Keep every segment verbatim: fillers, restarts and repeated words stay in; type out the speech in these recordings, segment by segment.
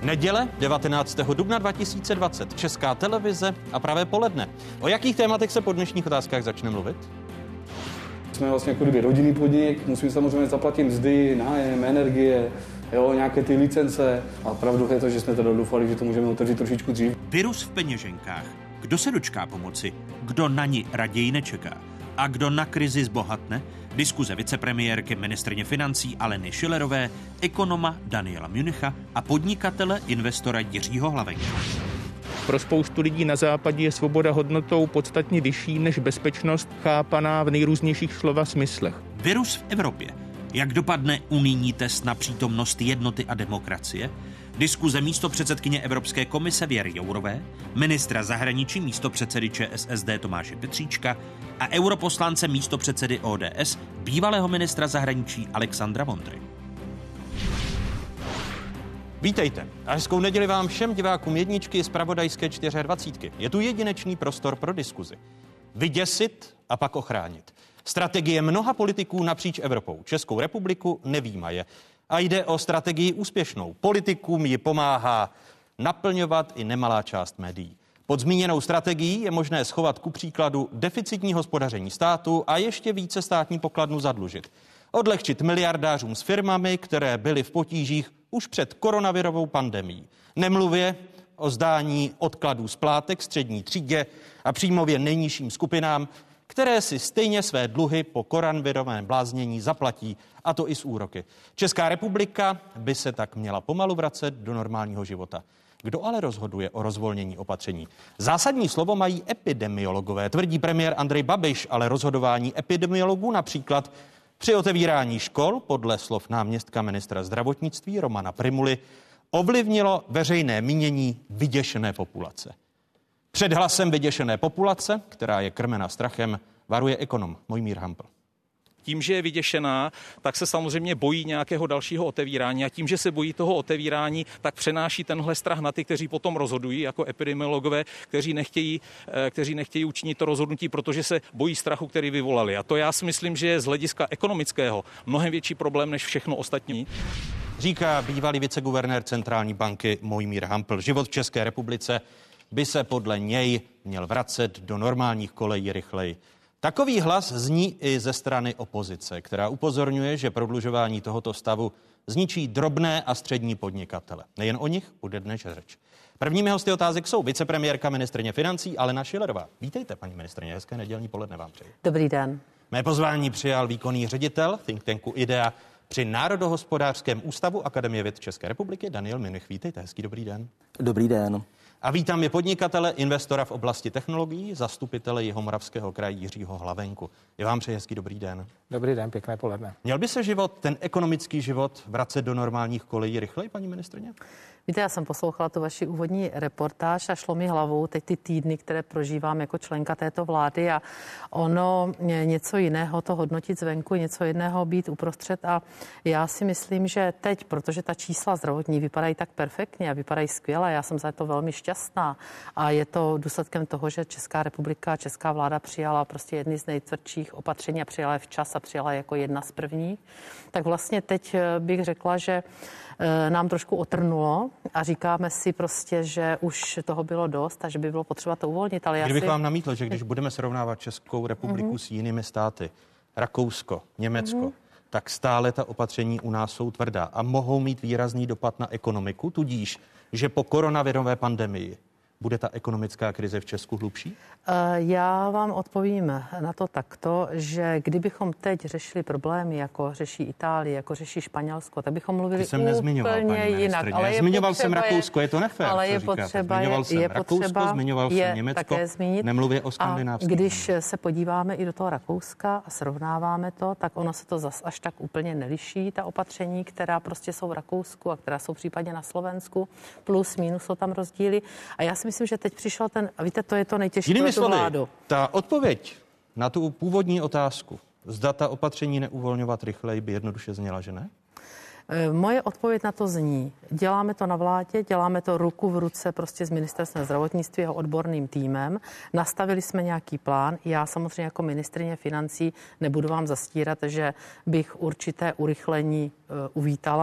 Neděle devatenáctého dubna dva tisíce dvacet, Česká televize a Pravé poledne. O jakých tématech se po dnešních otázkách začne mluvit? Jsme vlastně jako kdyby rodinný podnik, musíme samozřejmě zaplatit mzdy, nájem, energie, jo, nějaké ty licence a pravdu je to, že jsme teda doufali, že to můžeme otevřít trošičku dřív. Virus v peněženkách. Kdo se dočká pomoci? Kdo na ní raději nečeká? A kdo na krizi zbohatne? Diskuze vicepremiérky ministryně financí Aleny Schillerové, ekonoma Daniela Münicha a podnikatele investora Jiřího Hlavenky. Pro spoustu lidí na západě je svoboda hodnotou podstatně vyšší než bezpečnost chápaná v nejrůznějších slova smyslech. Virus v Evropě. Jak dopadne unijní test na přítomnost jednoty a demokracie? Diskuze místopředsedkyně Evropské komise Věry Jourové, ministra zahraničí místopředsedy ČSSD Tomáše Petříčka a europoslance místopředsedy O D S, bývalého ministra zahraničí Alexandra Vondry. Vítejte a hezkou neděli vám všem divákům jedničky z zpravodajské dvacet čtyři. Je tu jedinečný prostor pro diskuzi. Vyděsit a pak ochránit. Strategie mnoha politiků napříč Evropou. Českou republiku nevyjímaje. A jde o strategii úspěšnou. Politikům ji pomáhá naplňovat i nemalá část médií. Pod zmíněnou strategií je možné schovat ku příkladu deficitní hospodaření státu a ještě více státní pokladnu zadlužit. Odlehčit miliardářům s firmami, které byly v potížích už před koronavirovou pandemií. Nemluvě o zdání odkladů splátek střední třídě a příjmově nejnižším skupinám, které si stejně své dluhy po koronavirovém bláznění zaplatí, a to i s úroky. Česká republika by se tak měla pomalu vracet do normálního života. Kdo ale rozhoduje o rozvolnění opatření? Zásadní slovo mají epidemiologové, tvrdí premiér Andrej Babiš, ale rozhodování epidemiologů například při otevírání škol, podle slov náměstka ministra zdravotnictví Romana Prymuly, ovlivnilo veřejné mínění vyděšené populace. Před hlasem vyděšené populace, která je krmena strachem, varuje ekonom Mojmír Hampl. Tím, že je vyděšená, tak se samozřejmě bojí nějakého dalšího otevírání a tím, že se bojí toho otevírání, tak přenáší tenhle strach na ty, kteří potom rozhodují, jako epidemiologové, kteří nechtějí, kteří nechtějí učinit to rozhodnutí, protože se bojí strachu, který vyvolali. A to já si myslím, že je z hlediska ekonomického mnohem větší problém než všechno ostatní. Říká bývalý viceguvernér centrální banky Mojmír Hampl. Život v České republice by se podle něj měl vracet do normálních kolejí rychleji. Takový hlas zní i ze strany opozice, která upozorňuje, že prodlužování tohoto stavu zničí drobné a střední podnikatele. Nejen o nich bude dnes řeč. Prvními hosty otázek jsou vicepremiérka ministryně financí Alena Schillerová. Vítejte, paní ministryně, hezké nedělní poledne vám přeji. Dobrý den. Mé pozvání přijal výkonný ředitel think tanku IDEA při Národohospodářském ústavu Akademie věd České republiky Daniel Münich. Vítejte, hezký dobrý den. Dobrý den. A vítám je podnikatele, investora v oblasti technologií, zastupitele Jihomoravského kraje Jiřího Hlavenku. Je vám přeji hezký dobrý den. Dobrý den, pěkné poledne. Měl by se život, ten ekonomický život, vracet do normálních kolejí rychleji, paní ministryně? Víte, já jsem poslouchala tu vaši úvodní reportáž a šlo mi hlavou teď ty týdny, které prožívám jako členka této vlády a ono něco jiného to hodnotit zvenku, něco jiného být uprostřed a já si myslím, že teď, protože ta čísla zdravotní vypadají tak perfektně a vypadají skvěle, já jsem za to velmi šťastná a je to důsledkem toho, že Česká republika, česká vláda přijala prostě jedny z nejtvrdších opatření a přijala je včas a přijala jako jedna z prvních, tak vlastně teď bych řekla, že nám trošku otrnulo a říkáme si prostě, že už toho bylo dost a že by bylo potřeba to uvolnit. Ale já Kdybych si... vám namítl, že když budeme srovnávat Českou republiku mm-hmm. s jinými státy, Rakousko, Německo, mm-hmm. tak stále ta opatření u nás jsou tvrdá a mohou mít výrazný dopad na ekonomiku, tudíž, že po koronavirové pandemii bude ta ekonomická krize v Česku hlubší? Já vám odpovím na to takto, že kdybychom teď řešili problémy, jako řeší Itálie, jako řeší Španělsko, tak bychom mluvili jsem úplně jinak. Ale je zmiňoval jsem Rakousko, je to nefér. Ale je potřeba, zmiňoval je, jsem je Rakousko, potřeba, zmiňoval je jsem Německo, také zmínit. nemluvě o skandinávském. A když se podíváme i do toho Rakouska a srovnáváme to, tak ono se to zas až tak úplně neliší, ta opatření, která prostě jsou v Rakousku a která jsou případně na Slovensku, plus, minus jsou tam rozdíly. A já si myslím, že teď přišel ten, a víte, to je to nejtěžší pro tu vládu. Ta odpověď na tu původní otázku, zda ta opatření neuvolňovat rychleji, by jednoduše zněla, že ne? Moje odpověď na to zní, děláme to na vládě, děláme to ruku v ruce prostě s ministerstvem zdravotnictví a odborným týmem. Nastavili jsme nějaký plán. Já samozřejmě jako ministryně financí nebudu vám zastírat, že bych určité urychlení uh, uvítala. To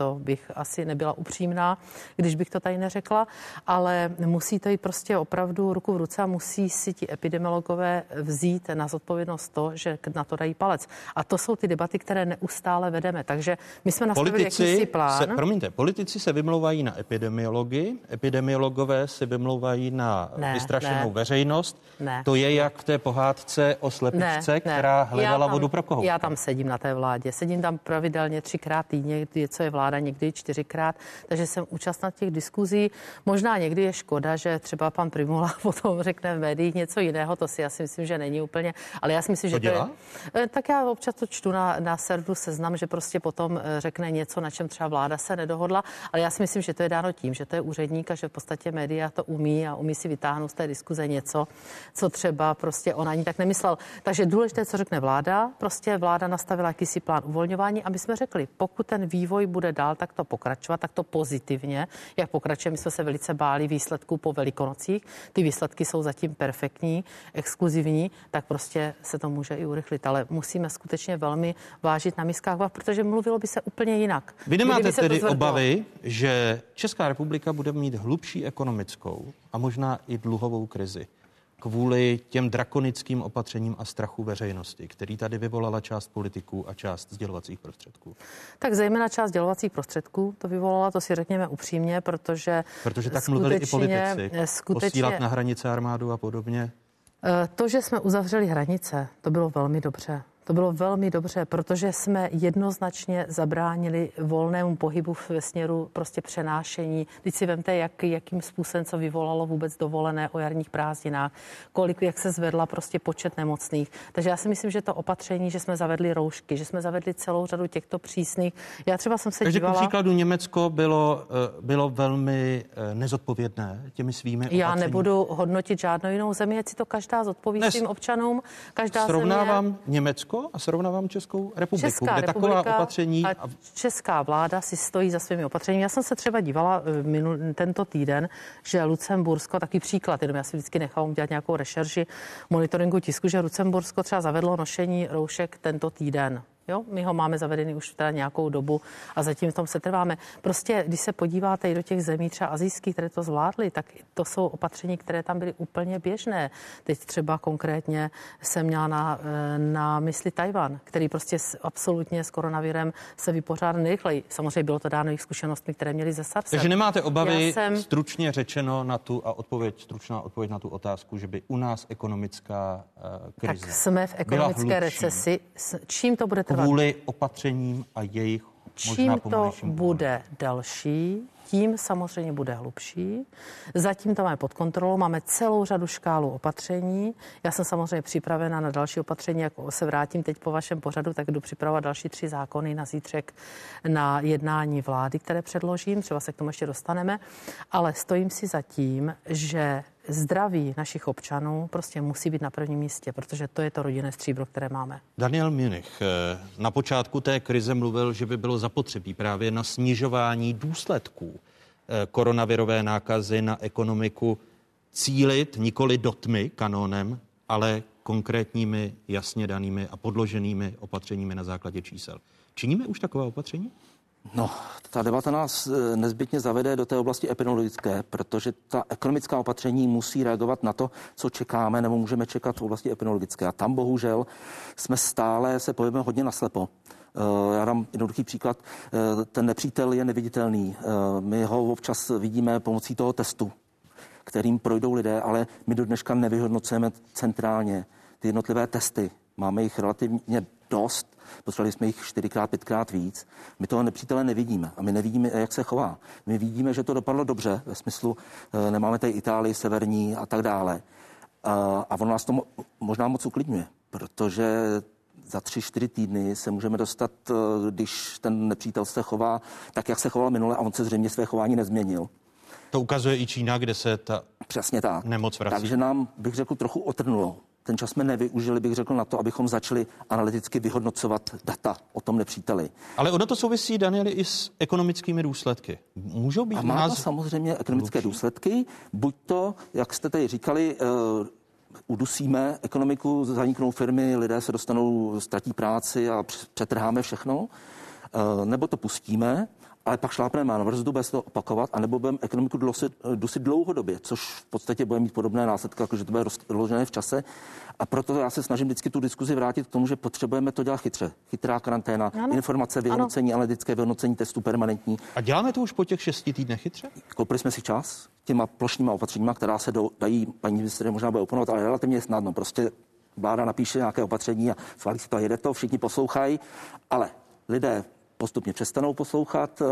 to bych asi nebyla upřímná, když bych to tady neřekla, ale musí to jít prostě opravdu ruku v ruce a musí si ti epidemiologové vzít na zodpovědnost to, že na to dají palec. A to jsou ty debaty, které neustále vedeme. Takže my jsme nastavili jakýsi plán. Se, promiňte, politici se vymlouvají na epidemiologii, epidemiologové se vymlouvají na ne, vystrašenou ne. veřejnost. Ne. To je jak v té pohádce o slepičce, ne, která ne. hledala tam, vodu pro koho. Já tam sedím na té vládě. Sedím tam pravidelně třikrát týdně, co je vláda, někdy čtyřikrát, takže jsem účastná těch diskuzí. Možná někdy je škoda, že třeba pan Prymula potom řekne v médiích něco jiného, to si já si myslím, že není úplně, ale já si myslím, to že dělá? to je, tak já občas to čtu na, na serveru Seznam, že prostě potom řekne něco, na čem třeba vláda se nedohodla, ale já si myslím, že to je dáno tím, že to je úředník a že v podstatě média to umí a umí si vytáhnout z té diskuze něco, co třeba prostě on ani tak nemyslel. Takže důležité, co řekne vláda, prostě vláda nastavila jakýsi plán uvolňování a my jsme řekli, pokud ten vývoj bude dál takto pokračovat, tak to pozitivně, jak pokračuje, my jsme se velice báli výsledků po Velikonocích, ty výsledky jsou zatím perfektní, exkluzivní, tak prostě se to může i urychlit, ale musíme skutečně velmi vážit na miskách váh, protože mluvilo by se úplně jinak. Vy nemáte tedy obavy, že Česká republika bude mít hlubší ekonomickou a možná i dluhovou krizi kvůli těm drakonickým opatřením a strachu veřejnosti, který tady vyvolala část politiků a část sdělovacích prostředků? Tak zejména část sdělovacích prostředků to vyvolala, to si řekněme upřímně, protože Protože tak mluvili i politici. Skutečně, posílat na hranice armádu a podobně. To, že jsme uzavřeli hranice, to bylo velmi dobře. To bylo velmi dobře, protože jsme jednoznačně zabránili volnému pohybu ve směru prostě přenášení. Teď si vemte, jak, jakým způsobem, co vyvolalo vůbec dovolené o jarních prázdninách, kolik, jak se zvedla prostě počet nemocných. Takže já si myslím, že to opatření, že jsme zavedli roušky, že jsme zavedli celou řadu těchto přísných. Já třeba jsem se Takže dívala... Takže příkladu Německo bylo, bylo velmi nezodpovědné těmi svými opatření. Já nebudu hodnotit žádnou jinou zemi, ať si to každá zodpoví Dnes svým občanům. Každá srovnávám země... Německo a srovnávám Českou republiku, Česká kde taková opatření... A česká vláda si stojí za svými opatřeními. Já jsem se třeba dívala minul, tento týden, že Lucembursko, taky příklad, jenom já si vždycky nechám udělat nějakou rešerži monitoringu tisku, že Lucembursko třeba zavedlo nošení roušek tento týden. Jo, my ho máme zavedený už teda nějakou dobu a zatím v tom se trváme. Prostě, když se podíváte i do těch zemí třeba asijských, které to zvládly, tak to jsou opatření, které tam byly úplně běžné. Teď třeba konkrétně jsem měla na, na mysli Tajvan, který prostě absolutně s koronavirem se vypořádá nejrychleji. Samozřejmě bylo to dáno jejich zkušenostmi, které měli ze SARSem. Takže nemáte obavy, jsem... stručně řečeno na tu a odpověď, stručná odpověď na tu otázku, že by u nás ekonomická uh, krize tak jsme v ekonomické recesi. Čím to bude kvůli opatřením a jejich Čím to bude další, tím samozřejmě bude hlubší. Zatím to máme pod kontrolou, máme celou řadu škálu opatření. Já jsem samozřejmě připravena na další opatření, jak se vrátím teď po vašem pořadu, tak jdu připravovat další tři zákony na zítřek na jednání vlády, které předložím, třeba se k tomu ještě dostaneme, ale stojím si za tím, že zdraví našich občanů prostě musí být na prvním místě, protože to je to rodinné stříbro, které máme. Daniel Münych na počátku té krize mluvil, že by bylo zapotřebí právě na snižování důsledků koronavirové nákazy na ekonomiku cílit nikoli do tmy kanónem, ale konkrétními, jasně danými a podloženými opatřeními na základě čísel. Činíme už taková opatření? No, ta debata nás nezbytně zavede do té oblasti epidemiologické, protože ta ekonomická opatření musí reagovat na to, co čekáme nebo můžeme čekat v oblasti epidemiologické. A tam bohužel jsme stále, se pohybujeme hodně naslepo. Já dám jednoduchý příklad. Ten nepřítel je neviditelný. My ho občas vidíme pomocí toho testu, kterým projdou lidé, ale my do dneška nevyhodnocujeme centrálně ty jednotlivé testy. Máme jich relativně dost, potřebovali jsme jich čtyřikrát, pětkrát víc. My toho nepřítele nevidíme a my nevidíme, jak se chová. My vidíme, že to dopadlo dobře, ve smyslu, nemáme tady Itálii, severní a tak dále. A ono nás to možná moc uklidňuje, protože za tři, čtyři týdny se můžeme dostat, když ten nepřítel se chová tak, jak se choval minule a on se zřejmě své chování nezměnil. To ukazuje i Čína, kde se ta Přesně tak. nemoc vrací. Takže nám, bych řekl, trochu otrnulo. Ten čas jsme nevyužili, bych řekl, na to, abychom začali analyticky vyhodnocovat data o tom nepříteli. Ale ono to souvisí, Danieli, i s ekonomickými důsledky. Můžou být a má to samozřejmě ekonomické hlubší důsledky. Buď to, jak jste tady říkali, uh, udusíme ekonomiku, zaniknou firmy, lidé se dostanou, ztratí práci a přetrháme všechno, uh, nebo to pustíme ale pak šlápneme na brzdu, bude se to opakovat, anebo budeme ekonomiku dusit, dusit dlouhodobě, což v podstatě bude mít podobné následky, jakože to bude rozložené v čase. A proto já se snažím vždycky tu diskuzi vrátit k tomu, že potřebujeme to dělat chytře. Chytrá karanténa, ano. informace, vyhodnocení, ano. analytické vyhodnocení testů permanentní. A děláme to už po těch šesti týdnech chytře? Koupili jsme si čas těma plošnýma opatřeníma, která se do, dají, paní ministryně možná bude oponovat, ale relativně snadno. Prostě vláda napíše nějaké opatření a schválí si to a jede to, všichni poslouchají, ale lidé postupně přestanou poslouchat,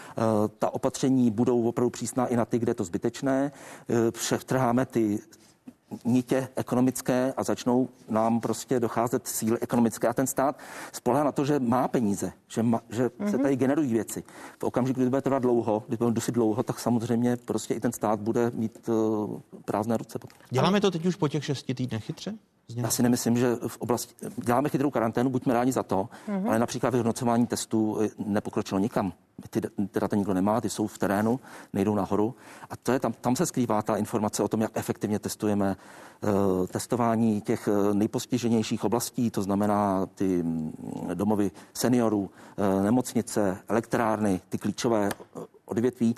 ta opatření budou opravdu přísná i na ty, kde je to zbytečné, přetrháme ty nitě ekonomické a začnou nám prostě docházet síly ekonomické a ten stát spoléhá na to, že má peníze, že, ma, že mm-hmm. se tady generují věci. V okamžiku, kdy bude trvat dlouho, když bude dusit dlouho, tak samozřejmě prostě i ten stát bude mít uh, prázdné ruce. Děláme to teď už po těch šesti týdnech chytře? Já si nemyslím, že v oblasti děláme chytrou karanténu, buďme rádi za to, mm-hmm. ale například vyhodnocování testů nepokročilo nikam. Ty, ty data nikdo nemá, ty jsou v terénu, nejdou nahoru. A to je tam, tam se skrývá ta informace o tom, jak efektivně testujeme. E, testování těch nejpostiženějších oblastí, to znamená ty domovy seniorů, e, nemocnice, elektrárny, ty klíčové odvětví.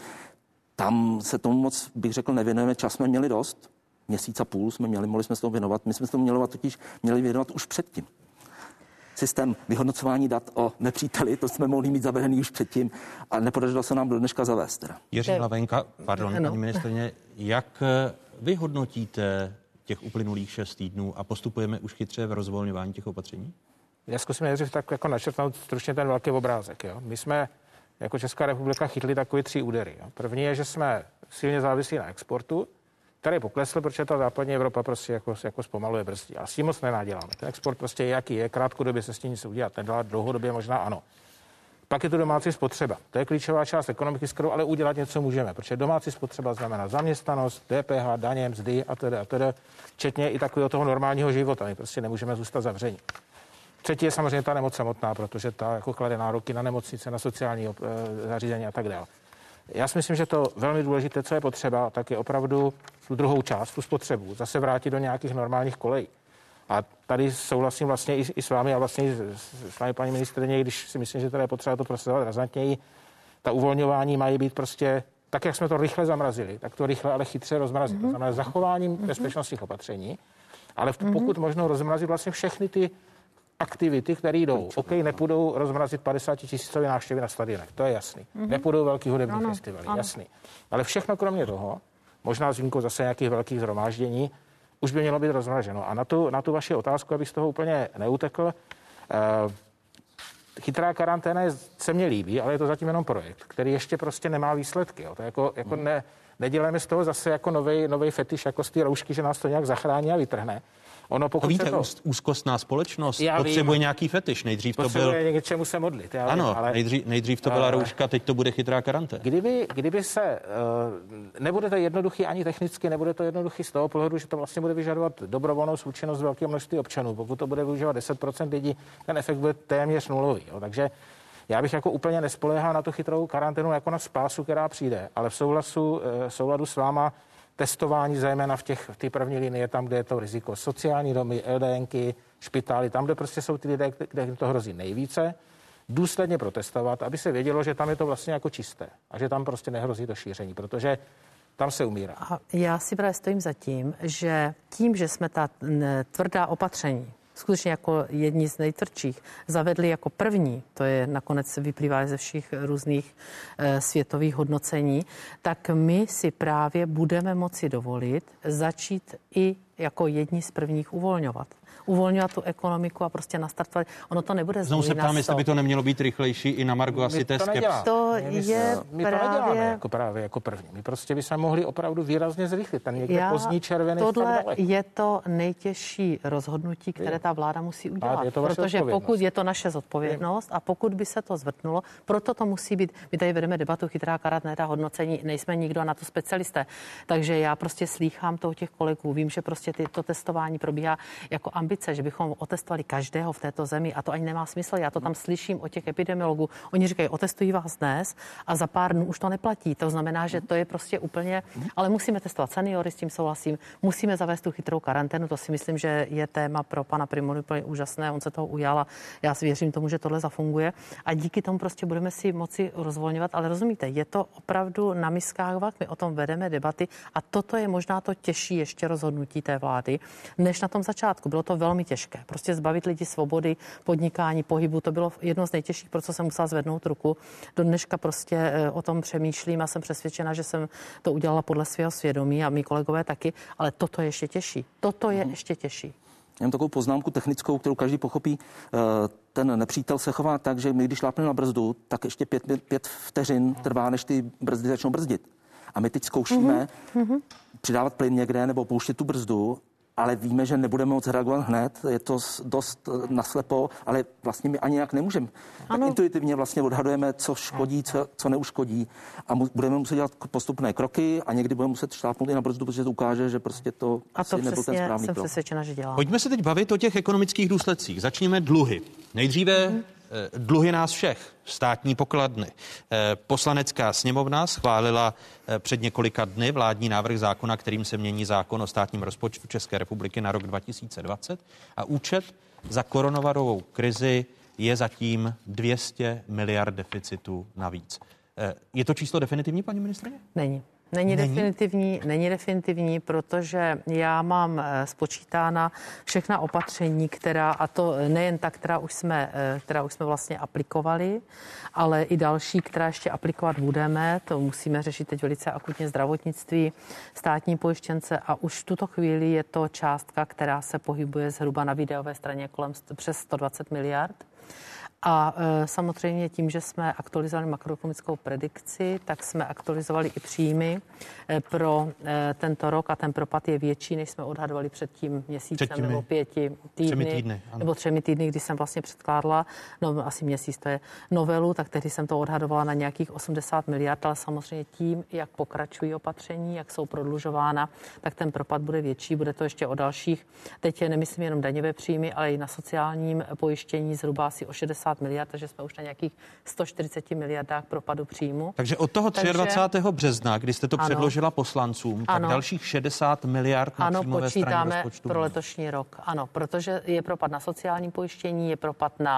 Tam se tomu moc, bych řekl, nevěnujeme. Čas jsme měli dost. Měsíc a půl jsme měli, mohli jsme se tomu věnovat. My jsme se tomu měli totiž měli věnovat už předtím. Systém vyhodnocování dat o nepříteli, to jsme mohli mít zavedený už předtím a nepodařilo se nám do dneška zavést. Teda. Jiří Hlavenka, pardon, paní ministryně, jak vy hodnotíte těch uplynulých šest týdnů a postupujeme už chytře v rozvolňování těch opatření? Já zkusím nejdřív tak jako načrtnout stručně ten velký obrázek. Jo. My jsme jako Česká republika chytli takový tři údery. Jo. První je, že jsme silně závislí na exportu, který poklesl, protože ta západní Evropa prostě jako, jako zpomaluje brzdí. A s tím moc nenaděláme. Ten export prostě je, jaký je, krátkodobě se s tím nic udělat nedá, dlouhodobě možná ano. Pak je to domácí spotřeba. To je klíčová část ekonomiky, s kterou ale udělat něco můžeme, protože domácí spotřeba znamená zaměstnanost, D P H, daně, mzdy a tedy a tedy, včetně i takového toho normálního života. My prostě nemůžeme zůstat zavření. Třetí je samozřejmě ta nemoc samotná, protože ta jako klade nároky na nemocnice, na sociální e, zařízení a tak dále. Já si myslím, že to velmi důležité, co je potřeba, tak je opravdu tu druhou část, tu spotřebu, zase vrátit do nějakých normálních kolejí. A tady souhlasím vlastně i, i s vámi a vlastně i s, s vámi, paní ministryně, když si myslím, že tady je potřeba to prosazovat razantněji. Ta uvolňování mají být prostě, tak jak jsme to rychle zamrazili, tak to rychle, ale chytře rozmrazit. Mm-hmm. To znamená zachováním mm-hmm. bezpečnostních opatření, ale v, pokud mm-hmm. možno rozmrazit vlastně všechny ty aktivity, které jdou. OK, nepůjdou rozmrazit padesátitisícové návštěvy na stadionech, to je jasný. Mm-hmm. Nepůjdou velký hudební ano, festivaly, ano. jasný. Ale všechno kromě toho, možná s výjimkou zase nějakých velkých shromáždění, už by mělo být rozmraženo. A na tu, na tu vaši otázku, abych z toho úplně neutekl, eh, chytrá karanténa je, se mně líbí, ale je to zatím jenom projekt, který ještě prostě nemá výsledky. Jo. To jako, jako mm. ne, neděláme z toho zase jako novej fetiš, jako z té roušky, že nás to nějak zachrání a vytrhne. Ono, pokud víte, to... úzkostná společnost já potřebuje vím, nějaký fetiš. Nejdřív to byl... Potřebuje něčemu se modlit. Já ano, vím, ale... nejdřív, nejdřív to byla rouška, teď to bude chytrá karanténa. Kdyby, kdyby se... Uh, nebude to jednoduchý ani technicky, nebude to jednoduchý z toho pohledu, že to vlastně bude vyžadovat dobrovolnou součinnost velké množství občanů. Pokud to bude využívat deset procent lidí, ten efekt bude téměř nulový. Jo. Takže já bych jako úplně nespoléhal na tu chytrou karanténu jako na spásu, která přijde, ale v souhlasu, uh, souladu s váma testování, zejména v těch v té první linii, tam, kde je to riziko. Sociální domy, LDNky, špitály, tam, kde prostě jsou ty lidé, kde to hrozí nejvíce, důsledně protestovat, aby se vědělo, že tam je to vlastně jako čisté a že tam prostě nehrozí to šíření, protože tam se umírá. A já si právě stojím za tím, že tím, že jsme ta tvrdá opatření skutečně jako jedni z nejtvrdších zavedli jako první, to je nakonec vyplývá ze všech různých e, světových hodnocení, tak my si právě budeme moci dovolit začít i jako jedni z prvních uvolňovat. Uvolňovat tu ekonomiku a prostě nastartovat. Ono to nebude znovu se ptám, jestli by to nemělo být rychlejší i na margo asi té skepsy. To my, je my právě... to neděláme jako právě jako první. My prostě bychom mohli opravdu výrazně zrychlit. Ten někde Já, pozdní červený. Tohle je to nejtěžší rozhodnutí, které ta vláda musí udělat. Je to protože pokud je to naše zodpovědnost a pokud by se to zvrtnulo, proto to musí být. My tady vedeme debatu chytrá karanténa, hodnocení, nejsme nikdo na to specialisté. Takže já prostě slýchám to těch kolegů. Vím, že prostě prostě ty, to testování probíhá jako ambice, že bychom otestovali každého v této zemi a to ani nemá smysl. Já to tam slyším od těch epidemiologů. Oni říkají, otestují vás dnes a za pár dnů už to neplatí. To znamená, že to je prostě úplně, ale musíme testovat seniory, s tím souhlasím. Musíme zavést tu chytrou karanténu, to si myslím, že je téma pro pana Prymulu úplně úžasné. On se toho ujal a já si věřím tomu, že tohle zafunguje a díky tomu prostě budeme si moci rozvolňovat, ale rozumíte, je to opravdu na miskách vah, my o tom vedeme debaty a toto je možná to těžší ještě rozhodnutí té vlády, než na tom začátku. Bylo to velmi těžké. Prostě zbavit lidi svobody, podnikání, pohybu, to bylo jedno z nejtěžších, pro co jsem musela zvednout ruku. Do dneška prostě o tom přemýšlím a jsem přesvědčena, že jsem to udělala podle svého svědomí a mý kolegové taky, ale toto je ještě těžší. Toto je ještě těžší. Mám takovou poznámku technickou, kterou každý pochopí. Ten nepřítel se chová tak, že my, když šlápneme na brzdu, tak ještě pět, pět vteřin trvá, než ty brzdy začnou brzdit. A my teď zkoušíme mm-hmm. přidávat plyn někde nebo pouštět tu brzdu, ale víme, že nebudeme moc reagovat hned. Je to dost naslepo, ale vlastně my ani jak nemůžeme. Tak intuitivně vlastně odhadujeme, co škodí, co, co neuškodí a mu, budeme muset dělat postupné kroky a někdy budeme muset šlápnout i na brzdu, protože to ukáže, že prostě to a to asi nebyl ten správný jsem krok. přesvědčena, že dělá. Pojďme se teď bavit o těch ekonomických důsledcích. Začněme dluhy. Nejdříve mm. dluhy nás všech, státní pokladny. Poslanecká sněmovna schválila před několika dny vládní návrh zákona, kterým se mění zákon o státním rozpočtu České republiky na rok dva tisíce dvacet a účet za koronavirovou krizi je zatím dvě stě miliard deficitu navíc. Je to číslo definitivní, paní ministryně? Není. Není, není definitivní, není definitivní, protože já mám spočítána všechna opatření, která, a to nejen ta, která už jsme, která už jsme vlastně aplikovali, ale i další, která ještě aplikovat budeme. To musíme řešit teď velice akutně zdravotnictví, státní pojištěnce a už v tuto chvíli je to částka, která se pohybuje zhruba na výdajové straně kolem přes sto dvacet miliard. A e, samozřejmě tím, že jsme aktualizovali makroekonomickou predikci, tak jsme aktualizovali i příjmy e, pro e, tento rok a ten propad je větší, než jsme odhadovali před tím měsícem před nebo pěti týdny, týdny nebo třemi týdny, kdy jsem vlastně předkládala, no asi měsíc to je novelu, tak tehdy jsem to odhadovala na nějakých osmdesát miliard, ale samozřejmě tím, jak pokračují opatření, jak jsou prodlužována, tak ten propad bude větší, bude to ještě o dalších, teď nemyslím jenom daňové příjmy, ale i na sociálním pojištění zhruba asi o šedesát miliard, takže jsme už na nějakých sto čtyřicet miliardách propadu příjmu. Takže od toho dvacátého třetího března, kdy jste to ano. předložila poslancům, tak ano. dalších šedesát miliard na ano, příjmové straně rozpočtu. Pro letošní rok. Ano, protože je propad na sociální pojištění, je propad na,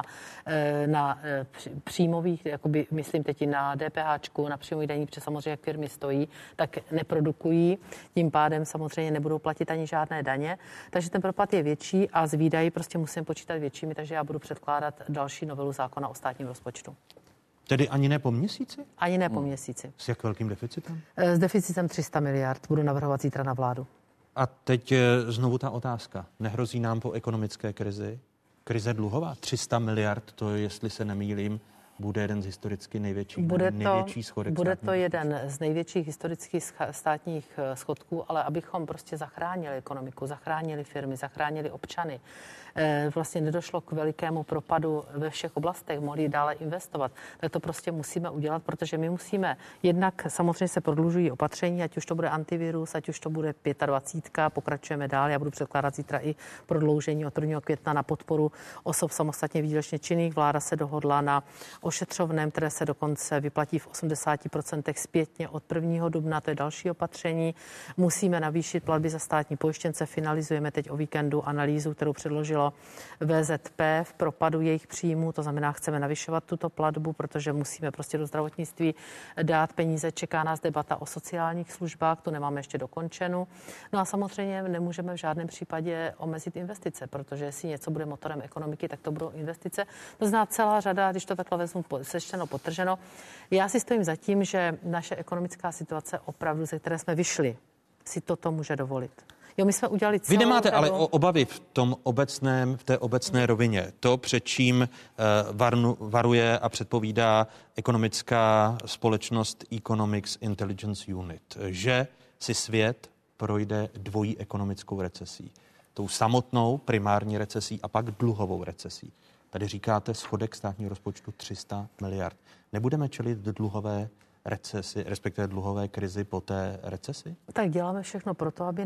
na příjmových, jakoby, myslím teď i na DPHčku, na příjmových daní, protože samozřejmě jak firmy stojí, tak neprodukují, tím pádem samozřejmě nebudou platit ani žádné daně, takže ten propad je větší a z výdají prostě musím počítat většími, takže já budu předkládat další novelu zákona o státním rozpočtu. Tedy ani ne po měsíci? Ani ne po hmm. měsíci. S jak velkým deficitem? S deficitem tři sta miliard. Budu navrhovat zítra na vládu. A teď znovu ta otázka. Nehrozí nám po ekonomické krizi krize dluhová? tři sta miliard, to jestli se nemýlím, bude jeden z historicky největších, bude to, největší schodek. Bude to jeden z největších historických státních schodků, ale abychom prostě zachránili ekonomiku, zachránili firmy, zachránili občany, vlastně nedošlo k velikému propadu ve všech oblastech, mohli dále investovat, tak to prostě musíme udělat, protože my musíme, jednak samozřejmě se prodlužují opatření, ať už to bude antivirus, ať už to bude dvacet pět, pokračujeme dál, já budu předkládat zítra i prodloužení od prvního května na podporu osob samostatně výdělečně činných. Vláda se dohodla na ošetřovném, které se dokonce vyplatí v osmdesáti procentech zpětně od prvního dubna, to je další opatření. Musíme navýšit platby za státní pojištěnce, finalizujeme teď o víkendu analýzu, kterou předložilo V Z P v propadu jejich příjmů, to znamená, chceme navyšovat tuto platbu, protože musíme prostě do zdravotnictví dát peníze. Čeká nás debata o sociálních službách, tu nemáme ještě dokončenou. No a samozřejmě nemůžeme v žádném případě omezit investice, protože jestli něco bude motorem ekonomiky, tak to budou investice. To zná celá řada, když to takhle vezmu sečteno, potrženo. Já si stojím za tím, že naše ekonomická situace opravdu, ze které jsme vyšli, si toto může dovolit. Jo, my jsme udělali celou Vy nemáte řadu... ale obavy v tom obecném, v té obecné rovině. To, před čím uh, varnu, varuje a předpovídá ekonomická společnost Economics Intelligence Unit, že si svět projde dvojí ekonomickou recesí. Tou samotnou primární recesí a pak dluhovou recesí. Tady říkáte schodek státního rozpočtu tři sta miliard. Nebudeme čelit dluhové recesi, respektive dluhové krizi po té recesi? Tak děláme všechno pro to, aby ne.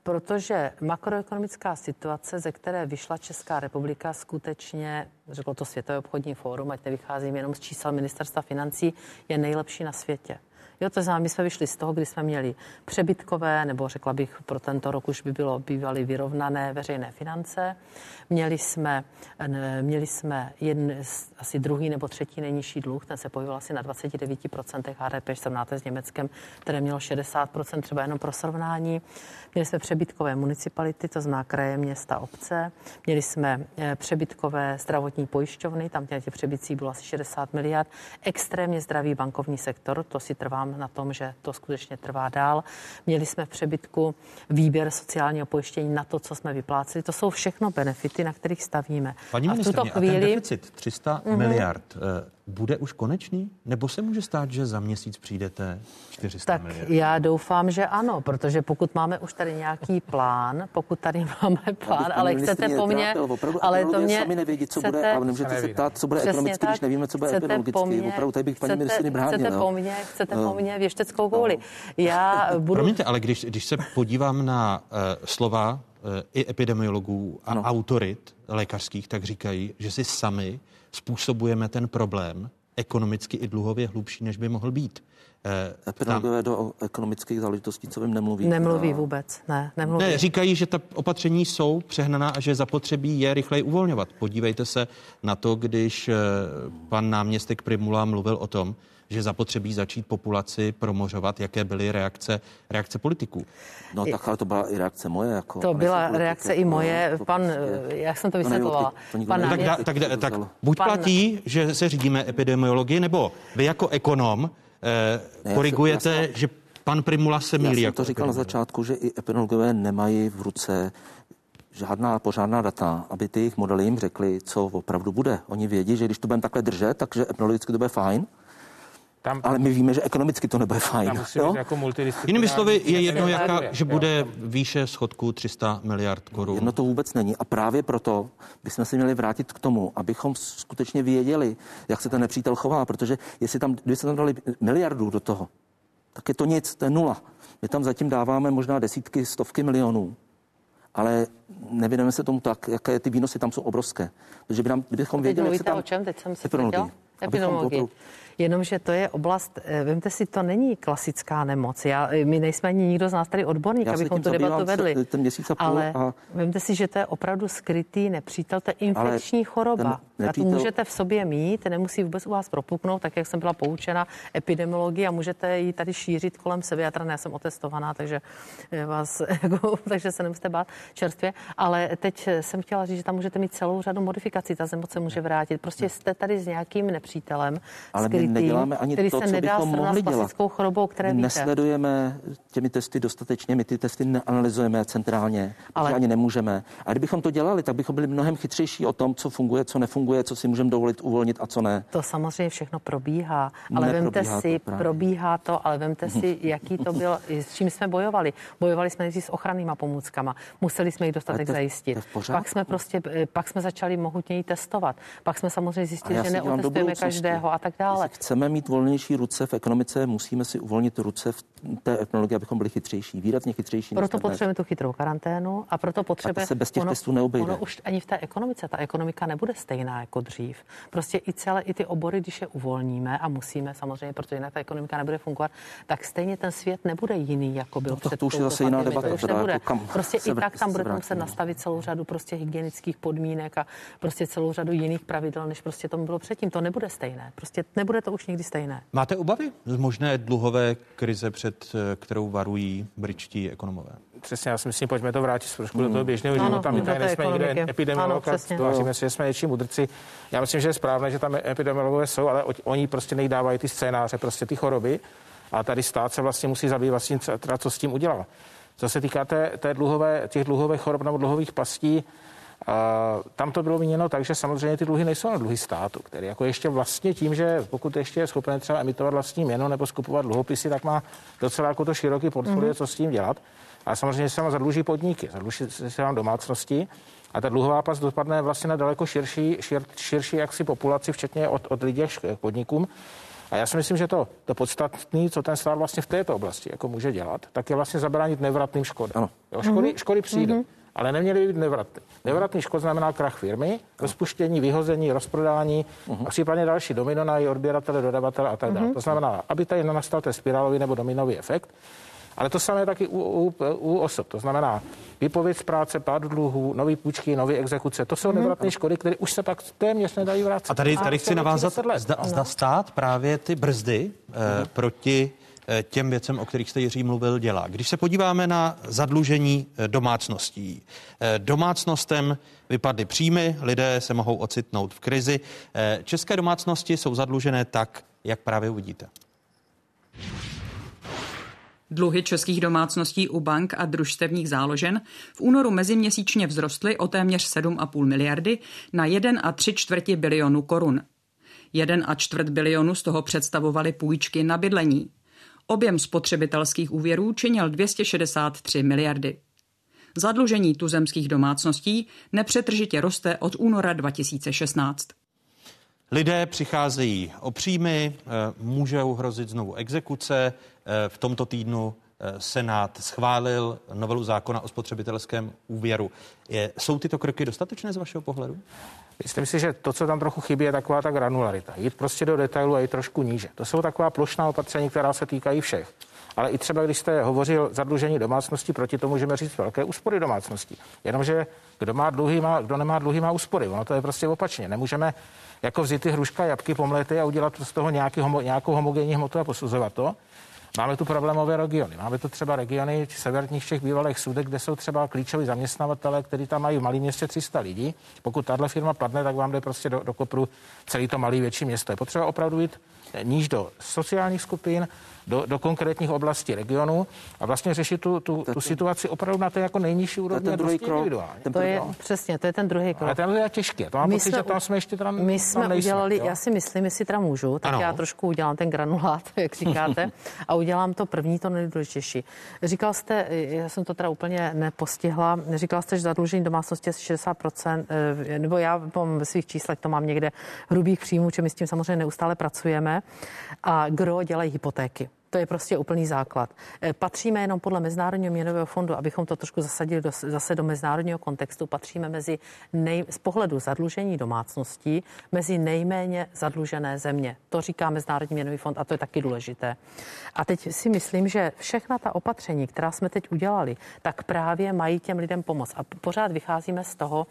protože makroekonomická situace, ze které vyšla Česká republika, skutečně, řeklo to Světové obchodní fórum, ať nevycházím jenom z čísel ministerstva financí, je nejlepší na světě. Jo, to znamená, my jsme vyšli z toho, kdy jsme měli přebytkové, nebo řekla bych, pro tento rok už by bylo bývaly vyrovnané veřejné finance. Měli jsme, měli jsme jeden, asi druhý nebo třetí nejnižší dluh, ten se pohyboval asi na dvacet devět procent H D P, srovnáte s Německem, které mělo šedesát procent, třeba jenom pro srovnání. Měli jsme přebytkové municipality, to znamená kraje, města, obce. Měli jsme přebytkové zdravotní pojišťovny, tam těch přebytcí bylo asi šedesát miliard. Extrémně zdravý bankovní sektor, to si trvám na tom, že to skutečně trvá dál. Měli jsme v přebytku výběr sociálního pojištění na to, co jsme vypláceli. To jsou všechno benefity, na kterých stavíme. Paní a v tuto ministryně, chvíli... a ten deficit tři sta mm-hmm. miliard bude už konečný? Nebo se může stát, že za měsíc přijdete čtyři sta tak miliard? Já doufám, že ano, protože pokud máme už tady nějaký plán, pokud tady máme plán, ale chcete po mně... Opravdu, ale to mě sami nevědí, co chcete, bude, a nemůžete se ptát, co bude přesně ekonomicky, tak, když nevíme, co bude epidemiologicky. Opravdu tady bych paní chcete, ministryni bránil. Chcete po mně, chcete no. po mně věšteckou kouli. Já budu... Promiňte, ale když, když se podívám na uh, slova uh, i epidemiologů a ano. autorit lékařských, tak říkají, že si sami způsobujeme ten problém ekonomicky i dluhově hlubší, než by mohl být. Eh, Epidemiologové do ekonomických záležitostí, co vím, nemluví. Nemluví vůbec, ne, nemluví. Ne, říkají, že ta opatření jsou přehnaná a že zapotřebí je rychleji uvolňovat. Podívejte se na to, když pan náměstek Prymula mluvil o tom, že zapotřebí začít populaci promořovat, jaké byly reakce, reakce politiků. No tak ale to byla i reakce moje. Jako, to byla politik, reakce jako, i moje. Pan, jak jsem to vysvětlovala. Pan tak, da, tak, da, tak buď pan... platí, že se řídíme epidemiologii, nebo vy jako ekonom eh, ne, korigujete, já jsem, že pan Prymula se mýlí. Já jsem jako to říkal na začátku, že i epidemiologové nemají v ruce žádná pořádná data, aby ty jejich modely jim řekli, co opravdu bude. Oni vědí, že když to budeme takhle držet, takže epidemiologicky to bude fajn. Tam, ale my víme, že ekonomicky to nebude fajn. Jako jinými slovy je jedno, jaká, že bude výše schodku tři sta miliard korun. Jedno to vůbec není. A právě proto bychom se měli vrátit k tomu, abychom skutečně věděli, jak se ten nepřítel chová, protože jestli tam, kdyby se tam dali miliardu do toho, tak je to nic, to je nula. My tam zatím dáváme možná desítky, stovky milionů. Ale nevěnujeme se tomu tak, jaké ty výnosy tam jsou obrovské. Takže by nám, kdybychom věděli, jak se tam... o čem? Teď jsem si epidemiologii. Epidemiologii. Jenomže to je oblast, vemte si, to není klasická nemoc. Já, my nejsme ani nikdo z nás tady odborník, já abychom tu debatu vedli. Ten měsíc a půl ale a... vemte si, že to je opravdu skrytý nepřítel, to je infekční choroba. Nepřítel... A tu můžete v sobě mít, nemusí vůbec u vás propuknout, tak jak jsem byla poučena epidemiologii a můžete ji tady šířit kolem sebe. Já teda já jsem otestovaná, takže vás, jako, takže se nemusíte bát čerstvě. Ale teď jsem chtěla říct, že tam můžete mít celou řadu modifikací, ta nemoc se může vrátit. Prostě jste tady s nějakým nepřítelem, ale skrytým, neděláme ani který to, se co nedá bychom mohli dělat. Chorobou, které my nesledujeme těmi testy dostatečně, my ty testy neanalyzujeme centrálně, ale ani nemůžeme. A kdybychom to dělali, tak bychom byli mnohem chytřejší o tom, co funguje, co nefunguje, co si můžeme dovolit uvolnit a co ne. To samozřejmě všechno probíhá, ale vemte si, to probíhá to, ale vemte si, jaký to byl, s čím jsme bojovali. Bojovali jsme nejdřív s ochrannýma pomůckama, museli jsme jich dostatek to, zajistit. Pak jsme prostě, pak jsme začali mohutněji testovat. Pak jsme samozřejmě zjistili, že neotestujeme každého a tak dále. Chceme mít volnější ruce v ekonomice, musíme si uvolnit ruce v té ekonomii, abychom byli chytřejší, výrazně chytřejší. Proto potřebujeme tu chytrou karanténu a proto potřebujeme... A se bez těch ono, testů neobejde. Ono už ani v té ekonomice, ta ekonomika nebude stejná jako dřív. Prostě i celé, i ty obory, když je uvolníme a musíme samozřejmě, protože jinak ta ekonomika nebude fungovat, tak stejně ten svět nebude jiný, jako byl no, před to už je zase jiná debata. To už nebude. Jako prostě i tak tam budete muset nastavit celou řadu prostě hygienických podmínek a prostě celou řadu jiných pravidel, než prostě tomu bylo předtím. To nebude stejné. Prostě nebude to už nikdy stejné. Máte obavy z možné dluhové krize, před kterou varují britští ekonomové? Přesně, já si myslím, pojďme to vrátit trošku hmm. do toho běžného života. My tady nejsme nikde epidemiolog a tváříme si, že jsme něčím mudrci. Já myslím, že je správné, že tam epidemiologové jsou, ale oni prostě nejdávají ty scénáře, prostě ty choroby. A tady stát se vlastně musí zabývat s tím, co s tím udělal. Co se týká té, té dluhové, těch dluhových chorob nebo dluhových pastí, Uh, tam to bylo míněno tak, že samozřejmě ty dluhy nejsou na dluhy státu, který jako ještě vlastně tím, že pokud ještě je schopen třeba emitovat vlastní měnu nebo skupovat dluhopisy, tak má docela jako to široký portfolio, mm-hmm. co s tím dělat. A samozřejmě se vám zadluží podniky, zadluží se vám domácnosti a ta dluhová past dopadne vlastně na daleko širší, šir, širší jaksi populaci, včetně od, od lidí k podnikům. A já si myslím, že to, to podstatné, co ten stát vlastně v této oblasti jako může dělat, tak je vlastně zabránit nevratným škodám. Jo, škody, škody přijdou, mm-hmm. ale neměly by být nevratné. Nevratný škod znamená krach firmy, rozpuštění, vyhození, rozprodání uh-huh. a případně další domino na její odběratele, dodavatele a tak dále. Uh-huh. To znamená, aby tady nenastal ten spirálový nebo dominový efekt. Ale to samé taky u, u, u osob. To znamená výpověď z práce, pád dluhů, nový půjčky, nové exekuce. To jsou uh-huh. nevratné škody, které už se pak téměř nedají vrátit. A tady, tady chci navázat, zda, zda stát právě ty brzdy uh-huh. eh, proti těm věcem, o kterých jste, Jiří, mluvil, dělá. Když se podíváme na zadlužení domácností, domácnostem vypadly příjmy, lidé se mohou ocitnout v krizi. České domácnosti jsou zadlužené tak, jak právě uvidíte. Dluhy českých domácností u bank a družstevních záložen v únoru meziměsíčně vzrostly o téměř sedm a půl miliardy na jeden a tři čtvrtě bilionu korun. Jeden a čtvrt bilionu z toho představovaly půjčky na bydlení. Objem spotřebitelských úvěrů činil dvě stě šedesát tři miliardy. Zadlužení tuzemských domácností nepřetržitě roste od února dva tisíce šestnáct. Lidé přicházejí o příjmy, můžou hrozit znovu exekuce. V tomto týdnu Senát schválil novelu zákona o spotřebitelském úvěru. Jsou tyto kroky dostatečné z vašeho pohledu? Myslím si, že to, co tam trochu chybí, je taková ta granularita. Jít prostě do detailu a jít trošku níže. To jsou taková plošná opatření, která se týkají všech. Ale i třeba, když jste hovořil zadlužení domácností, proti tomu můžeme říct velké úspory domácností. Jenomže kdo má dluhy, má, kdo nemá dluhy, má úspory. Ono to je prostě opačně. Nemůžeme jako vzít ty hruška, jabky, pomlety a udělat z toho nějaký homo, nějakou homogenní hmotu a posuzovat to. Máme tu problémové regiony. Máme tu třeba regiony severních Čech, bývalých Sudek, kde jsou třeba klíčoví zaměstnavatele, kteří tam mají v malém městě tři sta lidí. Pokud tahle firma padne, tak vám jde prostě do, do kopru celý to malý větší město. Je potřeba opravdu jít níž do sociálních skupin, do, do konkrétních oblastí regionu a vlastně řešit tu, tu, tu situaci opravdu na té jako nejnižší úrovni. Ten druhý krok. To je přesně, to je ten druhý krok. Ale ten je těžké. To mám my pocit, jsme, že tam jsme ještě tam My jsme tam udělali, jo? já si myslím, jestli teda můžu, tak ano. Já trošku udělám ten granulát, jak říkáte, a udělám to první, to nejdůležitější. Říkal jste, já jsem to teda úplně nepostihla, říkal jste, že zadlužení domácnosti je šedesát procent, nebo já mám ve svých číslech, to mám někde hrubých příjmů, či my s tím samozřejmě neustále pracujeme. A gro dělají hypotéky. To je prostě úplný základ. Patříme jenom podle Mezinárodního měnového fondu, abychom to trošku zasadili do, zase do mezinárodního kontextu, patříme mezi nej, z pohledu zadlužení domácností mezi nejméně zadlužené země. To říká Mezinárodní měnový fond a to je taky důležité. A teď si myslím, že všechna ta opatření, která jsme teď udělali, tak právě mají těm lidem pomoct. A pořád vycházíme z toho,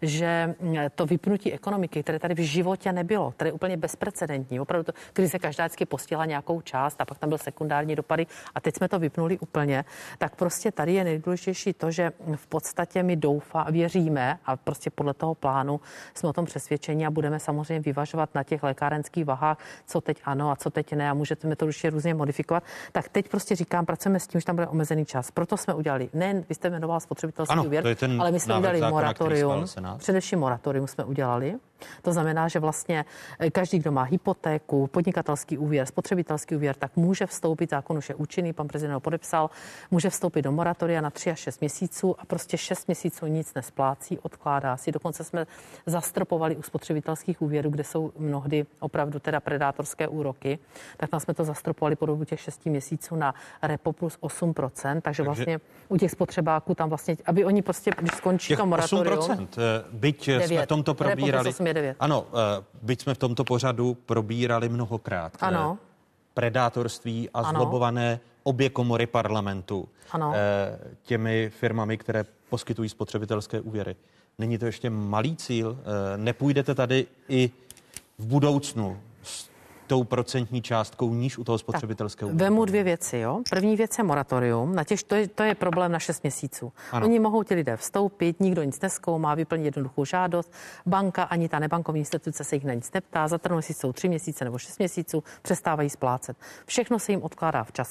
že to vypnutí ekonomiky, které tady v životě nebylo, které je úplně bezprecedentní. Opravdu to krize každá vždycky postihla nějakou část a pak tam byl sekundární dopady a teď jsme to vypnuli úplně, tak prostě tady je nejdůležitější to, že v podstatě my doufá, věříme a prostě podle toho plánu jsme o tom přesvědčení a budeme samozřejmě vyvažovat na těch lékárenských vahách, co teď ano a co teď ne a můžeme to určitě různě modifikovat. Tak teď prostě říkám, pracujeme s tím, že tam bude omezený čas. Proto jsme udělali, nejen vy jste jmenoval spotřebitelský úvěr, ale my jsme udělali moratorium, především moratorium jsme udělali. To znamená, že vlastně každý, kdo má hypotéku, podnikatelský úvěr, spotřebitelský úvěr, tak může vstoupit, zákon už je účinný, pan prezident ho podepsal, může vstoupit do moratoria na tři až šest měsíců a prostě šest měsíců nic nesplácí, odkládá si. Dokonce jsme zastropovali u spotřebitelských úvěrů, kde jsou mnohdy opravdu teda predátorské úroky, tak tam jsme to zastropovali po dobu těch šesti měsíců na repo plus osm procent, takže, takže vlastně u těch spotřebáků tam vlastně, aby oni prostě, když skončí to moratorium. osm procent, byť devět, jsme v tomto probírali. Ano, byť jsme v tomto pořadu probírali mnohokrát ano. predátorství a ano. zlobované obě komory parlamentu ano. těmi firmami, které poskytují spotřebitelské úvěry. Není to ještě malý cíl? Nepůjdete tady i v budoucnu s tou procentní částkou níž u toho spotřebitelského úvěru? Vemu dvě věci, jo. První věc je moratorium. Na těch, to, je, to je problém na šest měsíců. Ano. Oni mohou ti lidé vstoupit, nikdo nic nezkoumá, vyplnit jednoduchou žádost. Banka ani ta nebankovní instituce se jich na nic neptá. Za ten měsíc jsou tři měsíce nebo šest měsíců, přestávají splácet. Všechno se jim odkládá v čase.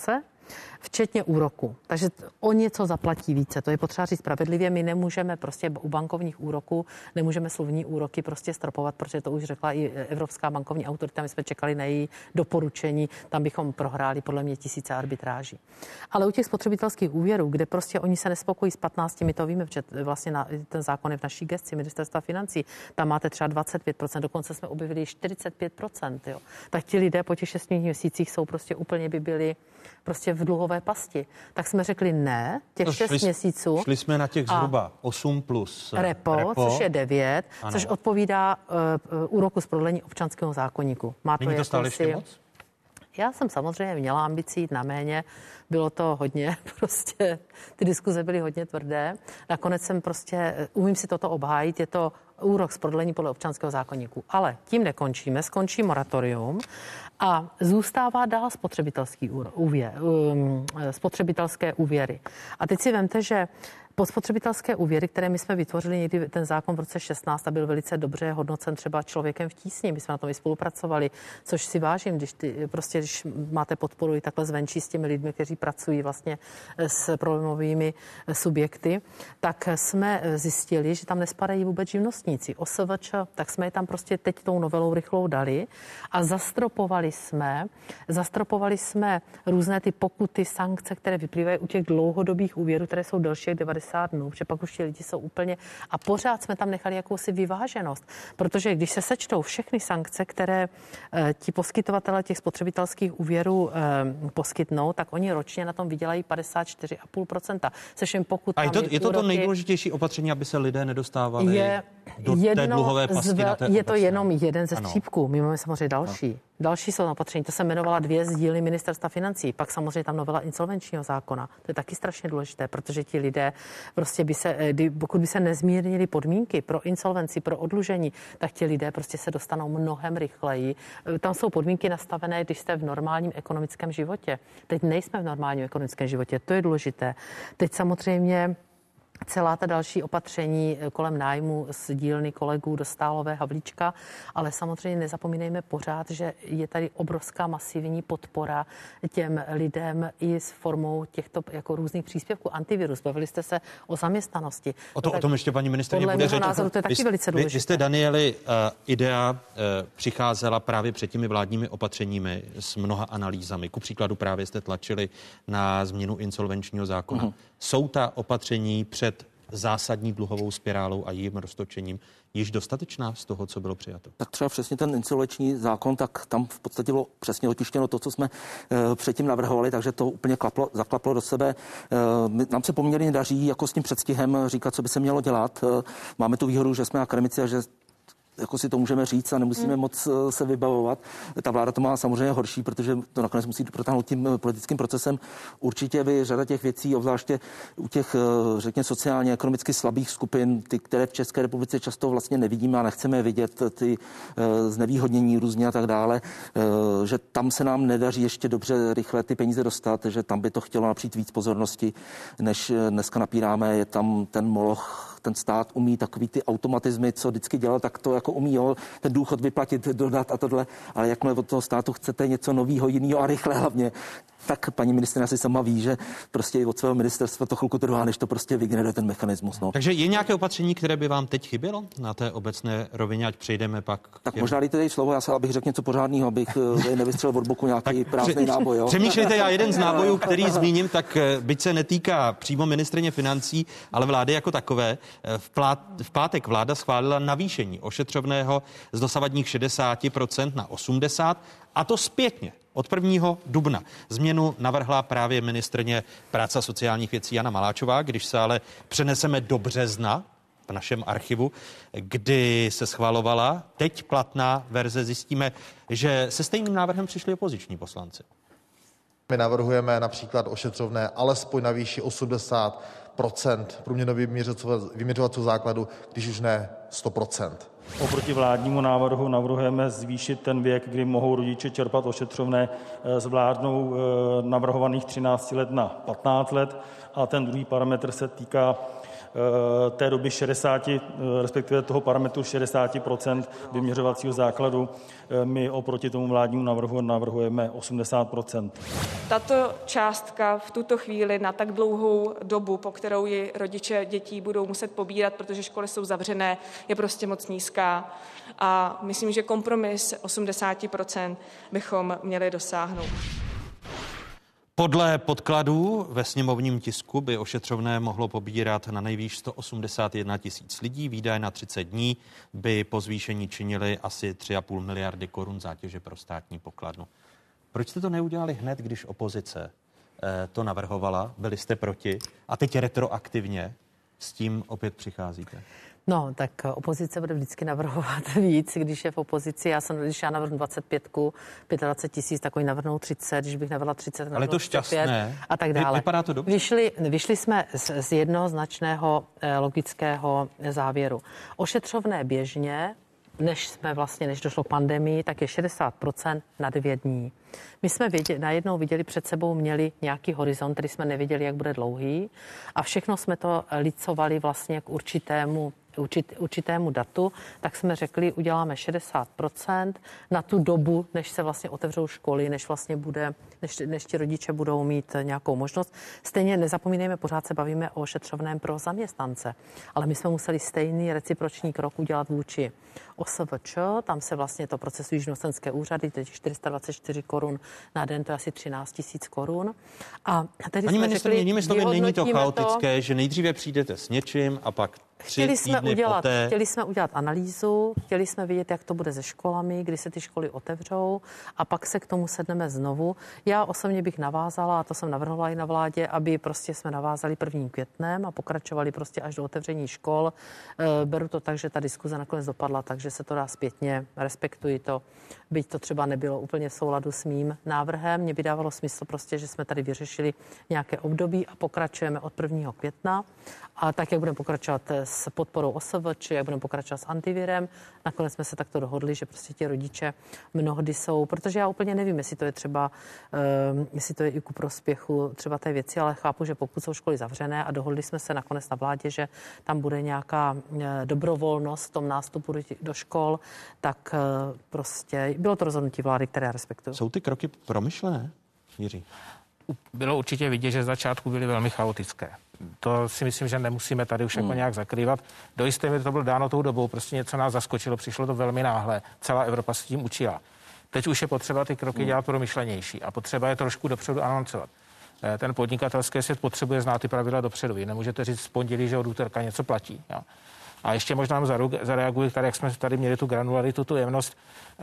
včetně úroku. Takže o něco zaplatí více. To je potřeba říct spravedlivě. My nemůžeme prostě u bankovních úroků, nemůžeme slovní úroky prostě stropovat, protože to už řekla i Evropská bankovní autorita. My jsme čekali na její doporučení. Tam bychom prohráli podle mě tisíce arbitráží. Ale u těch spotřebitelských úvěrů, kde prostě oni se nespokojí s patnácti, my to víme, protože vlastně na, ten zákon je v naší gesci Ministerstva financí, tam máte třeba dvacet pět procent, dokonce jsme objevili čtyřicet pět procent, jo. Tak ti lidé po těch šesti měsících jsou prostě úplně by byli prostě v dluhové pasti. Tak jsme řekli ne, těch no, šest šli, měsíců. Šli jsme na těch zhruba osm plus repo, repo, což je devět, ano. Což odpovídá uh, úroku z prodlení občanského zákoníku. Má to, Není to stále ještě moc? Já jsem samozřejmě měla ambici jít na méně, bylo to hodně, prostě ty diskuze byly hodně tvrdé. Nakonec jsem prostě, umím si toto obhájit, je to úrok z prodlení podle občanského zákoníku. Ale tím nekončíme, skončí moratorium a zůstává dál spotřebitelský úvěr, um, spotřebitelské úvěry. A teď si vemte, že po spotřebitelské úvěry, které my jsme vytvořili někdy ten zákon v roce šestnáct a byl velice dobře hodnocen třeba Člověkem v tísni, my jsme na tom i spolupracovali, což si vážím, když ty, prostě když máte podporu i takhle zvenčí s těmi lidmi, kteří pracují vlastně s problémovými subjekty, tak jsme zjistili, že tam nespadají vůbec živnostníci. O S V Č, tak jsme je tam prostě teď tou novelou rychlou dali a zastropovali jsme, zastropovali jsme různé ty pokuty, sankce, které vyplývají u těch dlouhodobých úvěrů, které jsou delší jak devadesát dnů, protože pak už ti lidi jsou úplně a pořád jsme tam nechali jakousi vyváženost, protože když se sečtou všechny sankce, které e, ti poskytovatele těch spotřebitelských úvěrů e, poskytnou, tak oni ročně na tom vydělají padesát čtyři celá pět procenta. Se všem pokutami. A je to, je to to nejdůležitější opatření, aby se lidé nedostávali je do té dluhové pasti zve, na té Je to obecné. jenom jeden ze Ano. střípků. My máme samozřejmě další. Ano. Další jsou opatření. To se jmenovala dvě z dílny Ministerstva financí. Pak samozřejmě tam novela insolvenčního zákona. To je taky strašně důležité, protože ti lidé prostě by se, pokud by se nezmírnili podmínky pro insolvenci, pro odlužení, tak ti lidé prostě se dostanou mnohem rychleji. Tam jsou podmínky nastavené, když jste v normálním ekonomickém životě. Teď nejsme v normálním ekonomickém životě. To je důležité. Teď samozřejmě celá ta další opatření kolem nájmu z dílny kolegů Dostálové, Havlíčka, ale samozřejmě nezapomínejme pořád, že je tady obrovská masivní podpora těm lidem i s formou těchto jako různých příspěvků. Antivirus, bavili jste se o zaměstnanosti. O, to, no, o tom ještě paní ministryně bude řeč. Názoru, to je taky vy, velice důležité. Vy, vy jste, Danieli, uh, idea uh, přicházela právě před těmi vládními opatřeními s mnoha analýzami. Ku příkladu právě jste tlačili na změnu insolvenčního zákona. Uh-huh. Jsou ta opatření před zásadní dluhovou spirálou a jejím roztočením již dostatečná z toho, co bylo přijato? Tak třeba přesně ten insolvenční zákon, tak tam v podstatě bylo přesně otištěno to, co jsme e, předtím navrhovali, takže to úplně klaplo, zaklaplo do sebe. E, nám se poměrně daří jako s tím předstihem říkat, co by se mělo dělat. E, máme tu výhodu, že jsme akademici a že jako si to můžeme říct a nemusíme hmm. moc se vybavovat. Ta vláda to má samozřejmě horší, protože to nakonec musí protáhnout tím politickým procesem. Určitě by řada těch věcí, obzvláště u těch, řekněme, sociálně, ekonomicky slabých skupin, ty, které v České republice často vlastně nevidíme a nechceme vidět, ty znevýhodnění různě a tak dále, že tam se nám nedaří ještě dobře rychle ty peníze dostat, že tam by to chtělo napřít víc pozornosti, než dneska napíráme. Je tam ten moloch, ten stát umí takový ty automatizmy, co vždycky dělal, tak to jako umí, jo, ten důchod vyplatit, dodat a tohle, ale jakmile od toho státu chcete něco nového, jiného a rychle hlavně, tak paní ministryně si sama ví, že prostě od svého ministerstva to chvilku trvá, než to prostě vygeneruje ten mechanismus. No. Takže je nějaké opatření, které by vám teď chybělo na té obecné rovině, ať přejdeme pak? Tak možná dejte tady slovo, já se, abych řekl něco pořádného, abych nevystřelil od boku nějaký prázdný náboj. Jo. Přemýšlejte, já jeden z nábojů, který zmíním, tak byť se netýká přímo ministryně financí, ale vlády jako takové. V, plát, v pátek vláda schválila navýšení ošetřovného z dosavadních šedesát procent na osmdesát procent a to zpětně. Od prvního dubna změnu navrhla právě ministryně práce a sociálních věcí Jana Maláčová, když se ale přeneseme do března v našem archivu, kdy se schvalovala teď platná verze, zjistíme, že se stejným návrhem přišli opoziční poslanci. My navrhujeme například ošetřovné alespoň na výši osmdesát procent průměrného vyměřovacího základu, když už ne sto procent. Oproti vládnímu návrhu navrhujeme zvýšit ten věk, kdy mohou rodiče čerpat ošetřovné z vládnou navrhovaných třináct let na patnáct let a ten druhý parametr se týká té doby šedesát, respektive toho parametru šedesát procent vyměřovacího základu. My oproti tomu vládnímu návrhu navrhujeme osmdesát procent. Tato částka v tuto chvíli na tak dlouhou dobu, po kterou ji rodiče dětí budou muset pobírat, protože školy jsou zavřené, je prostě moc nízká. A myslím, že kompromis osmdesát procent bychom měli dosáhnout. Podle podkladů ve sněmovním tisku by ošetřovné mohlo pobírat na nejvýš sto osmdesát jedna tisíc lidí. Výdaje na třicet dní by po zvýšení činily asi tři a půl miliardy korun zátěže pro státní pokladnu. Proč jste to neudělali hned, když opozice eh, to navrhovala? Byli jste proti a teď retroaktivně s tím opět přicházíte? No, tak opozice bude vždycky navrhovat víc, když je v opozici. Já jsem, když já navrhnu dvacet pět, dvacet pět tisíc, tak oni navrhnou třicet, když bych navrhla třicet, ale to šťastné. A tak dále. Vypadá to dobře. Vyšli, vyšli jsme z, z jednoznačného eh, logického závěru. Ošetřovné běžně, než jsme vlastně, než došlo k pandemii, tak je šedesát procent na devět dní. My jsme věděli, najednou viděli před sebou, měli nějaký horizont, který jsme nevěděli, jak bude dlouhý a všechno jsme to licovali vlastně k určitému Určit, určitému datu, tak jsme řekli, uděláme šedesát procent na tu dobu, než se vlastně otevřou školy, než vlastně bude, než, než ti rodiče budou mít nějakou možnost. Stejně nezapomínejme, pořád se bavíme o ošetřovném pro zaměstnance, ale my jsme museli stejný reciproční krok udělat vůči O S V Č, tam se vlastně to procesují živnostenské úřady, teď čtyři sta dvacet čtyři korun na den, to je asi třináct tisíc korun. A tedy Paní jsme ministryně, jinými slovy, není to chaotické, to, že nejdříve přijdete s něčím a pak tři chtěli jsme týdny udělat, poté... Chtěli jsme udělat analýzu, chtěli jsme vidět, jak to bude se školami, kdy se ty školy otevřou a pak se k tomu sedneme znovu. Já osobně bych navázala, a to jsem navrhla i na vládě, aby prostě jsme navázali prvním květnem a pokračovali prostě až do otevření škol. E, beru to tak, že ta diskuze nakonec dopadla, takže se to dá zpětně, respektuji to, byť to třeba nebylo úplně v souladu s mým návrhem. Mně by dávalo smysl prostě, že jsme tady vyřešili nějaké období a pokračujeme od prvního května. A tak, jak budeme pokračovat s podporou O S V Č, jak budeme pokračovat s antivirem. Nakonec jsme se takto dohodli, že prostě ti rodiče mnohdy jsou, protože já úplně nevím, jestli to je třeba, um, jestli to je i ku prospěchu třeba té věci, ale chápu, že pokud jsou školy zavřené a dohodli jsme se nakonec na vládě, že tam bude nějaká uh, dobrovolnost v tom nástupu do, do škol, tak uh, prostě bylo to rozhodnutí vlády, které respektuju. Jsou ty kroky promyšlené, Jiří? Bylo určitě vidět, že z začátku byly velmi chaotické. To si myslím, že nemusíme tady už hmm. jako nějak zakrývat. Do jisté míry to bylo dáno tou dobou, prostě něco nás zaskočilo, přišlo to velmi náhle. Celá Evropa se tím učila. Teď už je potřeba ty kroky hmm. dělat promyšlenější a potřeba je trošku dopředu anoncovat. Ten podnikatelský svět potřebuje znát ty pravidla dopředu. Vy nemůžete říct z pondělí, že od úterka něco platí. Jo. A ještě možná zareaguji, tady, jak jsme tady měli tu granularitu, tu jemnost.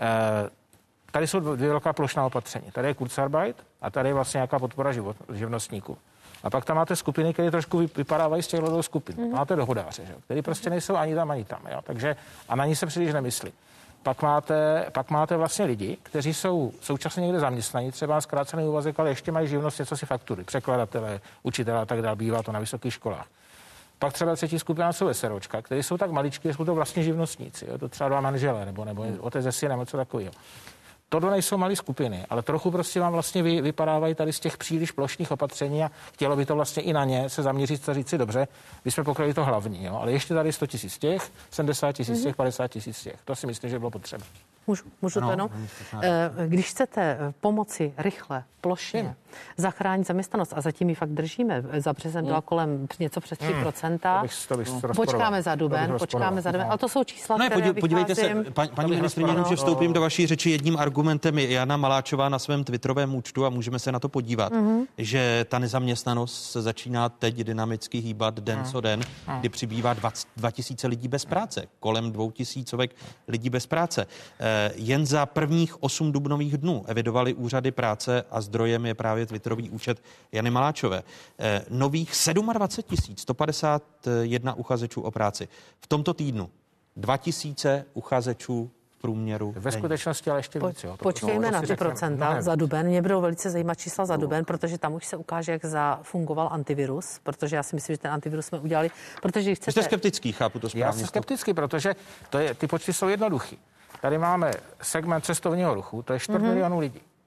Tady jsou dvě velká plošná opatření. Tady je Kurzarbeit a tady je vlastně nějaká podpora život, živnostníků. A pak tam máte skupiny, které trošku vypadávají z těch dvou skupin. Mm-hmm. Máte dohodáře, že? Který prostě nejsou ani tam, ani tam. Jo? Takže, a na ní se příliš nemyslí. Pak máte, pak máte vlastně lidi, kteří jsou současně někde zaměstnaní, třeba zkrácený úvazek, ale ještě mají živnost, něco si faktury, překladatelé, učitelé a tak dále, bývá to na vysokých školách. Pak třeba třetí skupina jsou SROčka, kteří jsou tak maličky, že jsou to vlastně živnostníci. Jo? To třeba dva manželé, nebo, nebo otec ze synem, něco takového. Tohle nejsou malé skupiny, ale trochu prostě vám vlastně vy, vypadávají tady z těch příliš plošných opatření a chtělo by to vlastně i na ně se zaměřit a říct si dobře, my jsme pokryli to hlavní, jo? Ale ještě tady sto tisíc těch, sedmdesát tisíc těch, padesát tisíc těch. To si myslím, že bylo potřeba. Můžu, můžu to jenom? Když chcete pomoci rychle, plošně, hmm. zachránit zaměstnanost a zatím ji fakt držíme, za březen byla kolem něco přes tři procenta, hmm. počkáme za duben, počkáme za duben, ale to jsou čísla, no, které podívejte vycházím. se, paní, paní ministryně, jenom, že vstoupím do vaší řeči jedním argumentem, je Jana Maláčová na svém twitterovém účtu a můžeme se na to podívat, mm-hmm. že ta nezaměstnanost se začíná teď dynamicky hýbat den co den, kdy přibývá dva tisíce lidí bez práce, kolem dvou tisícovek lidí bez práce. Jen za prvních osm dubnových dnů evidovali úřady práce a zdrojem je právě twitterový účet Jany Maláčové. Nových dvacet sedm tisíc sto padesát jedna uchazečů o práci. V tomto týdnu dva tisíce uchazečů v průměru. Ve skutečnosti ale ještě víc. Po, počkejme na ty procenta no, za duben. Mě budou velice zajímat čísla za duben, protože tam už se ukáže, jak zafungoval antivirus, protože já si myslím, že ten antivirus jsme udělali, protože chcete... Jste skeptický, chápu to správně. Já jsem skeptický, protože to je, ty počty jsou jednoduchý. Tady máme segment cestovního ruchu, to je čtvrt mm-hmm. milionu lidí.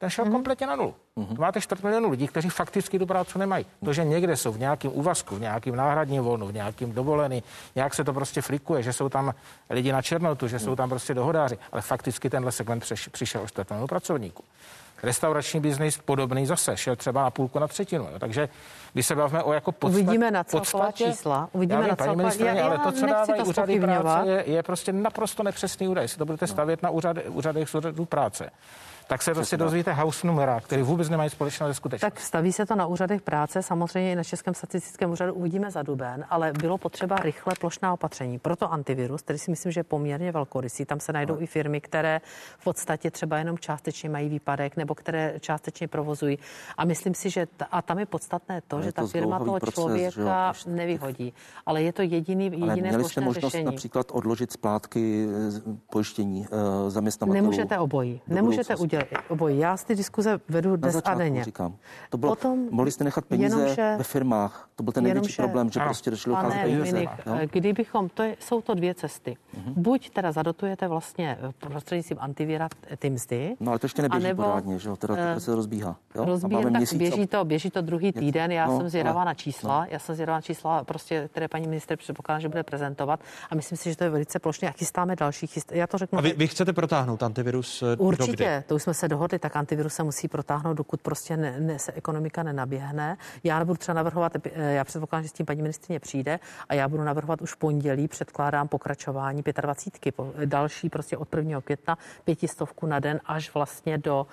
ten šel mm. kompletně na nulu. Mm. Máte čtvrt milionu lidí, kteří fakticky tu práci nemají. To, že někde jsou v nějakém úvazku, v nějakém náhradním volnu, v nějakém dovolený, nějak se to prostě flikuje, že jsou tam lidi na černotu, že jsou tam prostě dohodáři, ale fakticky tenhle segment přišel o čtvrt milionu pracovníků. Restaurační biznis podobný zase, šel třeba na půlku, na třetinu. Jo. Takže když se bavíme o jako podstat, uvidíme na celková podstatě, čísla. Uvidíme já vím, na paní celková, ministryně, já, ale já to, co dávají úřady práce, je, je prostě naprosto nepřesný údaj. Jestli to budete stavět na úřady, úřadech úřadů práce, tak se prostě dozvíte house numera, který vůbec nemají společného ze skutečnosti. Tak staví se to na úřadech práce, samozřejmě i na Českém statistickém úřadu uvidíme za duben, ale bylo potřeba rychle plošná opatření. Proto antivirus, který si myslím, že je poměrně velkorysý. Tam se najdou no. i firmy, které v podstatě třeba jenom částečně mají výpadek nebo které částečně provozují. A myslím si, že ta, a tam je podstatné to, ale že ta to firma toho proces, člověka že nevyhodí. Ale je to jediný, jediné ale měli plošné jste možnost řešení. Například odložit splátky pojištění uh, zaměstnavatelů. Nemůžete obojí. Nemůžete udělat obojí. Já z ty diskuze vedu dnes a denně. Říkám. To bylo, Potom, mohli jste nechat peníze jenomže, ve firmách. To byl ten největší jenomže, problém, že ano, prostě došlo k peníze. Kdybychom, to je, jsou to dvě cesty. Uh-huh. Buď teda zadotujete vlastně prostřednictvím antivíra ty mzdy. No ale to ještě neběží anebo, pořádně, že jo? Teda to se rozbíhá. Jo? Rozbíhá, tak měsíc, běží to, běží to druhý týden. Já no, jsem zvědavá ale, na čísla. No. Já jsem zvědavá na čísla, prostě, které paní ministr předpokládá, že bude prezentovat. A myslím si, že to je velice plošně. A chystáme další. Chystá, já to řeknu. A vy, vy chcete protáhnout antivirus? Určitě, to už jsme se dohodli, tak antivirus se musí protáhnout, dokud prostě ne, ne, se ekonomika nenaběhne. Já nebudu třeba navrhovat, já předpokládám, že s tím paní ministryně přijde a já budu navrhovat už v pondělí, předkládám pokračování dvacítky pět, další prostě od prvního května pětistovku na den až vlastně do,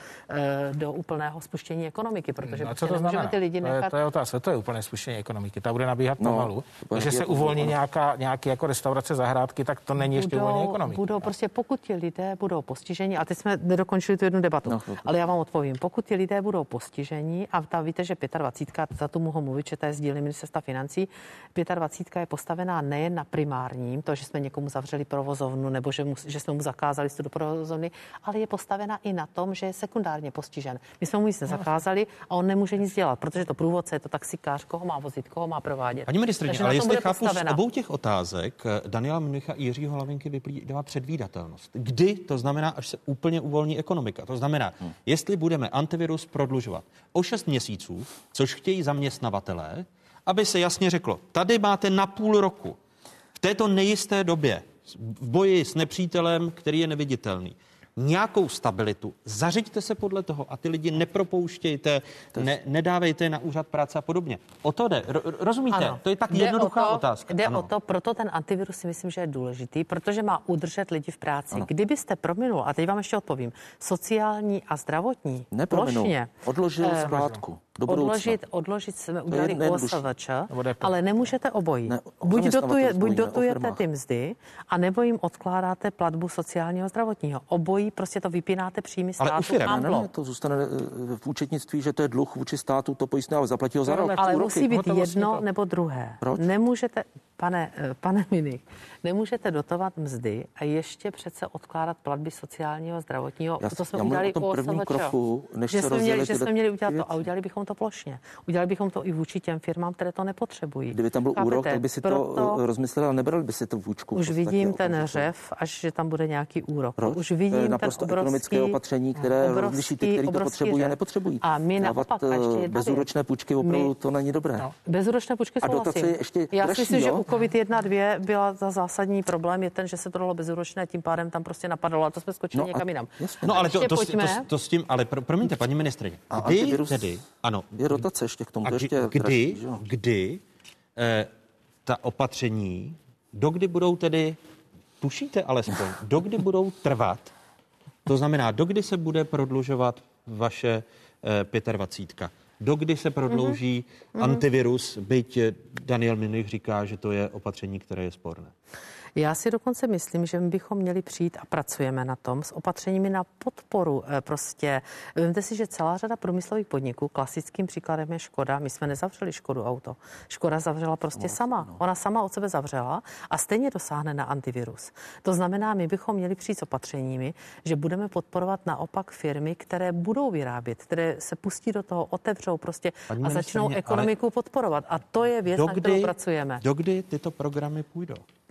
do úplného spuštění ekonomiky, protože no, prostě nemůžeme ty lidi nechat. To je, to je otázka, to je úplné spuštění ekonomiky, ta bude nabíhat no, pomalu. Když se uvolní nějaká, nějaký jako restaurace, zahrádky, tak to není ještě uvolnění ekonomiky. Budou no. prostě, pokud ti lidé budou postiženi, a teď jsme nedokončili tu jednu debatu, no, ale já vám odpovím, pokud ti lidé budou postiženi, a ta víte, že dvacítka pět, za tu mohu mluvit, že to je z dílny ministerstva financí, dvacítka pět je postavená nejen na primárním, to, že jsme někomu zavřeli provozovnu, nebo že, mu, že jsme mu zakázali vstup do provozovny, ale je postavena i na tom, že je sekundárně postižen. My jsme mu nic nezakázali a on nemůže nic dělat, protože to průvodce, je to taxikář, koho má vozit, koho má provádět. Paní ministryně, ale jestli chápu postavena. Z obou těch otázek Daniela Münicha i Jiřího Hlavinky vyplývá předvídatelnost. Kdy, to znamená, až se úplně uvolní ekonomika. To znamená, hmm. jestli budeme antivirus prodlužovat o šest měsíců, což chtějí zaměstnavatelé, aby se jasně řeklo, tady máte na půl roku, v této nejisté době, v boji s nepřítelem, který je neviditelný, nějakou stabilitu, zařiďte se podle toho a ty lidi nepropouštějte, ne, nedávejte na úřad práce a podobně. O to jde. Ro, rozumíte? Ano. To je tak jde jednoduchá o to, otázka. Jde ano. o to, proto ten antivirus si myslím, že je důležitý, protože má udržet lidi v práci. Ano. Kdybyste prominul, a teď vám ještě odpovím, sociální a zdravotní, plošně, odložil splátku. Odložit, odložit jsme udělali O S V Č, ale nemůžete obojí. Ne, buď dotuje, buď dotujete ty mzdy, a nebo jim odkládáte platbu sociálního zdravotního. Obojí prostě to vypínáte příjmy státu. Ale ne, ne, to zůstane v účetnictví, že to je dluh vůči státu, to pojistné, ale zaplatí ho za rok. Ale musí být jedno nebo druhé. Proč? Nemůžete, pane, pane Münych, nemůžete dotovat mzdy a ještě přece odkládat platby sociálního zdravotního. Já, to jsme udělali u O S V Č. Že jsme měli, že jsme měli udělat to a udělali bychom to plošně. Udělali bychom to i vůči těm firmám, které to nepotřebují. Kdyby tam byl Chápete? úrok, tak by si Proto to rozmysleli a nebrali by si to vůčku. Už vidím ten řev, až že tam bude nějaký úrok. Proč? Už vidím to je naprosto ten ekonomické opatření, které rozliší ty, kteří to potřebují a nepotřebují. A my naopak, bezúročné půjčky opravdu to není dobré. No. Bezúročné půjčky souhlasím. ještě Já dražší, si myslím, jo? že u COVID jedna dvě byla za zásadní problém je ten, že se to dalo bezúročné, tím pádem tam prostě napadalo a to jsme skočili no někam jinam. No ale to, to, to, to, to s tím, ale pro, promiňte, paní ministryně, kdy tedy, ano, je rotace ještě k tomu, a to ještě kdy, dražší, kdy eh, ta opatření, dokdy budou tedy, tušíte alespoň, dokdy budou trvat, to znamená, dokdy se bude prodlužovat vaše eh, dvacítka pět, dokdy se prodlouží mm-hmm. antivirus, byť Daniel Münych říká, že to je opatření, které je sporné. Já si dokonce myslím, že my bychom měli přijít a pracujeme na tom s opatřeními na podporu. Prostě, vemte si, že celá řada průmyslových podniků, klasickým příkladem je Škoda, my jsme nezavřeli Škodu Auto. Škoda zavřela prostě no, sama. No. Ona sama od sebe zavřela a stejně dosáhne na antivirus. To znamená, my bychom měli přijít s opatřeními, že budeme podporovat naopak firmy, které budou vyrábět, které se pustí do toho, otevřou prostě Pani a začnou ekonomiku podporovat. A to je věc, dokdy, na kterou pracujeme. Dokdy tyto programy půjdou?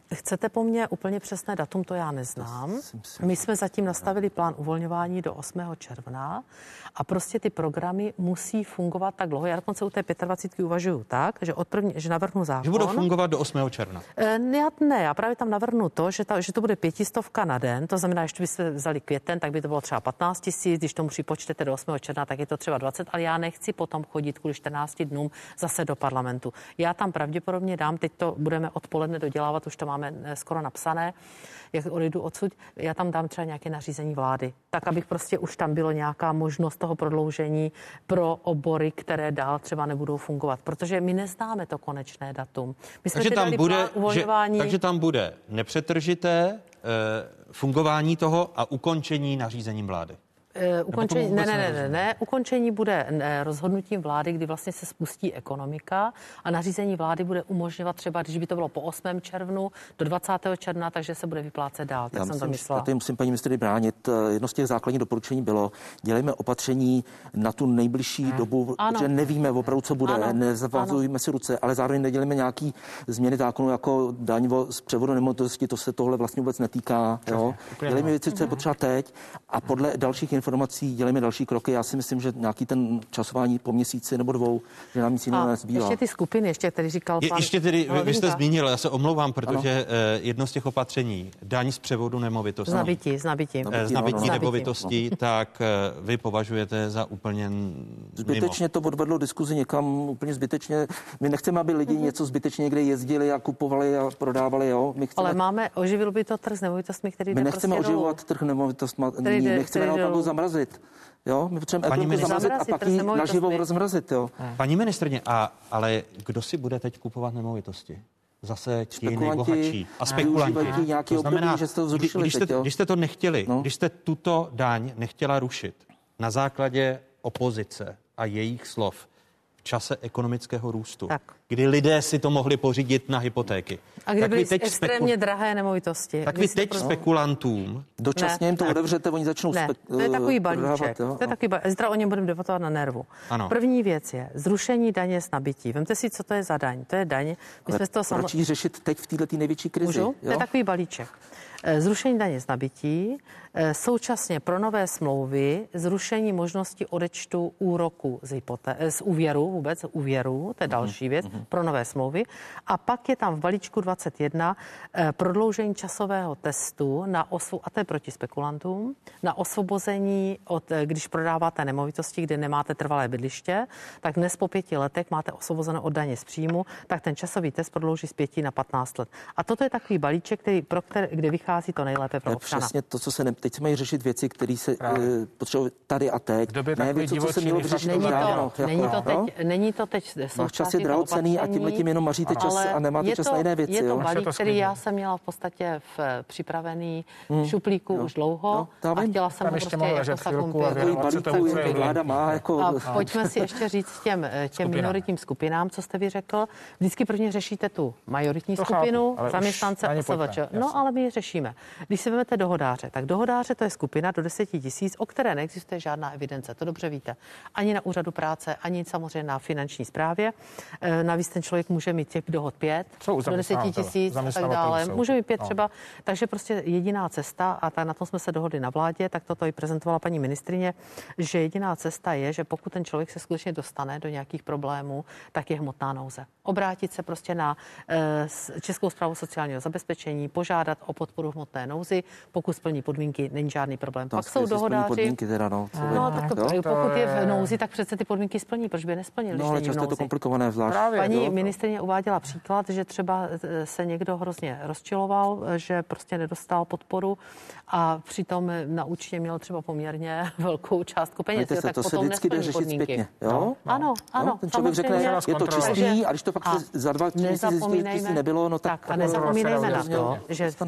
Chcete po mně úplně přesné datum, to já neznám. My jsme zatím nastavili plán uvolňování do osmého června a prostě ty programy musí fungovat tak dlouho. Já dokonce u té dvacítky pět uvažuju tak, že od první, že navrhnu zákon. Že budou fungovat do osmého června. E, já ne, já právě tam navrhnu to, že, ta, že to bude pětistovka na den, to znamená, že byste vzali květen, tak by to bylo třeba patnáct tisíc, když tomu připočtete do osmého června, tak je to třeba dvacet, ale já nechci potom chodit kvůli čtrnácti dnům zase do parlamentu. Já tam pravděpodobně dám, teď to budeme odpoledne dodělávat, už to máme skoro napsané, jak odejdu odsud, já tam dám třeba nějaké nařízení vlády, tak abych prostě už tam bylo nějaká možnost toho prodloužení pro obory, které dál třeba nebudou fungovat, protože my neznáme to konečné datum. My jsme takže, tam bude, uvolňování... že, takže tam bude nepřetržité eh, fungování toho a ukončení nařízením vlády. Uh, ukončení, ne, ne, ne, ne, ne, ukončení bude ne, rozhodnutím vlády, kdy vlastně se spustí ekonomika a nařízení vlády bude umožňovat třeba, když by to bylo po osmém červnu do dvacátého června, takže se bude vyplácet dál. Tak Já jsem myslím, to myslela. Tady musím paní ministryni bránit. Jedno z těch základních doporučení bylo, dělejme opatření na tu nejbližší hmm. dobu, ano. že nevíme opravdu, co bude, ano. nezavazujeme ano. si ruce, ale zároveň nedělíme nějaký změny zákonu jako daň z převodu nemovitosti, to se tohle vlastně vůbec netýká. Jo? Dělejme věci, co je potřeba teď a podle dalších informací děláme další kroky. Já si myslím, že nějaký ten časování po měsíci nebo dvou, že nám nic jiného nezbývá. Ještě ty skupiny, ještě který říkal Je, pan... Ještě tedy, vy, vy jste zmínil, já se omlouvám, protože ano. jedno z těch opatření, daň z převodu nemovitostí. Z nabití, z nabití. Z nabití no, nemovitostí, no. tak vy považujete za úplně zbytečně mimo. To odvedlo diskuzi někam úplně zbytečně. My nechceme, aby lidi mm-hmm. něco zbytečně někde jezdili a kupovali a prodávali, jo. My chceme... Ale máme, oživilo by to trh s nemovitostmi, který My nechceme prostě oživovat trh nemovitostmi, my chceme naopak zamrazit. Jo, my potřebujeme ekonomiku zamrazit a pak ji naživo rozmrazit, jo. Paní ministryně, a, ale kdo si bude teď kupovat nemovitosti? Zase ti nejbohatší a spekulanti. To znamená, období, že jste to zrušili když, teď, jste, když jste to nechtěli, no. když jste tuto daň nechtěla rušit na základě opozice a jejich slov v čase ekonomického růstu, tak. kdy lidé si to mohli pořídit na hypotéky. A kdy byly extrémně speku... drahé nemovitosti. Tak vy teď prostě... spekulantům... Dočasně jim to otevřete, oni začnou ne, spek... to je takový balíček. Prodávat, to je takový balíček. Zítra o něm budeme debatovat na nervu. Ano. První věc je zrušení daně z nabití. Vemte si, co to je za daň. To je daň. My jsme to proč ji řešit teď v této největší krizi? Můžu? To je takový balíček. Zrušení daně z nabití, současně pro nové smlouvy zrušení možnosti odečtu úroku z, hypoté- z úvěru, vůbec úvěru, to je další věc, mm-hmm. pro nové smlouvy. A pak je tam v balíčku dvacet jedna prodloužení časového testu na osvo- a to je proti spekulantům, na osvobození, od, když prodáváte nemovitosti, kde nemáte trvalé bydliště, tak dnes po pěti letech máte osvobozeno od daně z příjmu, tak ten časový test prodlouží z pěti na patnáct let. A toto je takový balíček, který, pro které, kde vychází to nejlépe pro občana. Přesně to, co se ne, teď se mají řešit věci, které se uh, potřebují tady a teď. Ne věci, co se mělo vyřešit není, dávno, to, není, to teď, není to teď Váš čas je drahocenný a tímhle tím jenom maříte čas a nemáte čas na jiné věci. Je to jo? balík, který já jsem měla v podstatě v připravený hmm. šuplíku jo. už dlouho jo, a chtěla jsem ho prostě jako sakumpit. Vláda má jako... A pojďme si ještě říct těm, těm minoritním skupinám, co jste vy řekl. Vždycky prvně řešíte tu majoritní skupinu, zaměstnance O S V Č. No, ale my ji řešíme. Když si vezmete dohodáře, tak dohodáře to je skupina do deseti tisíc, o které neexistuje žádná evidence. To dobře víte. Ani na úřadu práce, ani samozřejmě na finanční správě. Navíc ten člověk může mít těch dohod pět, do deseti tisíc a tak dále. Může mít pět no. třeba. Takže prostě jediná cesta, a tak na tom jsme se dohodli na vládě, tak toto i prezentovala paní ministrině, že jediná cesta je, že pokud ten člověk se skutečně dostane do nějakých problémů, tak je hmotná nouze. Obrátit se prostě na uh, Českou správu sociálního zabezpečení, požádat o podporu hmotné nouzy, pokud splní podmínky, není žádný problém. To pak jsou dohodáři. Podmínky teda, no, no tak to, jo? pokud je v nouzi, tak přece ty podmínky splní, proč by je nesplnil? No, ale často je to komplikované zvlášť. Právě, paní jo? ministryně uváděla příklad, že třeba se někdo hrozně rozčiloval, že prostě nedostal podporu a přitom na účtě měl třeba poměrně velkou částku peněz. Jo, tak to se vždycky jde řešit zpětně. Jo? No, ano, ano. No, ten člověk řekne, je to čistý, a když to pak za dva měsíce zjistí, že nebylo, no tak... tak a nezapomínejme na to, že státní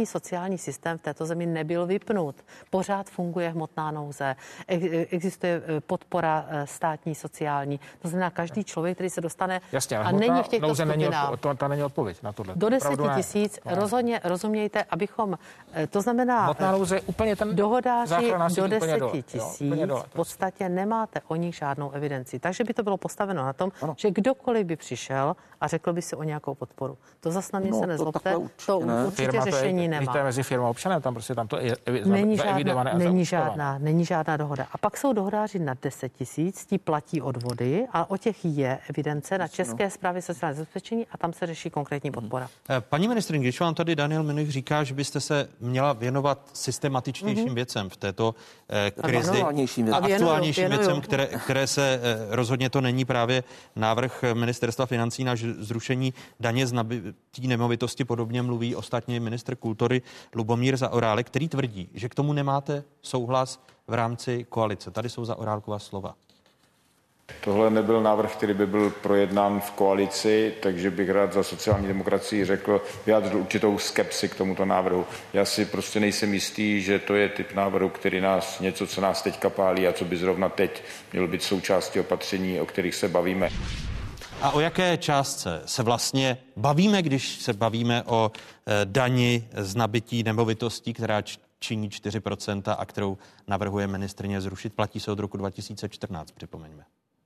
Žádný sociální systém v této zemi nebyl vypnut. Pořád funguje hmotná nouze, existuje podpora státní, sociální. To znamená, každý člověk, který se dostane Jasně, a není v těchto skupinách. Není odpo- to, to není odpověď na tohle. Do deseti tisíc, rozhodně rozumějte, abychom, to znamená, hmotná nouze úplně ten dohodáři do deseti tisíc v podstatě nemáte o nich žádnou evidenci. Takže by to bylo postaveno na tom, ano. že kdokoliv by přišel a řekl by si o nějakou podporu. To zas na mě no, se nezlobte, to určitě, to určitě Firma řešení to je, nemá. To je mezi firmou a občanem, tam prostě tam to je není žádná, není žádná, není žádná dohoda. A pak jsou dohodáři nad deset tisíc, ti platí odvody a o těch je evidence na České správě sociálního zabezpečení a tam se řeší konkrétní podpora. Paní ministryně, když vám tady Daniel Münnich říká, že byste se měla věnovat systematičtějším mm-hmm. věcem v této eh, krizi a aktuálnějším věcem, které, které se eh, rozhodně to není právě návrh ministerstva financí na zrušení daně z nabytí nemovitosti, podobně mluví ostatně ministr kultury Lubomír Zaorálek, který tvrdí, že k tomu nemáte souhlas v rámci koalice. Tady jsou Zaorálkova slova. Tohle nebyl návrh, který by byl projednán v koalici, takže bych rád za sociální demokracii řekl, vyjádřil určitou skepsi k tomuto návrhu. Já si prostě nejsem jistý, že to je typ návrhu, který nás, něco, co nás teďka pálí a co by zrovna teď mělo být součástí opatření, o kterých se bavíme. A o jaké částce se vlastně bavíme, když se bavíme o e, dani z nabytí nemovitostí, která č- činí čtyři procenta a kterou navrhuje ministryně zrušit? Platí se od roku dva tisíce čtrnáct, připomeňme.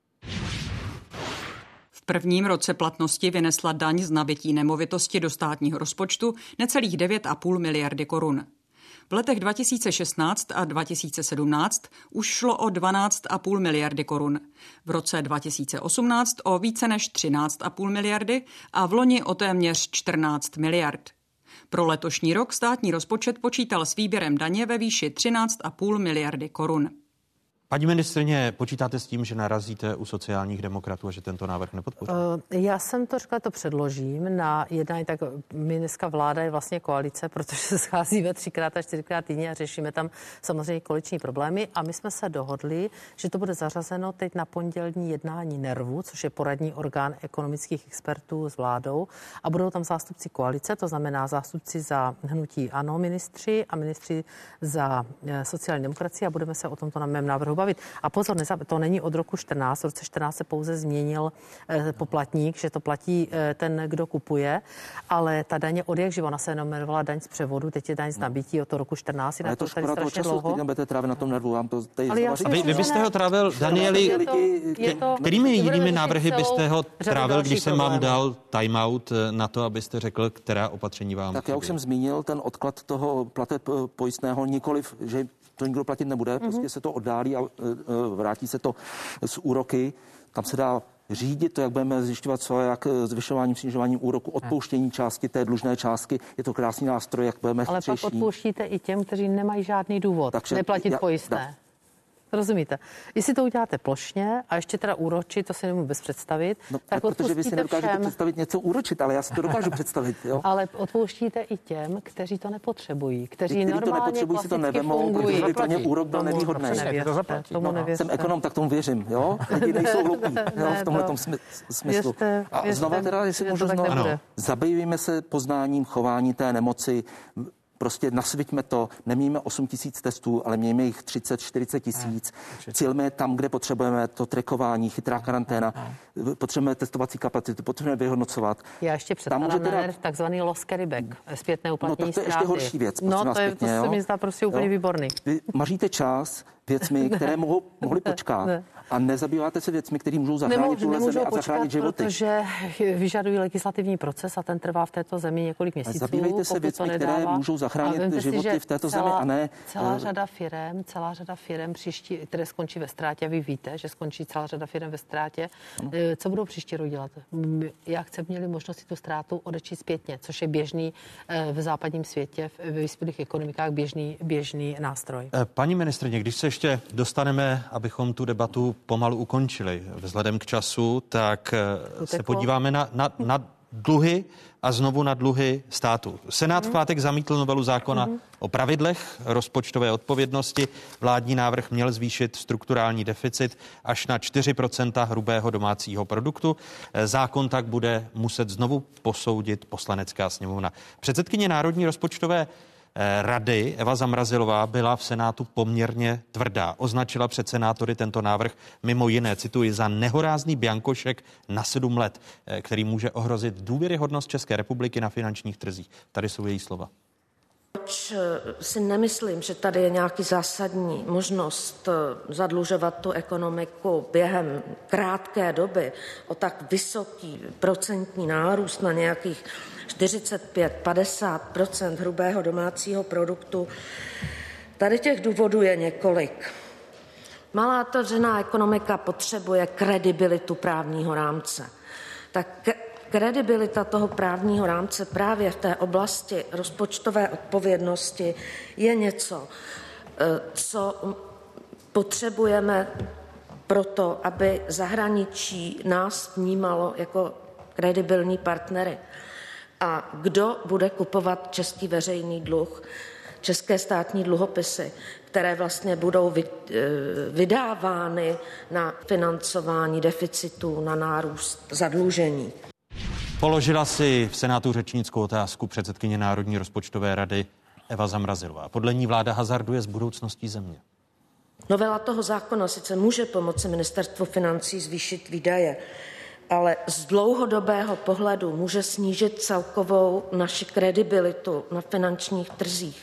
V prvním roce platnosti vynesla daň z nabytí nemovitosti do státního rozpočtu necelých devět a půl miliardy korun. V letech dva tisíce šestnáct a dva tisíce sedmnáct už šlo o dvanáct a půl miliardy korun. V roce dva tisíce osmnáct o více než třináct a půl miliardy a v loni o téměř čtrnáct miliard. Pro letošní rok státní rozpočet počítal s výběrem daně ve výši třináct a půl miliardy korun. Paní ministryně, počítáte s tím, že narazíte u sociálních demokratů a že tento návrh nepodpoří? Já jsem to řekla, to předložím na jednání, tak my dneska vláda je vlastně koalice, protože se scházíme třikrát a čtyřikrát týdně a řešíme tam samozřejmě koaliční problémy a my jsme se dohodli, že to bude zařazeno teď na pondělní jednání NERVu, což je poradní orgán ekonomických expertů s vládou a budou tam zástupci koalice, to znamená zástupci za hnutí ANO ministři a ministři za sociální demokracii a budeme se o tomto na mém návrhu bavit. A pozor, to není od roku čtrnáct, v roce čtrnáct se pouze změnil eh, poplatník, že to platí eh, ten, kdo kupuje, ale ta daně od jak živo, ona se jmenovala daň z převodu, teď je daň z nabití od toho roku čtrnáct. Ale to škoda toho času, teď budete trávit na tom NERVu, vám to tady ale a vy, vy byste ho trávil, Danieli, kterými jinými návrhy byste ho trávil, když jsem vám dal timeout na to, abyste řekl, která opatření vám Tak já už jsem zmínil ten odklad toho plateb pojistného, nikoliv, že to nikdo platit nebude, mm-hmm. prostě se to oddálí a uh, vrátí se to z úroky. Tam se dá řídit to, jak budeme zjišťovat, co jak zvyšováním, snižováním úroku, odpouštění částky té dlužné částky. Je to krásný nástroj, jak budeme Ale chytřejší. Pak odpouštíte i těm, kteří nemají žádný důvod Takže neplatit já, pojistné. Da. Rozumíte? Jestli to uděláte plošně a ještě teda úročit, to si nemůžu bez představit, no, tak protože vy si nedokážete všem... představit něco úročit, ale já si to dokážu představit. Jo? Ale odpouštíte i těm, kteří to nepotřebují, kteří Ty, normálně to nepotřebují, si to nevemou, protože by pro ně úrok byl nevýhodný. Tomu no, jsem ekonom, tak tomu věřím. Jo? Lidi nejsou hloupí v tomhletom smyslu. A znova teda, jestli můžu znovu, zabývejme se poznáním chování té nemoci. Prostě nasviťme to, nemějme osm tisíc testů, ale mějme jich třicet čtyřicet tisíc. Cílme tam, kde potřebujeme to trekování, chytrá karanténa, potřebujeme testovací kapacity, potřebujeme vyhodnocovat. Já ještě předkládám teda... na NERV takzvaný loss carryback, zpětné uplatnění No tak to je ještě horší věc. No to, je, pěkně, to se mi zdá prostě úplně jo? výborný. Vy maříte čas věcmi, které mohou, mohly počkat ne. a nezabýváte se věcmi, které můžou zachránit tuhle zemi a zachránit životy. Protože vyžadují legislativní proces a ten trvá v této zemi několik měsíců. Zabývejte se věcmi, které můžou zachránit životy si, v této celá, zemi a ne... Celá řada firem, celá řada firem příští, které skončí ve ztrátě, vy víte, že skončí celá řada firem ve ztrátě. Ano. Co budou příští rok dělat? Jak chce měli možnost tu ztrátu odečít zpětně, což je běžný v západním světě, v vyspělých ekonomikách běžný, běžný nástroj. Paní ministryně, když se ještě dostaneme, abychom tu debatu pomalu ukončili vzhledem k času, tak Uteklo. se podíváme na, na, na dluhy a znovu na dluhy státu. Senát v pátek zamítl novelu zákona mm-hmm. o pravidlech rozpočtové odpovědnosti. Vládní návrh měl zvýšit strukturální deficit až na čtyři procenta hrubého domácího produktu. Zákon tak bude muset znovu posoudit Poslanecká sněmovna. Předsedkyně Národní rozpočtové rady Eva Zamrazilová byla v Senátu poměrně tvrdá. Označila před senátory tento návrh mimo jiné, cituji, za nehorázný biankošek na sedm let, který může ohrozit důvěryhodnost České republiky na finančních trzích. Tady jsou její slova. Proč si nemyslím, že tady je nějaký zásadní možnost zadlužovat tu ekonomiku během krátké doby o tak vysoký procentní nárůst na nějakých čtyřicet pět až padesát procent hrubého domácího produktu. Tady těch důvodů je několik. Malá otevřená ekonomika potřebuje kredibilitu právního rámce. Tak kredibilita toho právního rámce právě v té oblasti rozpočtové odpovědnosti je něco, co potřebujeme proto, aby zahraničí nás vnímalo jako kredibilní partnery. A kdo bude kupovat český veřejný dluh, české státní dluhopisy, které vlastně budou vydávány na financování deficitů, na nárůst zadlužení. Položila si v Senátu řečnickou otázku předsedkyně Národní rozpočtové rady Eva Zamrazilová. Podle ní vláda hazarduje s budoucností země. Novela toho zákona sice může pomoci ministerstvu financí zvýšit výdaje, ale z dlouhodobého pohledu může snížit celkovou naši kredibilitu na finančních trzích,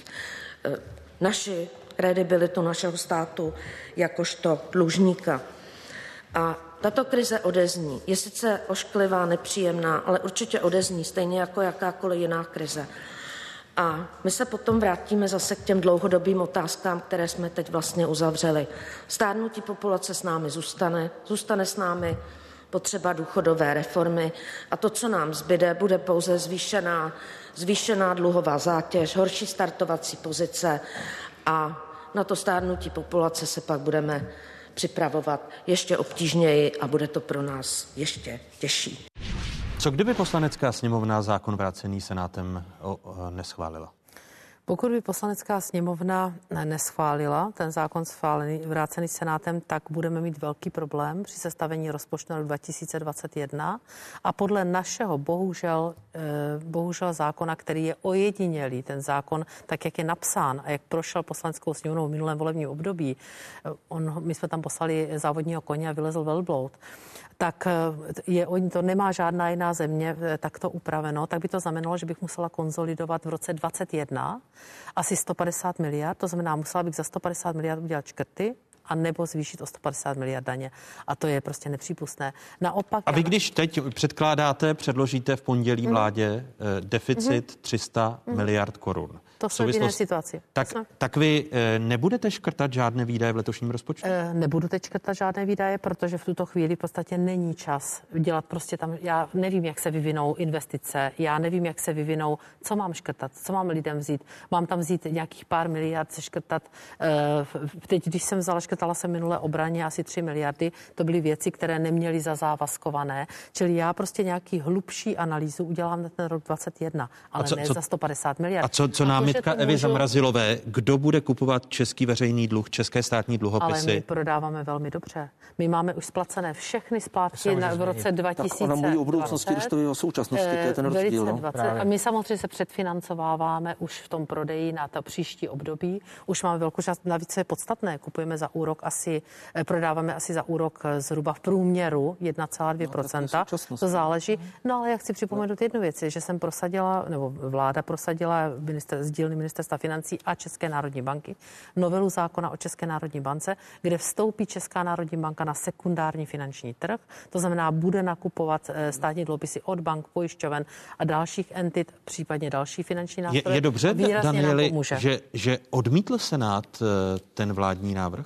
naši kredibilitu našeho státu jakožto dlužníka. A tato krize odezní. Je sice ošklivá, nepříjemná, ale určitě odezní, stejně jako jakákoliv jiná krize. A my se potom vrátíme zase k těm dlouhodobým otázkám, které jsme teď vlastně uzavřeli. Stárnutí populace s námi zůstane, zůstane s námi potřeba důchodové reformy a to, co nám zbyde, bude pouze zvýšená, zvýšená dluhová zátěž, horší startovací pozice a na to stárnutí populace se pak budeme připravovat ještě obtížněji a bude to pro nás ještě těžší. Co kdyby Poslanecká sněmovna zákon vrácený Senátem neschválila? Pokud by Poslanecká sněmovna neschválila ten zákon schválený, vrácený Senátem, tak budeme mít velký problém při sestavení rozpočtu na rok dva tisíce dvacet jedna a podle našeho bohužel, bohužel zákona, který je ojedinělý, ten zákon, tak jak je napsán a jak prošel Poslaneckou sněmovnou v minulém volebním období, on, my jsme tam poslali závodního koně a vylezl velbloud, tak je, to nemá žádná jiná země takto upraveno, tak by to znamenalo, že bych musela konsolidovat v roce dvacet jedna asi sto padesát miliard, to znamená, musela bych za sto padesát miliard udělat škrty a nebo zvýšit o sto padesát miliard daně. A to je prostě nepřípustné. Naopak... A vy když teď předkládáte, předložíte v pondělí vládě mm. deficit mm. tři sta mm. miliard korun. To jsou v jiné situaci. Tak, tak vy e, nebudete škrtat žádné výdaje v letošním rozpočtu? E, nebudu teď škrtat žádné výdaje, protože v tuto chvíli v podstatě není čas dělat prostě tam, já nevím, jak se vyvinou investice, já nevím, jak se vyvinou, co mám škrtat, co mám lidem vzít. Mám tam vzít nějakých pár miliard, se škrtat. E, teď, když jsem vzala, škrtala jsem minulé obraně asi tři miliardy, to byly věci, které neměly zazávazkované, čili já prostě nějaký hlubší analýzu udělám na ten rok dvacet jedna, ale co, ne co, za sto padesát miliard. A co, co nám námitka Evy můžu... Zamrazilové, kdo bude kupovat český veřejný dluh, české státní dluhopisy? Ale my prodáváme velmi dobře. My máme už splacené všechny splátky na, v roce dva tisíce dvacet. Tak ona mluví o budoucnosti, když to je o současnosti, to je ten rozdíl. No? A my samozřejmě se předfinancováváme už v tom prodeji na to příští období. Už máme velkou část, navíc je podstatné, kupujeme za úrok asi, prodáváme asi za úrok zhruba v průměru jedna celá dvě procenta. No, to záleží. No ale já chci připomenout jednu věc, že jsem prosadila, nebo vláda prosadila minister, z dílny ministerstva financí a České národní banky novelu zákona o České národní bance, kde vstoupí Česká národní banka na sekundární finanční trh. To znamená, bude nakupovat státní dluhopisy od bank, pojišťoven a dalších entit, případně další finanční nástroje. Je, je dobře, Danieli, že, že odmítl Senát ten vládní návrh?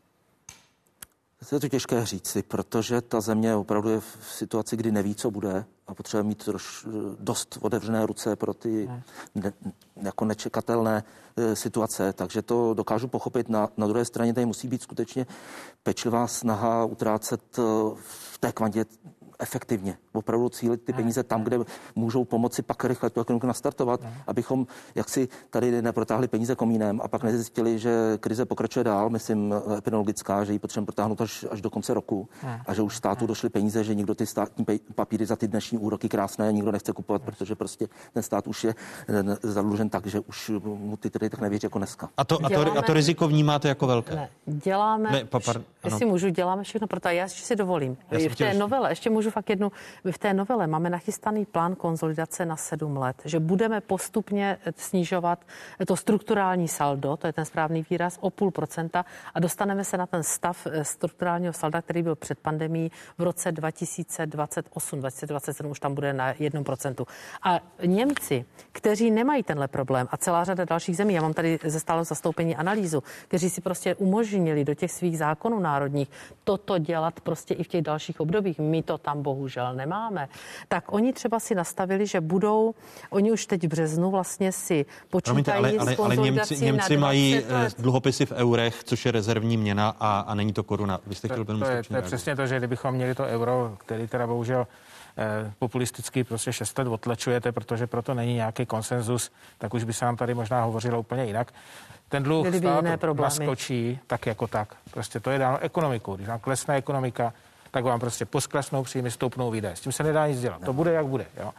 Je to těžké říci, protože ta země opravdu je v situaci, kdy neví, co bude a potřebuje mít troš, dost otevřené ruce pro ty ne, jako nečekatelné e, situace, takže to dokážu pochopit. Na, na druhé straně tady musí být skutečně pečlivá snaha utrácet e, v té kvantitě efektivně, opravdu cílit ty peníze tam, kde můžou pomoci pak rychle tu ekonomiku nastartovat, abychom jaksi tady neprotáhli peníze komínem a pak nezjistili, že krize pokračuje dál, myslím epidemiologická, že ji potřebujeme protáhnout až, až do konce roku a že už státu došly peníze, že nikdo ty státní papíry za ty dnešní úroky krásné nikdo nechce kupovat, protože prostě ten stát už je zadlužen tak, že už mu ty trhy tak nevěří jako dneska. A to, a to, a to riziko vnímáte jako velké? Ne, děláme, ne, papar, jestli můžu, děláme všechno pro to. Já si dovolím. V té novele, ještě můžu fakt jednu, v té novele máme nachystaný plán konsolidace na sedm let, že budeme postupně snižovat to strukturální saldo, to je ten správný výraz, o půl procenta a dostaneme se na ten stav strukturálního salda, který byl před pandemií v roce dva tisíce dvacet osm, dva tisíce dvacet sedm už tam bude na jednom procentu. A Němci, kteří nemají tenhle problém a celá řada dalších zemí, já mám tady ze stálého zastoupení analýzu, kteří si prostě umožnili do těch svých zákonů národních toto dělat prostě i v těch dalších obdobích. My to tam bohužel nemáme. Tak oni třeba si nastavili, že budou, oni už teď v březnu vlastně si počítají Promiňte, ale, ale, s konsolidací ale Němci, Němci mají let. dluhopisy v eurech, což je rezervní měna a, a není to koruna. Vy jste chtěl to, to, je, to je přesně to, že kdybychom měli to euro, který teda bohužel eh, populisticky prostě šest let odtlačujete, protože proto není nějaký konsenzus, tak už by se nám tady možná hovořilo úplně jinak. Ten dluh státu naskočí tak jako tak. Prostě to je dáno ekonomikou. Když vám klesne ekonomika, tak vám prostě posklesnou příjmy, stoupnou výdaje. S tím se nedá nic dělat. To bude, jak bude. Jo.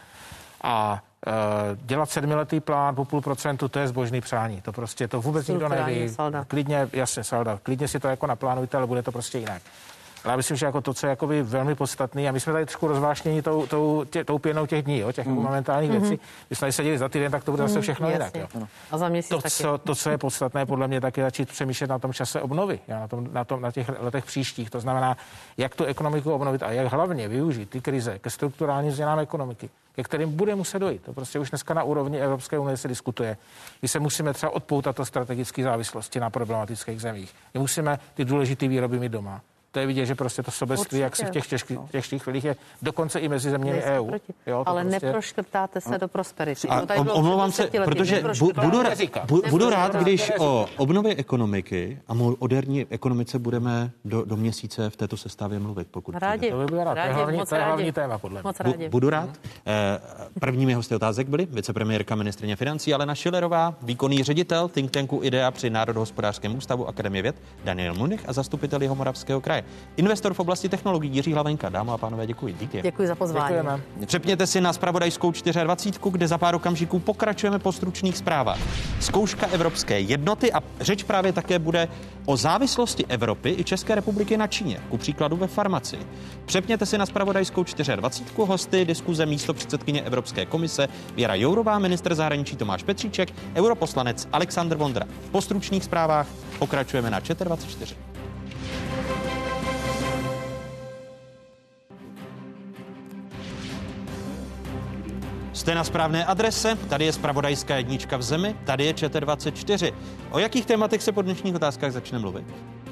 A e, dělat sedmiletý plán po půl procentu, to je zbožný přání. To prostě to vůbec nikdo neví. Salda. Klidně, jasně, salda. Klidně si to jako naplánujte, ale bude to prostě jinak. Ale já myslím, že jako to, co je jakoby velmi podstatný, a my jsme tady trošku rozvášněni tou, tou, tě, tou pěnou těch dní, jo, těch mm. momentálních mm-hmm. věcí. Když jsme tady seděli za týden, tak to bude mm, zase všechno jinak. Jo. A za měsíc to, taky. Co, to, co je podstatné, podle mě, tak je začít přemýšlet na tom čase obnovy, jo, na, tom, na, tom, na těch letech příštích. To znamená, jak tu ekonomiku obnovit a jak hlavně využít ty krize ke strukturálním změnám ekonomiky, ke kterým bude muset dojít. To prostě už dneska na úrovni Evropské unie se diskutuje. My se musíme třeba odpoutat od strategické závislosti na problematických zemích. My musíme ty důležité výroby mít doma. To je vidět, že prostě to sobectví, jak si v těch těžkých, těžkých chvílích je dokonce i mezi zeměmi E U. Jo, ale prostě... neproškrtáte se no. do prosperity. A no, omlouvám se, protože bu, budu, rád, bu, budu rád, když o obnově ekonomiky a moderní ekonomice budeme do, do měsíce v této sestavě mluvit, pokud rádi, to by bylo rád. rádi, to je hlavní, moc to je hlavní rádi. téma, podle mě. Bu, budu rád. Prvními hosty otázek byli vicepremiérka ministryně financí Alena Schillerová, výkonný ředitel think tanku IDEA při Národohospodářském ústavu Akademie věd Daniel Munich a zastupitel Jihomoravského kraje. Investor v oblasti technologií Jiří Hlavenka. Dámy a pánové, děkuji. Díky. Děkuji za pozvání. Děkujeme. Přepněte si na zpravodajskou dvacet čtyři, kde za pár okamžiků pokračujeme po stručných zprávách. Zkouška evropské jednoty a řeč právě také bude o závislosti Evropy i České republiky na Číně, ku příkladu ve farmacii. Přepněte si na zpravodajskou dvacet čtyři, hosty diskuze místopředsedkyně Evropské komise Věra Jourová, ministr zahraničí Tomáš Petříček, europoslanec Alexandr Vondra. Po stručných zprávách pokračujeme na dvacet čtyři. Jste na správné adrese, tady je zpravodajská jednička v zemi, tady je ČT dvacet čtyři. O jakých tématech se po dnešních otázkách začne mluvit?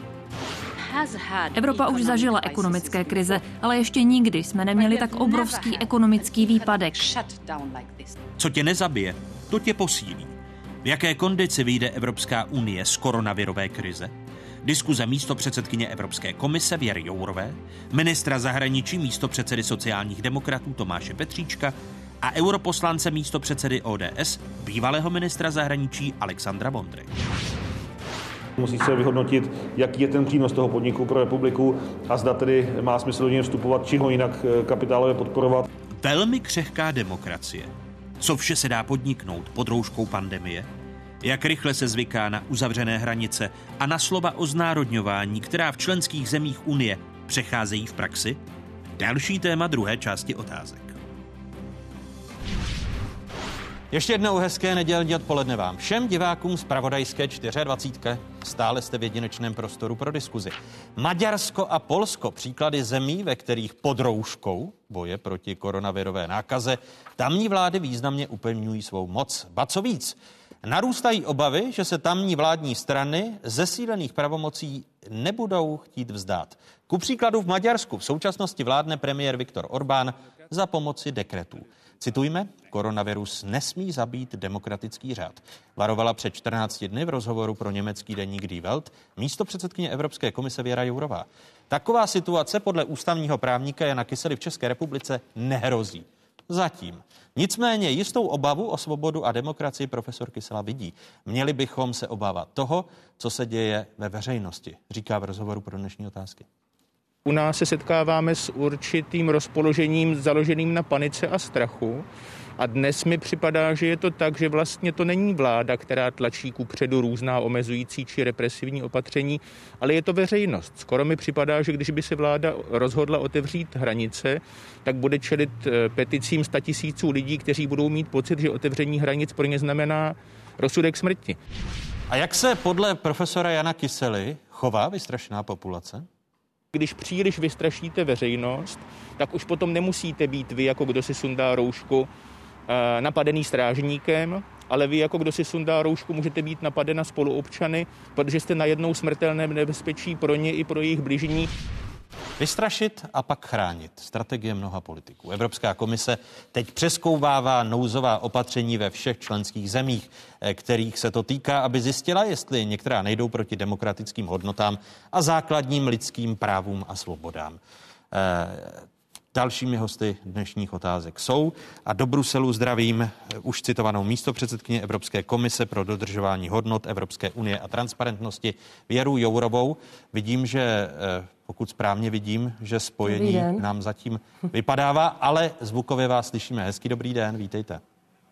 Evropa už zažila ekonomické krize, ale ještě nikdy jsme neměli tak obrovský ekonomický výpadek. Co tě nezabije, to tě posílí. V jaké kondici vyjde Evropská unie z koronavirové krize? Diskuze místopředsedkyně Evropské komise Věry Jourové, ministra zahraničí místopředsedy sociálních demokratů Tomáše Petříčka a europoslance místopředsedy O D S, bývalého ministra zahraničí Alexandra Vondry. Musí se vyhodnotit, jaký je ten přínos toho podniku pro republiku a zda tedy má smysl do něj vstupovat, či ho jinak kapitálově podporovat. Velmi křehká demokracie. Co vše se dá podniknout pod rouškou pandemie? Jak rychle se zvyká na uzavřené hranice a na slova o znárodňování, která v členských zemích Unie přecházejí v praxi? Další téma druhé části otázek. Ještě jednou hezké nedělní odpoledne vám všem divákům z zpravodajské dvacet čtyři. Stále jste v jedinečném prostoru pro diskuzi. Maďarsko a Polsko, příklady zemí, ve kterých pod rouškou boje proti koronavirové nákaze tamní vlády významně upevňují svou moc. Ba co víc, narůstají obavy, že se tamní vládní strany zesílených pravomocí nebudou chtít vzdát. Ku příkladu v Maďarsku v současnosti vládne premiér Viktor Orbán za pomoci dekretů. Citujme, koronavirus nesmí zabít demokratický řád. Varovala před čtrnácti dny v rozhovoru pro německý deník Die Welt místopředsedkyně Evropské komise Věra Jourová. Taková situace podle ústavního právníka Jana Kysely v České republice nehrozí. Zatím. Nicméně jistou obavu o svobodu a demokracii profesor Kysela vidí. Měli bychom se obávat toho, co se děje ve veřejnosti, říká v rozhovoru pro dnešní otázky. U nás se setkáváme s určitým rozpoložením založeným na panice a strachu. A dnes mi připadá, že je to tak, že vlastně to není vláda, která tlačí kupředu různá omezující či represivní opatření, ale je to veřejnost. Skoro mi připadá, že když by se vláda rozhodla otevřít hranice, tak bude čelit peticím statisíců lidí, kteří budou mít pocit, že otevření hranic pro ně znamená rozsudek smrti. A jak se podle profesora Jana Kysely chová vystrašená populace? Když příliš vystrašíte veřejnost, tak už potom nemusíte být vy, jako kdo si sundá roušku, napadený strážníkem, ale vy, jako kdo si sundá roušku, můžete být napadena spoluobčany, protože jste na jednou smrtelném nebezpečí pro ně i pro jejich bližní. Vystrašit a pak chránit. Strategie mnoha politiků. Evropská komise teď přezkoumává nouzová opatření ve všech členských zemích, kterých se to týká, aby zjistila, jestli některá nejdou proti demokratickým hodnotám a základním lidským právům a svobodám. Dalšími hosty dnešních otázek jsou a do Bruselu zdravím už citovanou místopředsedkyni Evropské komise pro dodržování hodnot Evropské unie a transparentnosti Věru Jourovou. Vidím, že pokud správně vidím, že spojení nám zatím vypadává, ale zvukově vás slyšíme. Hezký dobrý den, vítejte.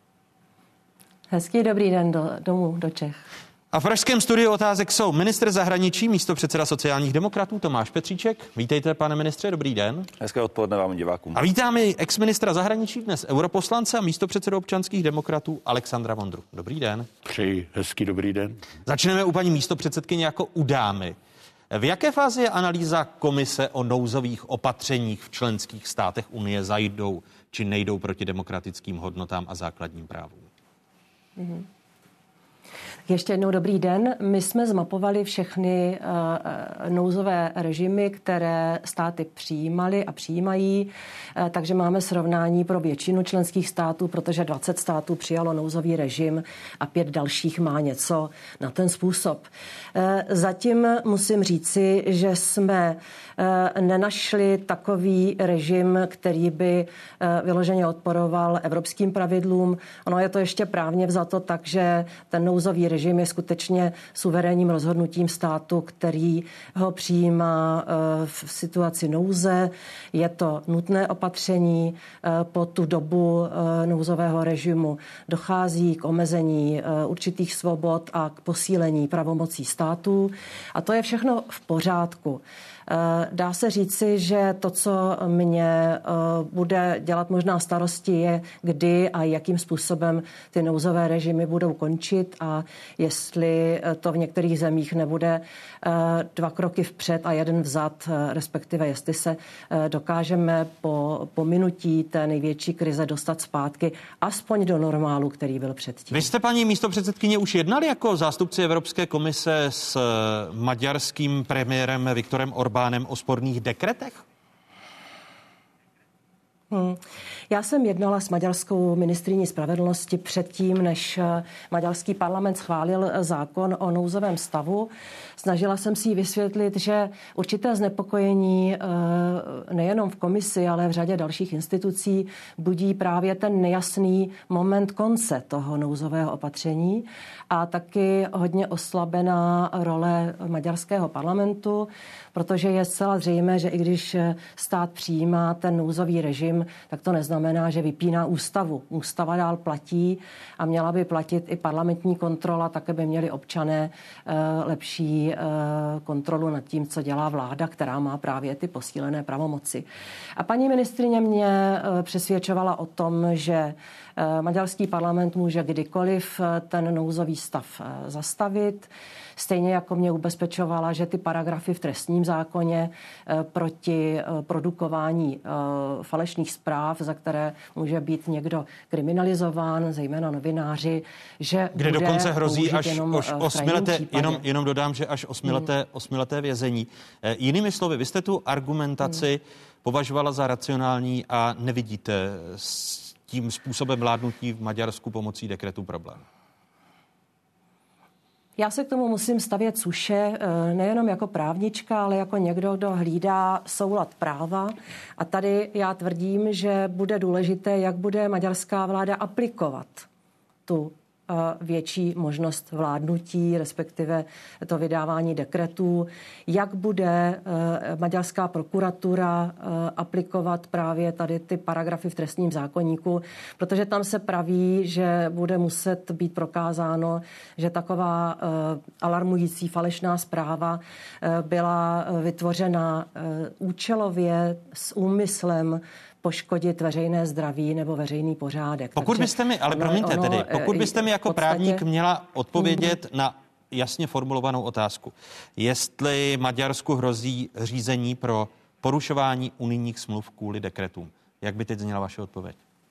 Hezký dobrý den do, domů, do Čech. A v pražském studiu otázek jsou ministr zahraničí, místopředseda sociálních demokratů Tomáš Petříček. Vítejte, pane ministře, dobrý den. Hezké odpoledne vám divákům. A vítáme i exministra zahraničí, dnes europoslance a místopředsedu občanských demokratů Alexandra Vondru. Dobrý den. Přeji hezký dobrý den. Začneme u paní místopředsedkyně jako u dámy. V jaké fázi je analýza komise o nouzových opatřeních v členských státech Unie, zajdou či nejdou proti demokratickým hodnotám a základním právům? Mm-hmm. Ještě jednou dobrý den. My jsme zmapovali všechny uh, nouzové režimy, které státy přijímaly a přijímají, uh, takže máme srovnání pro většinu členských států, protože dvacet států přijalo nouzový režim a pět dalších má něco na ten způsob. Uh, zatím musím říci, že jsme uh, nenašli takový režim, který by uh, vyloženě odporoval evropským pravidlům. Ono je to ještě právně vzato tak, že ten nouzový režim režim je skutečně suverénním rozhodnutím státu, který ho přijímá v situaci nouze. Je to nutné opatření. Po tu dobu nouzového režimu dochází k omezení určitých svobod a k posílení pravomocí států. A to je všechno v pořádku. Dá se říci, že to, co mě bude dělat možná starosti, je, kdy a jakým způsobem ty nouzové režimy budou končit a jestli to v některých zemích nebude dva kroky vpřed a jeden vzad, respektive jestli se dokážeme po, po minutí té největší krize dostat zpátky aspoň do normálu, který byl předtím. Vy jste, paní místopředsedkyně, už jednali jako zástupci Evropské komise s maďarským premiérem Viktorem Orbánem o sporných dekretech? Hmm. Já jsem jednala s maďarskou ministryní spravedlnosti předtím, než maďarský parlament schválil zákon o nouzovém stavu. Snažila jsem si vysvětlit, že určité znepokojení nejenom v komisi, ale v řadě dalších institucí budí právě ten nejasný moment konce toho nouzového opatření a taky hodně oslabená role maďarského parlamentu, protože je zcela zřejmé, že i když stát přijímá ten nouzový režim, tak to neznamená, že vypíná ústavu. Ústava dál platí a měla by platit i parlamentní kontrola, tak aby měli občané lepší kontrolu nad tím, co dělá vláda, která má právě ty posílené pravomoci. A paní ministryně mě přesvědčovala o tom, že Maďarský parlament může kdykoliv ten nouzový stav zastavit. Stejně jako mě ubezpečovala, že ty paragrafy v trestním zákoně proti produkování falešných zpráv, za které může být někdo kriminalizován, zejména novináři, že kde bude dokonce hrozí až, jenom až osmileté, jenom, jenom dodám, že až osmileté, hmm. osmileté vězení. E, jinými slovy, vy jste tu argumentaci hmm. považovala za racionální a nevidíte s tím způsobem vládnutí v Maďarsku pomocí dekretu problém. Já se k tomu musím stavět suše, nejenom jako právnička, ale jako někdo, kdo hlídá soulad práva. A tady já tvrdím, že bude důležité, jak bude maďarská vláda aplikovat tu větší možnost vládnutí, respektive to vydávání dekretů, jak bude maďarská prokuratura aplikovat právě tady ty paragrafy v trestním zákoníku, protože tam se praví, že bude muset být prokázáno, že taková alarmující falešná zpráva byla vytvořena účelově s úmyslem poškodit veřejné zdraví nebo veřejný pořádek. Pokud Takže byste mi, ale ono, promiňte ono, tedy, pokud byste mi jako podstatě... právník měla odpovědět mm. na jasně formulovanou otázku, jestli Maďarsku hrozí řízení pro porušování unijních smluv kvůli dekretům, jak by teď zněla vaše odpověď?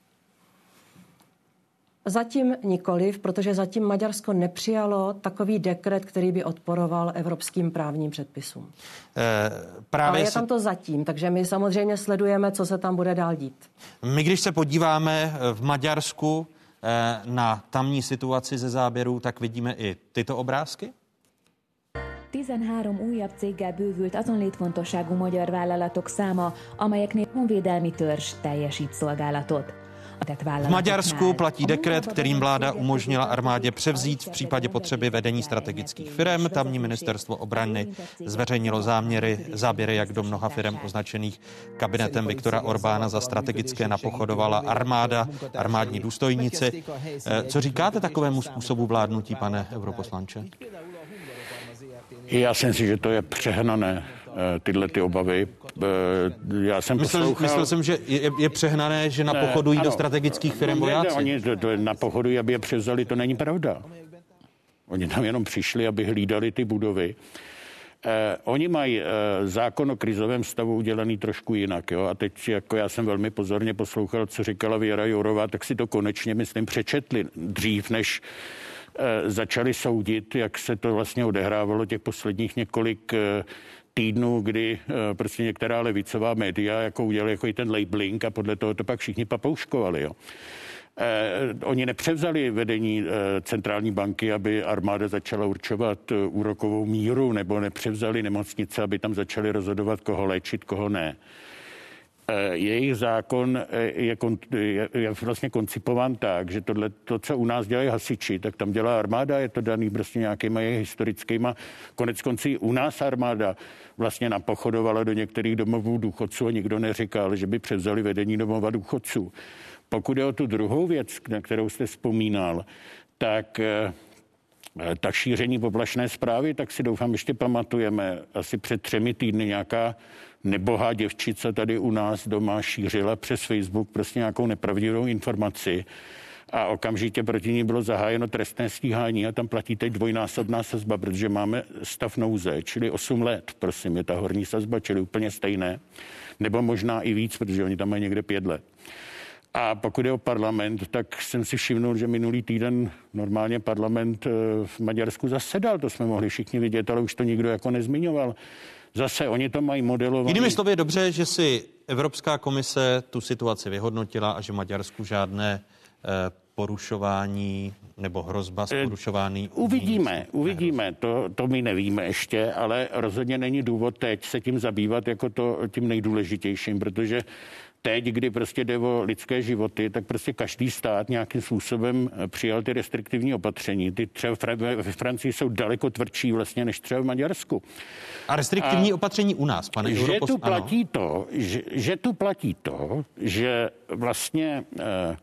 Zatím nikoliv, protože zatím Maďarsko nepřijalo takový dekret, který by odporoval evropským právním předpisům. E, právě Ale je tam to zatím, takže my samozřejmě sledujeme, co se tam bude dál dít. My, když se podíváme v Maďarsku e, na tamní situaci ze záběru, tak vidíme i tyto obrázky. tizenhárom újabb céggel bővült azon létfontosságú magyar vállalatok száma, amelyeknél honvédelmi törzs teljesít szolgálatot. V Maďarsku platí dekret, kterým vláda umožnila armádě převzít v případě potřeby vedení strategických firem. Tamní ministerstvo obrany zveřejnilo záměry, záběry, jak do mnoha firem označených kabinetem Viktora Orbána za strategické napochodovala armáda, armádní důstojníci. Co říkáte takovému způsobu vládnutí, pane europoslanče? Já si myslím, že to je přehnané, tyhle ty obavy. Já jsem myslel, poslouchal... myslel jsem, že je, je přehnané, že napochodují ne, do strategických firm vojáci. Ne, oni to, to napochodují, aby je převzali, to není pravda. Oni tam jenom přišli, aby hlídali ty budovy. Eh, oni mají eh, zákon o krizovém stavu udělaný trošku jinak. Jo? A teď, jako já jsem velmi pozorně poslouchal, co říkala Věra Jourová, tak si to konečně, myslím, přečetli dřív, než eh, začali soudit, jak se to vlastně odehrávalo těch posledních několik eh, týdnů, kdy e, prostě některá levicová média jako udělali jako i ten labeling a podle toho to pak všichni papouškovali. Jo. E, oni nepřevzali vedení e, centrální banky, aby armáda začala určovat e, úrokovou míru, nebo nepřevzali nemocnice, aby tam začali rozhodovat, koho léčit, koho ne. E, jejich zákon je, je, je vlastně koncipován tak, že tohle, to, co u nás dělají hasiči, tak tam dělá armáda, je to daný prostě nějakýma historickýma. Konec koncí u nás armáda vlastně napochodovala do některých domovů důchodců a nikdo neříkal, že by převzali vedení domova důchodců. Pokud je o tu druhou věc, na kterou jste vzpomínal, tak ta šíření poplašné zprávy, tak si doufám ještě pamatujeme, asi před třemi týdny nějaká nebohá děvčice tady u nás doma šířila přes Facebook prostě nějakou nepravdivou informaci a okamžitě proti ní bylo zahájeno trestné stíhání a tam platí teď dvojnásobná sazba, protože máme stav nouze, čili osm let, prosím, je ta horní sazba, čili úplně stejné, nebo možná i víc, protože oni tam mají někde pět let. A pokud je o parlament, tak jsem si všimnul, že minulý týden normálně parlament v Maďarsku zasedal, to jsme mohli všichni vidět, ale už to nikdo jako nezmiňoval. Zase oni to mají modelovat. Jinými slovy je dobře, že si Evropská komise tu situaci vyhodnotila a že Maďarsku žádné eh, porušování nebo hrozba z porušování. Uvidíme, uvidíme, to, to my nevíme ještě, ale rozhodně není důvod teď se tím zabývat jako to tím nejdůležitějším, protože teď, kdy prostě jde o lidské životy, tak prostě každý stát nějakým způsobem přijal ty restriktivní opatření. Ty třeba ve Francii jsou daleko tvrdší vlastně než třeba v Maďarsku. A restriktivní a opatření u nás, pane že Europos... tu platí to, že, že tu platí to, že vlastně eh,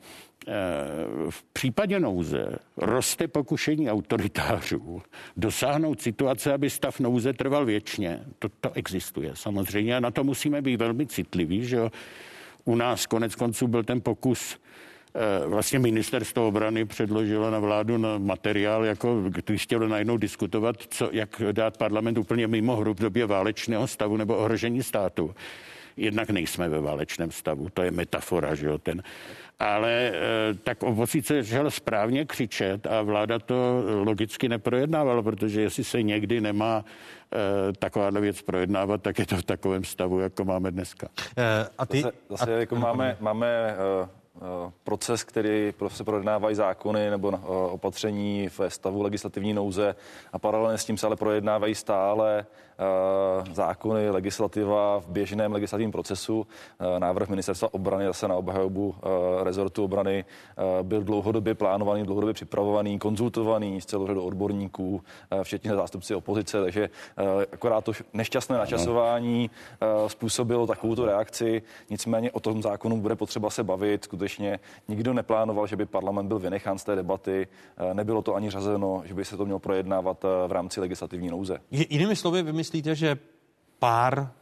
v případě nouze roste pokušení autoritářů dosáhnout situace, aby stav nouze trval věčně. To, to existuje samozřejmě a na to musíme být velmi citliví, že u nás konec konců byl ten pokus vlastně ministerstvo obrany předložilo na vládu na materiál, jako když chtělo najednou diskutovat, co, jak dát parlament úplně mimo hru v době válečného stavu nebo ohrožení státu. Jednak nejsme ve válečném stavu, to je metafora, že jo, ten. Ale tak opozice začala správně křičet a vláda to logicky neprojednávala, protože jestli se někdy nemá takováhle věc projednávat, tak je to v takovém stavu, jako máme dneska. A ty? Zase, zase a... jako máme, máme proces, který se projednávají zákony nebo opatření ve stavu legislativní nouze a paralelně s tím se ale projednávají stále zákony, legislativa v běžném legislativním procesu. Návrh ministerstva obrany zase na obhajobu rezortu obrany byl dlouhodobě plánovaný, dlouhodobě připravovaný, konzultovaný s celou řadou odborníků, včetně zástupci opozice, takže akorát to nešťastné načasování způsobilo takovouto reakci. Nicméně o tom zákonu bude potřeba se bavit. Skutečně nikdo neplánoval, že by parlament byl vynechán z té debaty. Nebylo to ani řazeno, že by se to mělo projednávat v rámci legislativní nouze. Jinými slovy, vy myslíte, že pár e,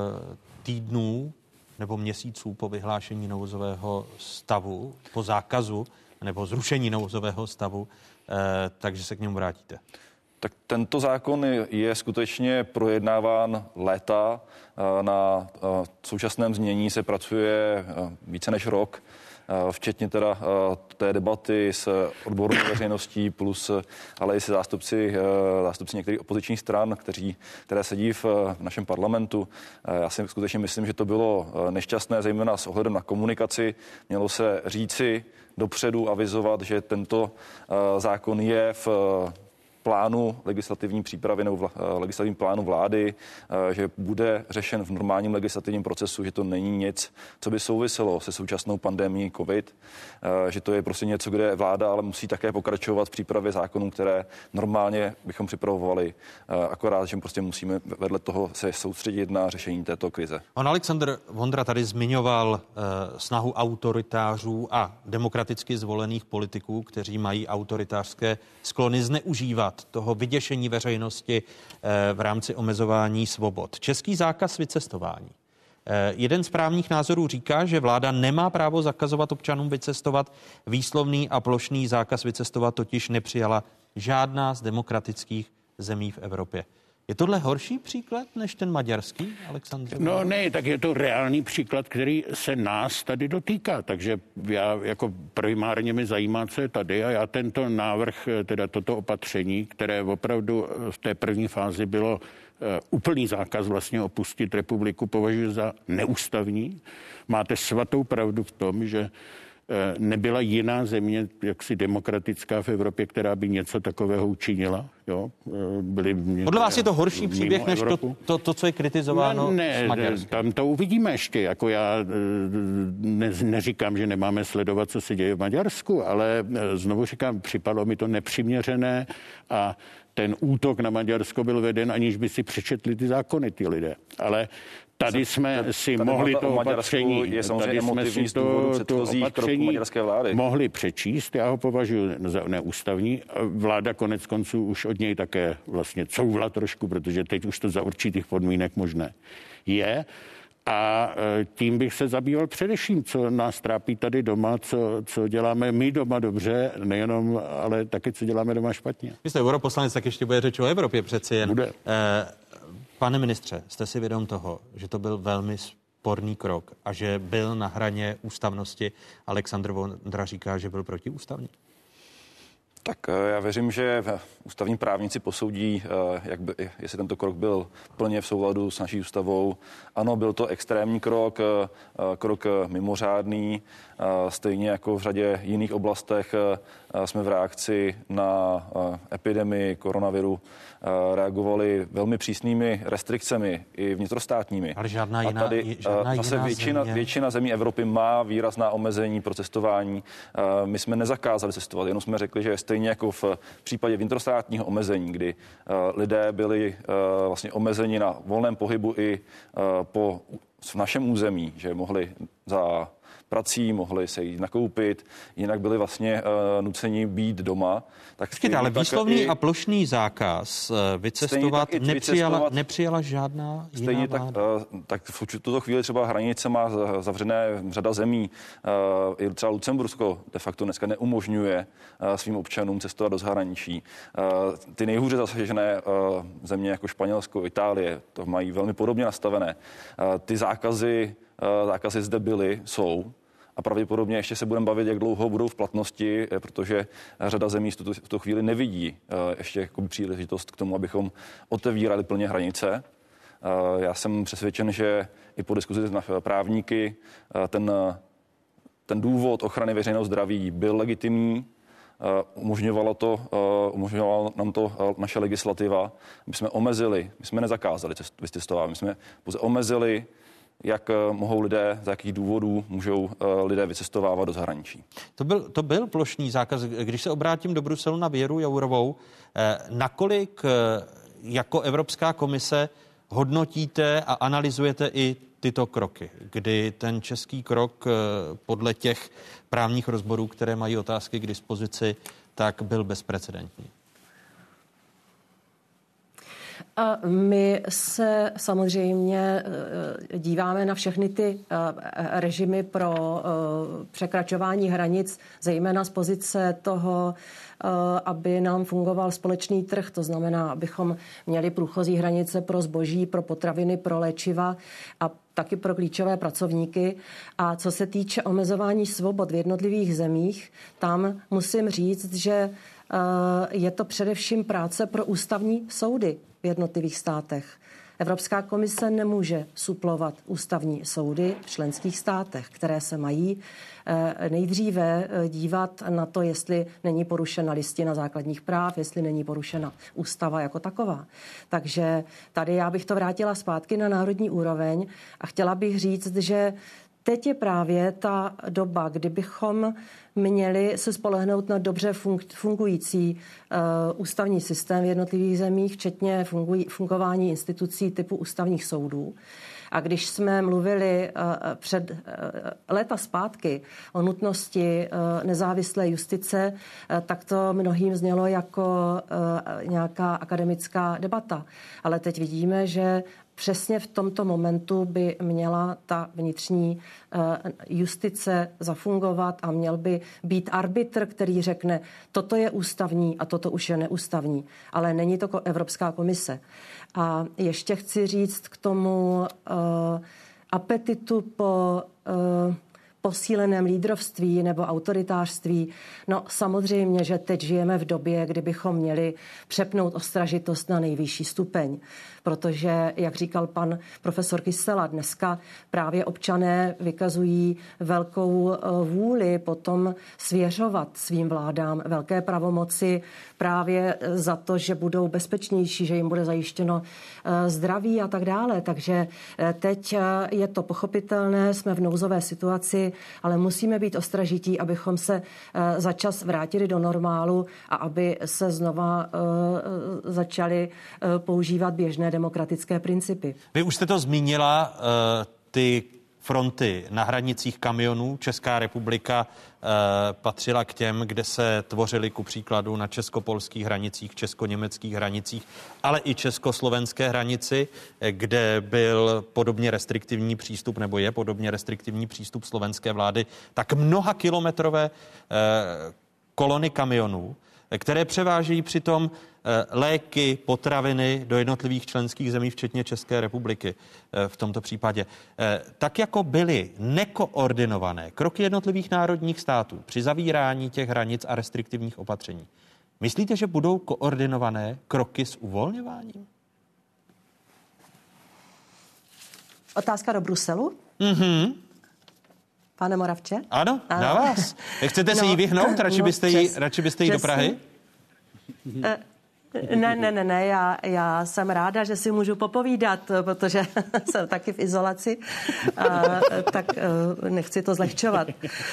týdnů nebo měsíců po vyhlášení nouzového stavu, po zákazu nebo zrušení nouzového stavu, e, takže se k němu vrátíte? Tak tento zákon je skutečně projednáván léta. Na současném znění se pracuje více než rok, včetně teda té debaty s odbornou veřejností plus, ale i se zástupci, zástupci některých opozičních stran, kteří, které sedí v našem parlamentu. Já si skutečně myslím, že to bylo nešťastné, zejména s ohledem na komunikaci. Mělo se říci dopředu, avizovat, že tento zákon je v plánu legislativní přípravy nebo legislativním plánu vlády, že bude řešen v normálním legislativním procesu, že to není nic, co by souviselo se současnou pandemií COVID, že to je prostě něco, kde vláda ale musí také pokračovat v přípravě zákonů, které normálně bychom připravovali, akorát, že prostě musíme vedle toho se soustředit na řešení této krize. Pan Alexandr Vondra tady zmiňoval uh, snahu autoritářů a demokraticky zvolených politiků, kteří mají autoritářské sklony, zneužívat toho vyděšení veřejnosti v rámci omezování svobod. Český zákaz vycestování. Jeden z právních názorů říká, že vláda nemá právo zakazovat občanům vycestovat. Výslovný a plošný zákaz vycestovat totiž nepřijala žádná z demokratických zemí v Evropě. Je tohle horší příklad než ten maďarský, Alexandře? No ne, tak je to reálný příklad, který se nás tady dotýká, takže já jako primárně mi zajímá, co je tady a já tento návrh, teda toto opatření, které opravdu v té první fázi bylo uh, úplný zákaz vlastně opustit republiku, považuji za neústavní. Máte svatou pravdu v tom, že nebyla jiná země, jaksi demokratická v Evropě, která by něco takového učinila. Jo? Byli Podle vás je to horší příběh, než to, to, to, co je kritizováno no, ne, s Maďarskem? Tam to uvidíme ještě. Jako já ne, neříkám, že nemáme sledovat, co se děje v Maďarsku, ale znovu říkám, připadlo mi to nepřiměřené a ten útok na Maďarsko byl veden, aniž by si přečetli ty zákony ty lidé. Ale tady jsme si mohli to opatření, tady jsme si to, to opatření mohli přečíst, já ho považuji za neústavní. Vláda konec konců už od něj také vlastně couvla trošku, protože teď už to za určitých podmínek možné je. A tím bych se zabýval především, co nás trápí tady doma, co, co děláme my doma dobře, nejenom, ale taky, co děláme doma špatně. Vy jste europoslanec, tak ještě bude řeč o Evropě přeci jen. Bude. Eh, pane ministře, jste si vědom toho, že to byl velmi sporný krok a že byl na hraně ústavnosti. Alexandr Vondra říká, že byl protiústavní. Tak já věřím, že ústavní právníci posoudí, jak by, jestli tento krok byl plně v souladu s naší ústavou. Ano, byl to extrémní krok, krok mimořádný, stejně jako v řadě jiných oblastech jsme v reakci na epidemii koronaviru reagovali velmi přísnými restrikcemi i vnitrostátními. Ale žádná jiná, a tady žádná zase jiná většina, země. většina zemí Evropy má výrazná omezení pro cestování. My jsme nezakázali cestovat, jenom jsme řekli, že stejně jako v případě vnitrostátního omezení, kdy lidé byli vlastně omezeni na volném pohybu i po v našem území, že mohli za prací, mohli se jít nakoupit, jinak byli vlastně uh, nuceni být doma. Tak Počkejte, ale výslovný i, a plošný zákaz vycestovat nepřijala, vycestovat, nepřijala žádná jiná stejně vláda. tak, uh, tak v tuto chvíli třeba hranice má zavřené řada zemí. Uh, I třeba Lucembursko de facto dneska neumožňuje uh, svým občanům cestovat do zahraničí. Uh, ty nejhůře zasažené uh, země jako Španělsko, Itálie, to mají velmi podobně nastavené. Uh, ty zákazy, uh, zákazy zde byly, jsou. A pravděpodobně ještě se budeme bavit, jak dlouho budou v platnosti, protože řada zemí v tuto, v tuto chvíli nevidí ještě jako příležitost k tomu, abychom otevírali plně hranice. Já jsem přesvědčen, že i po diskuzi s právníky ten, ten důvod ochrany veřejného zdraví byl legitimní. Umožňovalo to, umožňovala nám to naše legislativa. My jsme omezili, my jsme nezakázali vycestovat, my jsme pouze omezili, jak mohou lidé, z jakých důvodů můžou lidé vycestovávat do zahraničí. To byl, to byl plošný zákaz. Když se obrátím do Bruselu na Věru Jourovou, nakolik jako Evropská komise hodnotíte a analyzujete i tyto kroky, kdy ten český krok podle těch právních rozborů, které mají otázky k dispozici, tak byl bezprecedentní? A my se samozřejmě díváme na všechny ty režimy pro překračování hranic, zejména z pozice toho, aby nám fungoval společný trh, to znamená, abychom měli průchozí hranice pro zboží, pro potraviny, pro léčiva a taky pro klíčové pracovníky. A co se týče omezování svobod v jednotlivých zemích, tam musím říct, že je to především práce pro ústavní soudy v jednotlivých státech. Evropská komise nemůže suplovat ústavní soudy v členských státech, které se mají nejdříve dívat na to, jestli není porušena listina základních práv, jestli není porušena ústava jako taková. Takže tady já bych to vrátila zpátky na národní úroveň a chtěla bych říct, že teď je právě ta doba, kdybychom měli se spolehnout na dobře fungující uh, ústavní systém v jednotlivých zemích, včetně fungují, fungování institucí typu ústavních soudů. A když jsme mluvili uh, před uh, léta zpátky o nutnosti uh, nezávislé justice, uh, tak to mnohým znělo jako uh, nějaká akademická debata. Ale teď vidíme, že přesně v tomto momentu by měla ta vnitřní justice zafungovat a měl by být arbitr, který řekne, toto je ústavní a toto už je neústavní. Ale není to Evropská komise. A ještě chci říct k tomu uh, apetitu po uh, posíleném lídrovství nebo autoritářství. No samozřejmě, že teď žijeme v době, kdy bychom měli přepnout ostražitost na nejvyšší stupeň. Protože, jak říkal pan profesor Kysela, dneska právě občané vykazují velkou vůli potom svěřovat svým vládám velké pravomoci právě za to, že budou bezpečnější, že jim bude zajištěno zdraví a tak dále. Takže teď je to pochopitelné, jsme v nouzové situaci, ale musíme být ostražití, abychom se za čas vrátili do normálu a aby se znova začali používat běžné demokratické principy. Vy už jste to zmínila, ty fronty na hranicích kamionů. Česká republika patřila k těm, kde se tvořily ku příkladu na česko-polských hranicích, česko-německých hranicích, ale i československé hranici, kde byl podobně restriktivní přístup, nebo je podobně restriktivní přístup slovenské vlády, tak mnoha kilometrové kolony kamionů, které převážejí přitom léky, potraviny do jednotlivých členských zemí, včetně České republiky v tomto případě. Tak jako byly nekoordinované kroky jednotlivých národních států při zavírání těch hranic a restriktivních opatření, myslíte, že budou koordinované kroky s uvolňováním? Otázka do Bruselu? Mhm. Pane Moravče? Ano, ano. Na vás. Chcete se jí vyhnout? Radši no, byste jí, radši byste jí do Prahy? Ne, ne, ne, ne, já, já jsem ráda, že si můžu popovídat, protože jsem taky v izolaci, a, tak nechci to zlehčovat.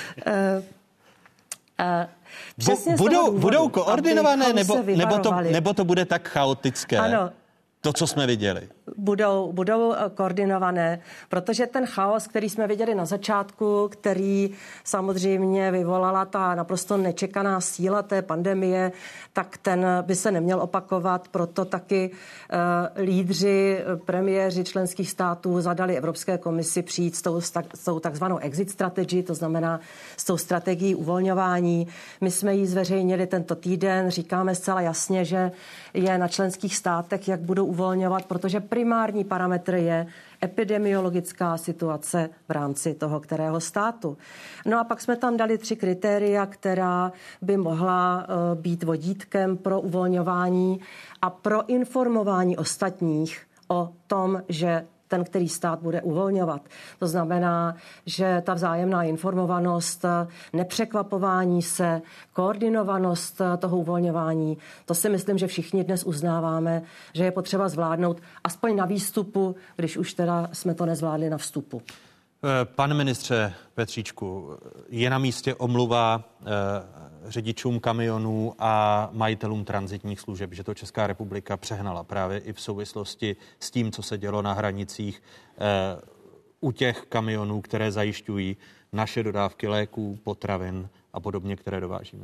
Přesně budou, důvodu, budou koordinované, nebo, nebo, to, nebo to bude tak chaotické? Ano. To, co jsme viděli. budou, budou koordinované, protože ten chaos, který jsme viděli na začátku, který samozřejmě vyvolala ta naprosto nečekaná síla té pandemie, tak ten by se neměl opakovat, proto taky uh, lídři, premiéři členských států zadali Evropské komisi přijít s tou, s tou takzvanou exit strategy, to znamená s tou strategií uvolňování. My jsme ji zveřejnili tento týden, říkáme zcela jasně, že je na členských státech, jak budou uvolňovat, protože primární parametr je epidemiologická situace v rámci toho kterého státu. No a pak jsme tam dali tři kritéria, která by mohla uh, být vodítkem pro uvolňování a pro informování ostatních o tom, že ten, který stát bude uvolňovat. To znamená, že ta vzájemná informovanost, nepřekvapování se, koordinovanost toho uvolňování, to si myslím, že všichni dnes uznáváme, že je potřeba zvládnout aspoň na výstupu, když už teda jsme to nezvládli na vstupu. Pane ministře Petříčku, je na místě omluva eh, řidičům kamionů a majitelům tranzitních služeb, že to Česká republika přehnala právě i v souvislosti s tím, co se dělo na hranicích eh, u těch kamionů, které zajišťují naše dodávky léků, potravin a podobně, které dovážíme?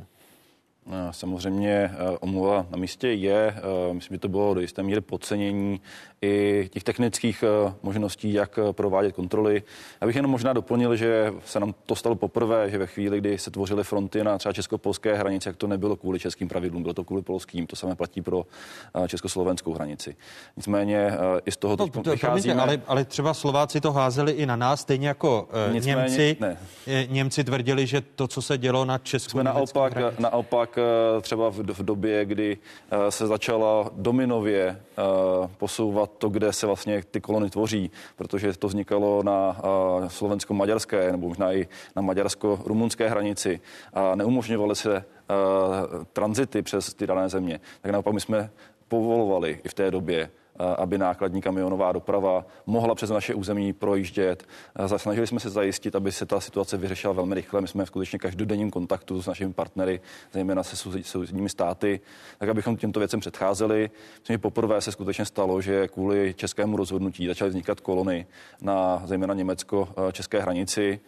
Samozřejmě omluva na místě je. Myslím, že to bylo do jisté míry podcenění i těch technických možností, jak provádět kontroly. Já bych jenom možná doplnil, že se nám to stalo poprvé, že ve chvíli, kdy se tvořily fronty na třeba česko-polské hranici, jak to nebylo kvůli českým pravidlům, bylo to kvůli polským, to samé platí pro československou hranici. Nicméně i z toho no, to, vycházíme... ale, ale třeba Slováci to házeli i na nás, stejně jako Nicméně, Němci. Ne. Němci tvrdili, že to, co se dělo na česko naopak, naopak třeba v době, kdy se začala dominově posouvat to, kde se vlastně ty kolony tvoří, protože to vznikalo na slovensko-maďarské nebo možná i na maďarsko-rumunské hranici a neumožňovaly se tranzity přes ty dané země. Tak naopak my jsme povolovali i v té době, aby nákladní kamionová doprava mohla přes naše území projíždět. Snažili jsme se zajistit, aby se ta situace vyřešila velmi rychle. My jsme v skutečně každodenním kontaktu s našimi partnery, zejména se sousedními státy, tak abychom těmto věcem předcházeli. Myslím, že poprvé se skutečně stalo, že kvůli českému rozhodnutí začaly vznikat kolony na zejména německo-české hranici.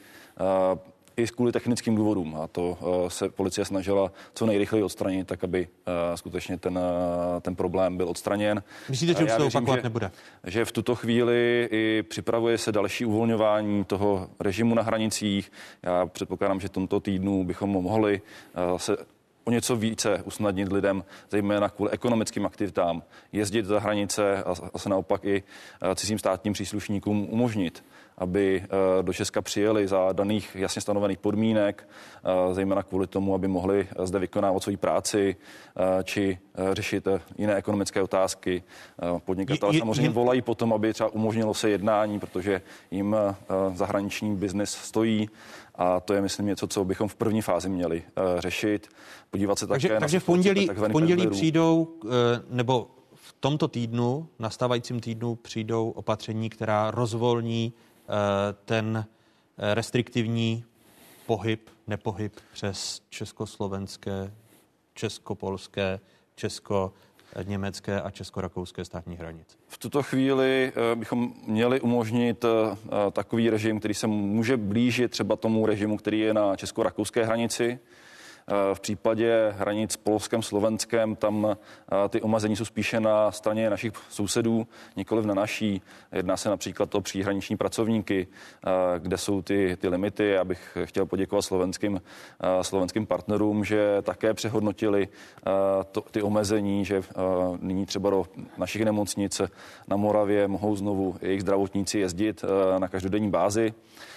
I kvůli technickým důvodům. A to uh, se policie snažila co nejrychleji odstranit, tak aby uh, skutečně ten, uh, ten problém byl odstraněn. Myslíte, že už to opakovat nebude? Že v tuto chvíli i připravuje se další uvolňování toho režimu na hranicích. Já předpokládám, že v tomto týdnu bychom mohli uh, se o něco více usnadnit lidem, zejména kvůli ekonomickým aktivitám, jezdit za hranice a, a se naopak i cizím státním příslušníkům umožnit, aby do Česka přijeli za daných jasně stanovených podmínek, zejména kvůli tomu, aby mohli zde vykonávat svoji práci či řešit jiné ekonomické otázky. Podnikatelé je, je, samozřejmě je... volají potom, aby třeba umožnilo se jednání, protože jim zahraniční biznis stojí. A to je, myslím, něco, co bychom v první fázi měli uh, řešit. Podívat se takže, také takže na v pondělí, v pondělí pendlerů. přijdou, uh, nebo v tomto týdnu, nastávajícím týdnu přijdou opatření, která rozvolní uh, ten restriktivní pohyb, nepohyb přes československé, českopolské, česko německé a česko-rakouské státní hranice. V tuto chvíli bychom měli umožnit takový režim, který se může blížit třeba tomu režimu, který je na česko-rakouské hranici. V případě hranic s Polskem, Slovenskem, tam ty omezení jsou spíše na straně našich sousedů, nikoliv na naší. Jedná se například o příhraniční pracovníky, kde jsou ty, ty limity. Já bych chtěl poděkovat slovenským, slovenským partnerům, že také přehodnotili to, ty omezení, že nyní třeba do našich nemocnic na Moravě mohou znovu jejich zdravotníci jezdit na každodenní bázi.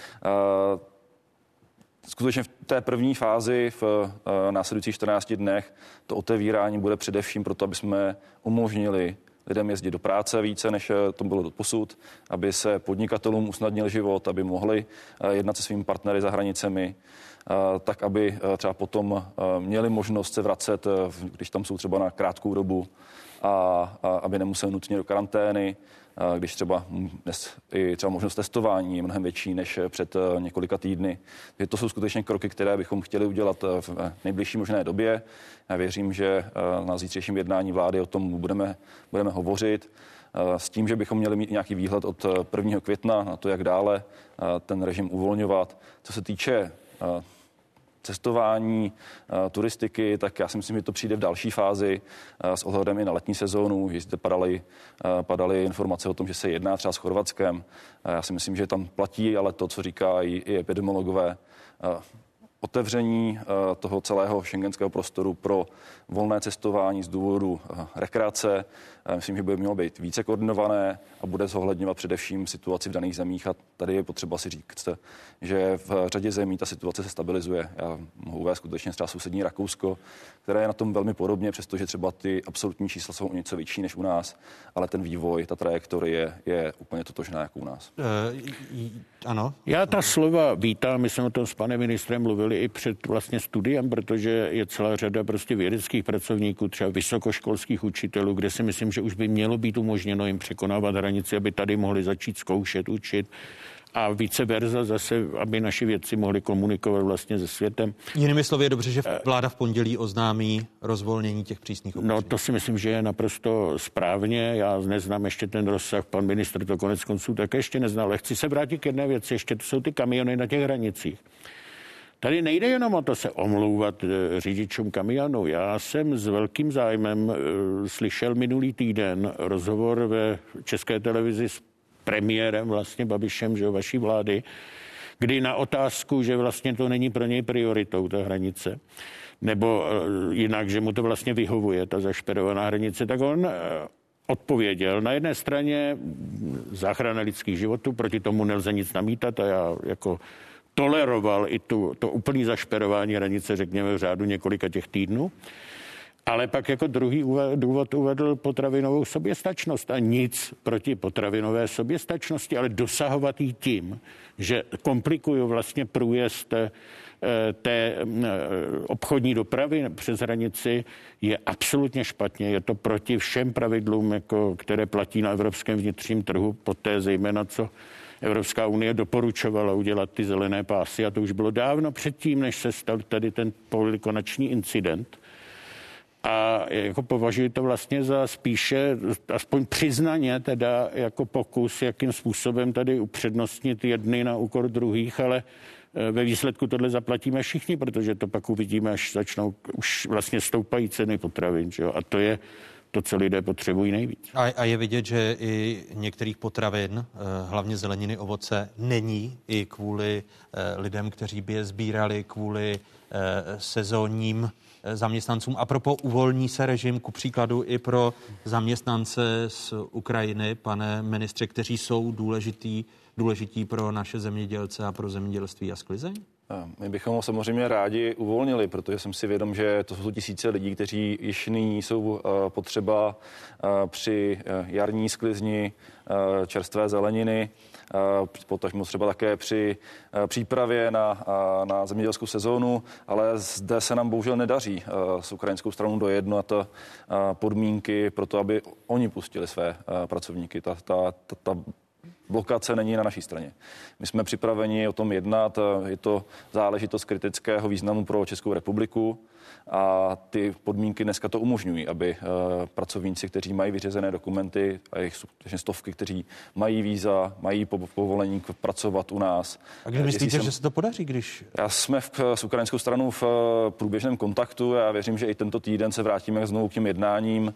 Skutečně v té první fázi v uh, následujících čtrnácti dnech to otevírání bude především proto, aby jsme umožnili lidem jezdit do práce více, než to bylo doposud, aby se podnikatelům usnadnil život, aby mohli uh, jednat se svými partnery za hranicemi, uh, tak aby uh, třeba potom uh, měli možnost se vracet, uh, když tam jsou třeba na krátkou dobu, a, a aby nemusel nutně do karantény, když třeba dnes i třeba možnost testování je mnohem větší než před několika týdny. Takže to jsou skutečně kroky, které bychom chtěli udělat v nejbližší možné době. Já věřím, že na zítřejším jednání vlády o tom budeme, budeme hovořit s tím, že bychom měli mít nějaký výhled od prvního května na to, jak dále ten režim uvolňovat. Co se týče cestování, turistiky, tak já si myslím, že to přijde v další fázi s ohledem i na letní sezónu. Zde padaly, padaly informace o tom, že se jedná třeba s Chorvatskem. Já si myslím, že tam platí, ale to, co říkají i epidemiologové, otevření toho celého šengenského prostoru pro volné cestování z důvodu rekreace. Myslím, že by mělo být více koordinované a bude zohledňovat především situaci v daných zemích. A tady je potřeba si říct, že v řadě zemí ta situace se stabilizuje. Já mohu uvést skutečně třeba sousední Rakousko, které je na tom velmi podobně, přestože třeba ty absolutní čísla jsou něco větší než u nás, ale ten vývoj, ta trajektorie je úplně totožná jako u nás. Uh, ano. Já ta slova vítám, my jsme o tom s panem ministrem mluvili i před vlastně studiem, protože je celá řada prostě vědeckých pracovníků, třeba vysokoškolských učitelů, kde si myslím, že už by mělo být umožněno jim překonávat hranici, aby tady mohli začít zkoušet, učit a vice versa zase, aby naši vědci mohli komunikovat vlastně se světem. Jinými slovy je dobře, že vláda v pondělí oznámí rozvolnění těch přísných opatření. No to si myslím, že je naprosto správně. Já neznám ještě ten rozsah, pan ministr to konec konců také ještě neznal, ale chci se vrátit k jedné věci, ještě to jsou ty kamiony na těch hranicích. Tady nejde jenom o to se omlouvat řidičům kamionů. Já jsem s velkým zájmem slyšel minulý týden rozhovor ve České televizi s premiérem vlastně Babišem, že vaší vlády, kdy na otázku, že vlastně to není pro něj prioritou, ta hranice, nebo jinak, že mu to vlastně vyhovuje, ta zašperovaná hranice, tak on odpověděl. Na jedné straně záchrana lidských životů, proti tomu nelze nic namítat a já jako toleroval i tu, to úplný zašperování hranice, řekněme, v řádu několika těch týdnů. Ale pak jako druhý důvod uvedl potravinovou soběstačnost a nic proti potravinové soběstačnosti, ale dosahovat jí tím, že komplikují vlastně průjezd té obchodní dopravy přes hranici, je absolutně špatně. Je to proti všem pravidlům, jako, které platí na evropském vnitřním trhu, poté zejména co Evropská unie doporučovala udělat ty zelené pásy a to už bylo dávno předtím, než se stal tady ten velikonoční incident. A jako považuji to vlastně za spíše, aspoň přiznaně teda jako pokus, jakým způsobem tady upřednostnit jedny na úkor druhých, ale ve výsledku tohle zaplatíme všichni, protože to pak uvidíme, až začnou, už vlastně stoupají ceny potravin, že jo? A to je to, co lidé potřebují nejvíc. A, a je vidět, že i některých potravin, hlavně zeleniny, ovoce, není i kvůli lidem, kteří by je sbírali, kvůli sezónním zaměstnancům. A propo uvolní se režim ku příkladu i pro zaměstnance z Ukrajiny, pane ministře, kteří jsou důležitý, důležití pro naše zemědělce a pro zemědělství a sklizeň? My bychom ho samozřejmě rádi uvolnili, protože jsem si vědom, že to jsou tisíce lidí, kteří již nyní jsou potřeba při jarní sklizni čerstvé zeleniny, potažmo třeba také při přípravě na, na zemědělskou sezónu, ale zde se nám bohužel nedaří s ukrajinskou stranou dojednat podmínky pro to, aby oni pustili své pracovníky. Ta, ta, ta, ta blokace není na naší straně. My jsme připraveni o tom jednat, je to záležitost kritického významu pro Českou republiku a ty podmínky dneska to umožňují, aby pracovníci, kteří mají vyřazené dokumenty a jejich stovky, kteří mají víza, mají povolení pracovat u nás. A když myslíte, jsem... že se to podaří, když... Já jsme v, s ukrajinskou stranou v průběžném kontaktu a já věřím, že i tento týden se vrátíme znovu k těm jednáním.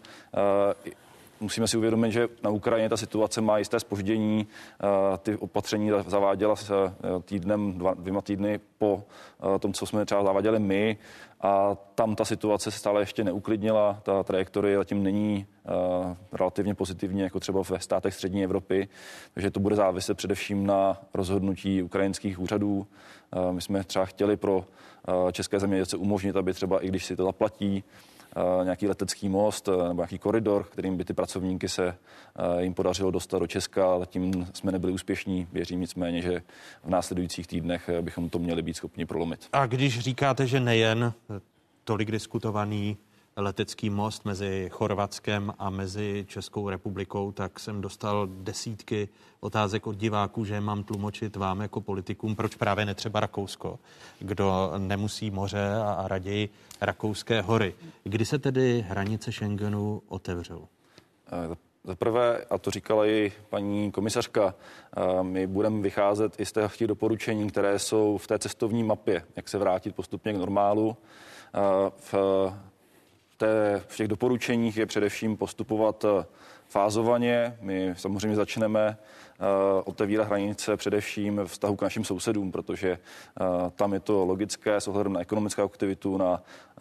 Musíme si uvědomit, že na Ukrajině ta situace má jisté zpoždění. Ty opatření zaváděla s týdnem, dva, dvěma týdny po tom, co jsme třeba zaváděli my. A tam ta situace se stále ještě neuklidnila. Ta trajektorie zatím není relativně pozitivní, jako třeba ve státech střední Evropy. Takže to bude záviset především na rozhodnutí ukrajinských úřadů. My jsme třeba chtěli pro české zemědělce umožnit, aby třeba i když si to zaplatí, nějaký letecký most nebo nějaký koridor, kterým by ty pracovníky se jim podařilo dostat do Česka. Zatím jsme nebyli úspěšní. Věřím nicméně, že v následujících týdnech bychom to měli být schopni prolomit. A když říkáte, že nejen tolik diskutovaný letecký most mezi Chorvatskem a mezi Českou republikou, tak jsem dostal desítky otázek od diváků, že mám tlumočit vám jako politikům, proč právě netřeba Rakousko, kdo nemusí moře a, a raději rakouské hory. Kdy se tedy hranice Schengenu otevřou? Za prvé, a to říkala i paní komisařka, my budeme vycházet i z těch doporučení, které jsou v té cestovní mapě, jak se vrátit postupně k normálu. V, té, v těch doporučeních je především postupovat fázovaně. My samozřejmě začneme otevírat hranice především v vztahu k našim sousedům, protože tam je to logické s ohledem na ekonomickou aktivitu, na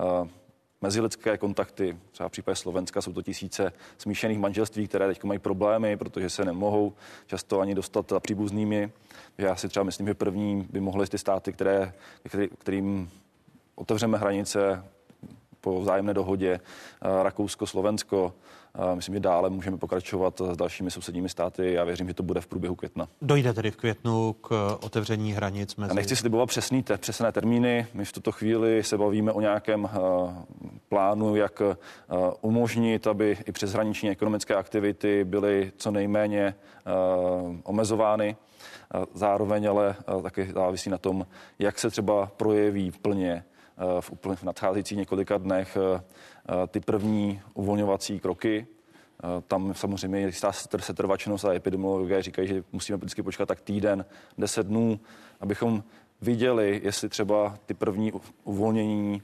mezilidské kontakty. Třeba v případě Slovenska jsou to tisíce smíšených manželství, které teď mají problémy, protože se nemohou často ani dostat za příbuznými. Já si třeba myslím, že první by mohly ty státy, které, kterým otevřeme hranice po vzájemné dohodě, Rakousko, Slovensko. Myslím, že dále můžeme pokračovat s dalšími sousedními státy. Já věřím, že to bude v průběhu května. Dojde tedy v květnu k otevření hranic mezi... Já nechci slibovat přesný, te, přesné termíny. My v tuto chvíli se bavíme o nějakém uh, plánu, jak uh, umožnit, aby i přeshraniční ekonomické aktivity byly co nejméně uh, omezovány. Uh, zároveň ale uh, taky závisí na tom, jak se třeba projeví plně v, v nadcházejících několika dnech ty první uvolňovací kroky. Tam samozřejmě je jistá setrvačnost a epidemiologové říkají, že musíme vždycky počkat tak týden, deset dnů, abychom viděli, jestli třeba ty první uvolnění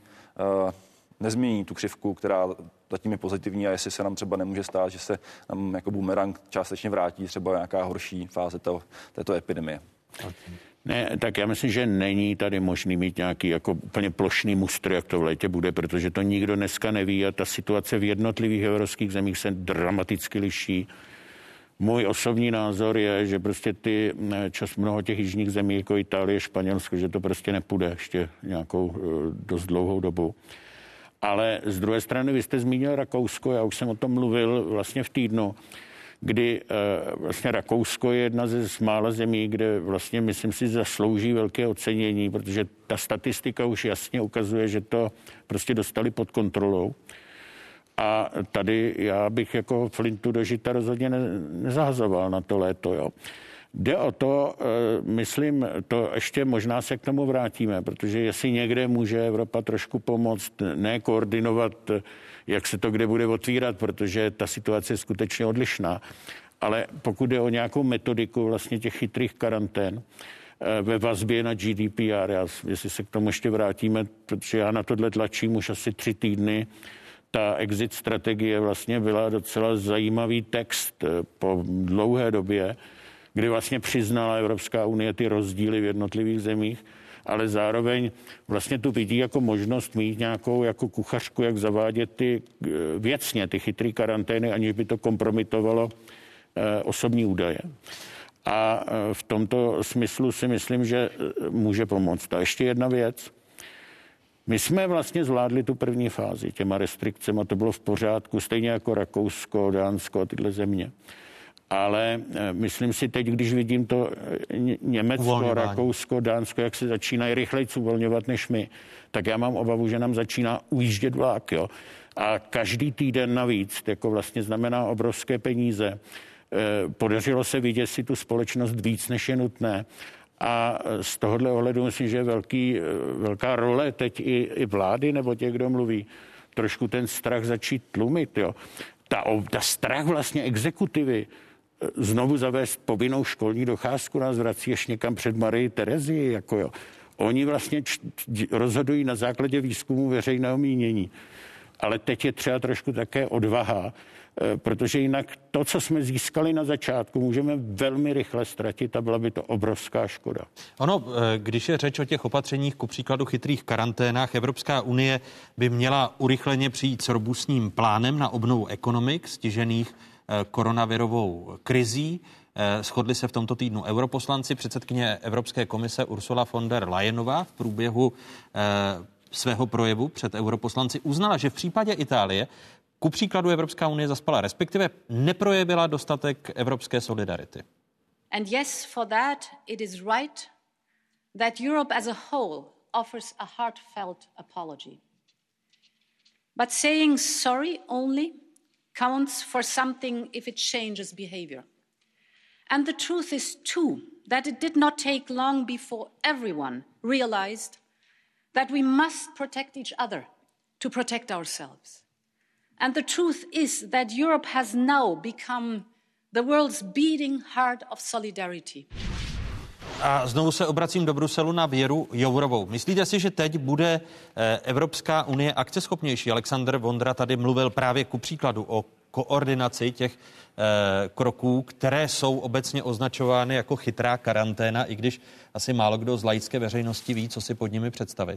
nezmění tu křivku, která zatím je pozitivní a jestli se nám třeba nemůže stát, že se nám jako bumerang částečně vrátí třeba nějaká horší fáze to, této epidemie. Ne, tak já myslím, že není tady možný mít nějaký jako úplně plošný mustr, jak to v létě bude, protože to nikdo dneska neví a ta situace v jednotlivých evropských zemích se dramaticky liší. Můj osobní názor je, že prostě ty čas mnoho těch jižních zemí, jako Itálie, Španělsko, že to prostě nepůjde ještě nějakou dost dlouhou dobu. Ale z druhé strany, vy jste zmínil Rakousko, já už jsem o tom mluvil vlastně v týdnu, kdy vlastně Rakousko je jedna ze z mála zemí, kde vlastně, myslím si, zaslouží velké ocenění, protože ta statistika už jasně ukazuje, že to prostě dostali pod kontrolou. A tady já bych jako flintu do žita rozhodně ne, nezahazoval na to léto, jo. Jde o to, myslím, to ještě možná se k tomu vrátíme, protože jestli někde může Evropa trošku pomoct, ne koordinovat, jak se to kde bude otvírat, protože ta situace je skutečně odlišná, ale pokud jde o nějakou metodiku vlastně těch chytrých karantén ve vazbě na G D P R, já, jestli se k tomu ještě vrátíme, protože já na tohle tlačím už asi tři týdny, ta exit strategie vlastně byla docela zajímavý text po dlouhé době, kdy vlastně přiznala Evropská unie ty rozdíly v jednotlivých zemích, ale zároveň vlastně tu vidí jako možnost mít nějakou jako kuchařku, jak zavádět ty věcně, ty chytrý karantény, aniž by to kompromitovalo eh, osobní údaje. A eh, v tomto smyslu si myslím, že může pomoct. A ještě jedna věc. My jsme vlastně zvládli tu první fázi těma restrikcemi, to bylo v pořádku, stejně jako Rakousko, Dánsko a tyhle země. Ale myslím si teď, když vidím to Německo, Rakousko, Dánsko, jak se začínají rychleji uvolňovat než my, tak já mám obavu, že nám začíná ujíždět vlák, jo. A každý týden navíc, jako vlastně znamená obrovské peníze. Podařilo se vidět si tu společnost víc, než je nutné. A z tohohle ohledu myslím, že je velký, velká role teď i, i vlády, nebo těch, kdo mluví, trošku ten strach začít tlumit, jo. Ta, ta strach vlastně exekutivy znovu zavést povinnou školní docházku nás vrací až někam před Marii Terezii, jako jo. Oni vlastně č- rozhodují na základě výzkumu veřejného mínění. Ale teď je třeba trošku také odvaha, protože jinak to, co jsme získali na začátku, můžeme velmi rychle ztratit a byla by to obrovská škoda. Ono, když je řeč o těch opatřeních, ku příkladu chytrých karanténách, Evropská unie by měla urychleně přijít s robustním plánem na obnovu ekonomik stižených koronavirovou krizí. Shodli se v tomto týdnu europoslanci. Předsedkyně Evropské komise Ursula von der Leyenová v průběhu svého projevu před europoslanci uznala, že v případě Itálie ku příkladu Evropská unie zaspala, respektive neprojevila dostatek evropské solidarity. And yes, for that it is right that Europe as a whole offers a heartfelt apology. But saying sorry only counts for something if it changes behavior. And the truth is too that it did not take long before everyone realized that we must protect each other to protect ourselves. And the truth is that Europe has now become the world's beating heart of solidarity. A znovu se obracím do Bruselu na Věru Jourovou. Myslíte si, že teď bude Evropská unie akceschopnější? Alexander Vondra tady mluvil právě ku příkladu o koordinaci těch eh, kroků, které jsou obecně označovány jako chytrá karanténa, i když asi málo kdo z laické veřejnosti ví, co si pod nimi představit.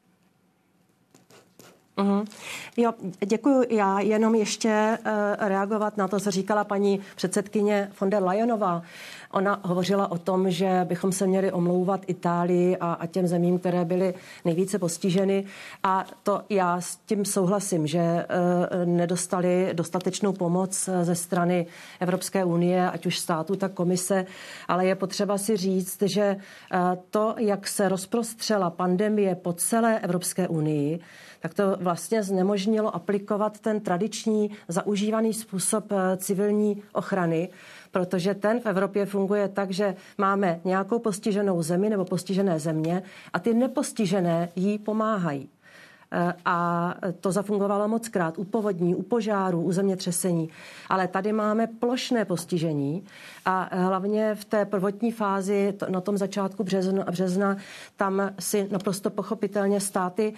Uhum. Jo, děkuji. Já jenom ještě uh, reagovat na to, co říkala paní předsedkyně von der Leyenová. Ona hovořila o tom, že bychom se měli omlouvat Itálii a, a těm zemím, které byly nejvíce postiženy. A to já s tím souhlasím, že uh, nedostali dostatečnou pomoc ze strany Evropské unie, ať už státu, tak komise. Ale je potřeba si říct, že uh, to, jak se rozprostřela pandemie po celé Evropské unii, tak to vlastně znemožnilo aplikovat ten tradiční zaužívaný způsob civilní ochrany, protože ten v Evropě funguje tak, že máme nějakou postiženou zemi nebo postižené země a ty nepostižené jí pomáhají. A to zafungovalo moc krát u povodní, u požáru, u zemětřesení. Ale tady máme plošné postižení a hlavně v té prvotní fázi, na tom začátku března, března, tam si naprosto pochopitelně státy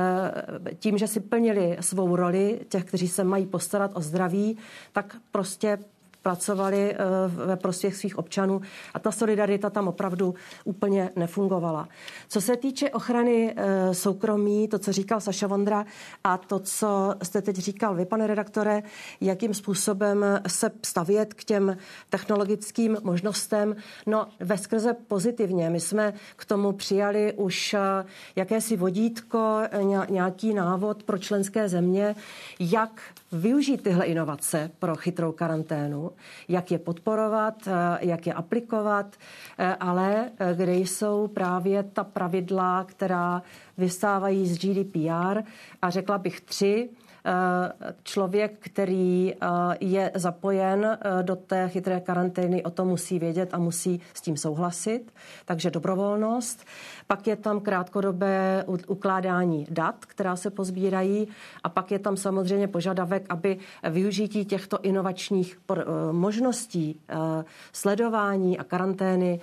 tím, že si plnili svou roli těch, kteří se mají postarat o zdraví, tak prostě pracovali ve prospěch svých občanů a ta solidarita tam opravdu úplně nefungovala. Co se týče ochrany soukromí, to, co říkal Saša Vondra a to, co jste teď říkal vy, pane redaktore, jakým způsobem se stavět k těm technologickým možnostem, no veskrze pozitivně. My jsme k tomu přijali už jakési vodítko, nějaký návod pro členské země, jak využít tyhle inovace pro chytrou karanténu, jak je podporovat, jak je aplikovat, ale kde jsou právě ta pravidla, která vystávají z G D P R a řekla bych tři. Člověk, který je zapojen do té chytré karantény, o tom musí vědět a musí s tím souhlasit. Takže dobrovolnost. Pak je tam krátkodobé ukládání dat, která se pozbírají a pak je tam samozřejmě požadavek, aby využití těchto inovačních možností sledování a karantény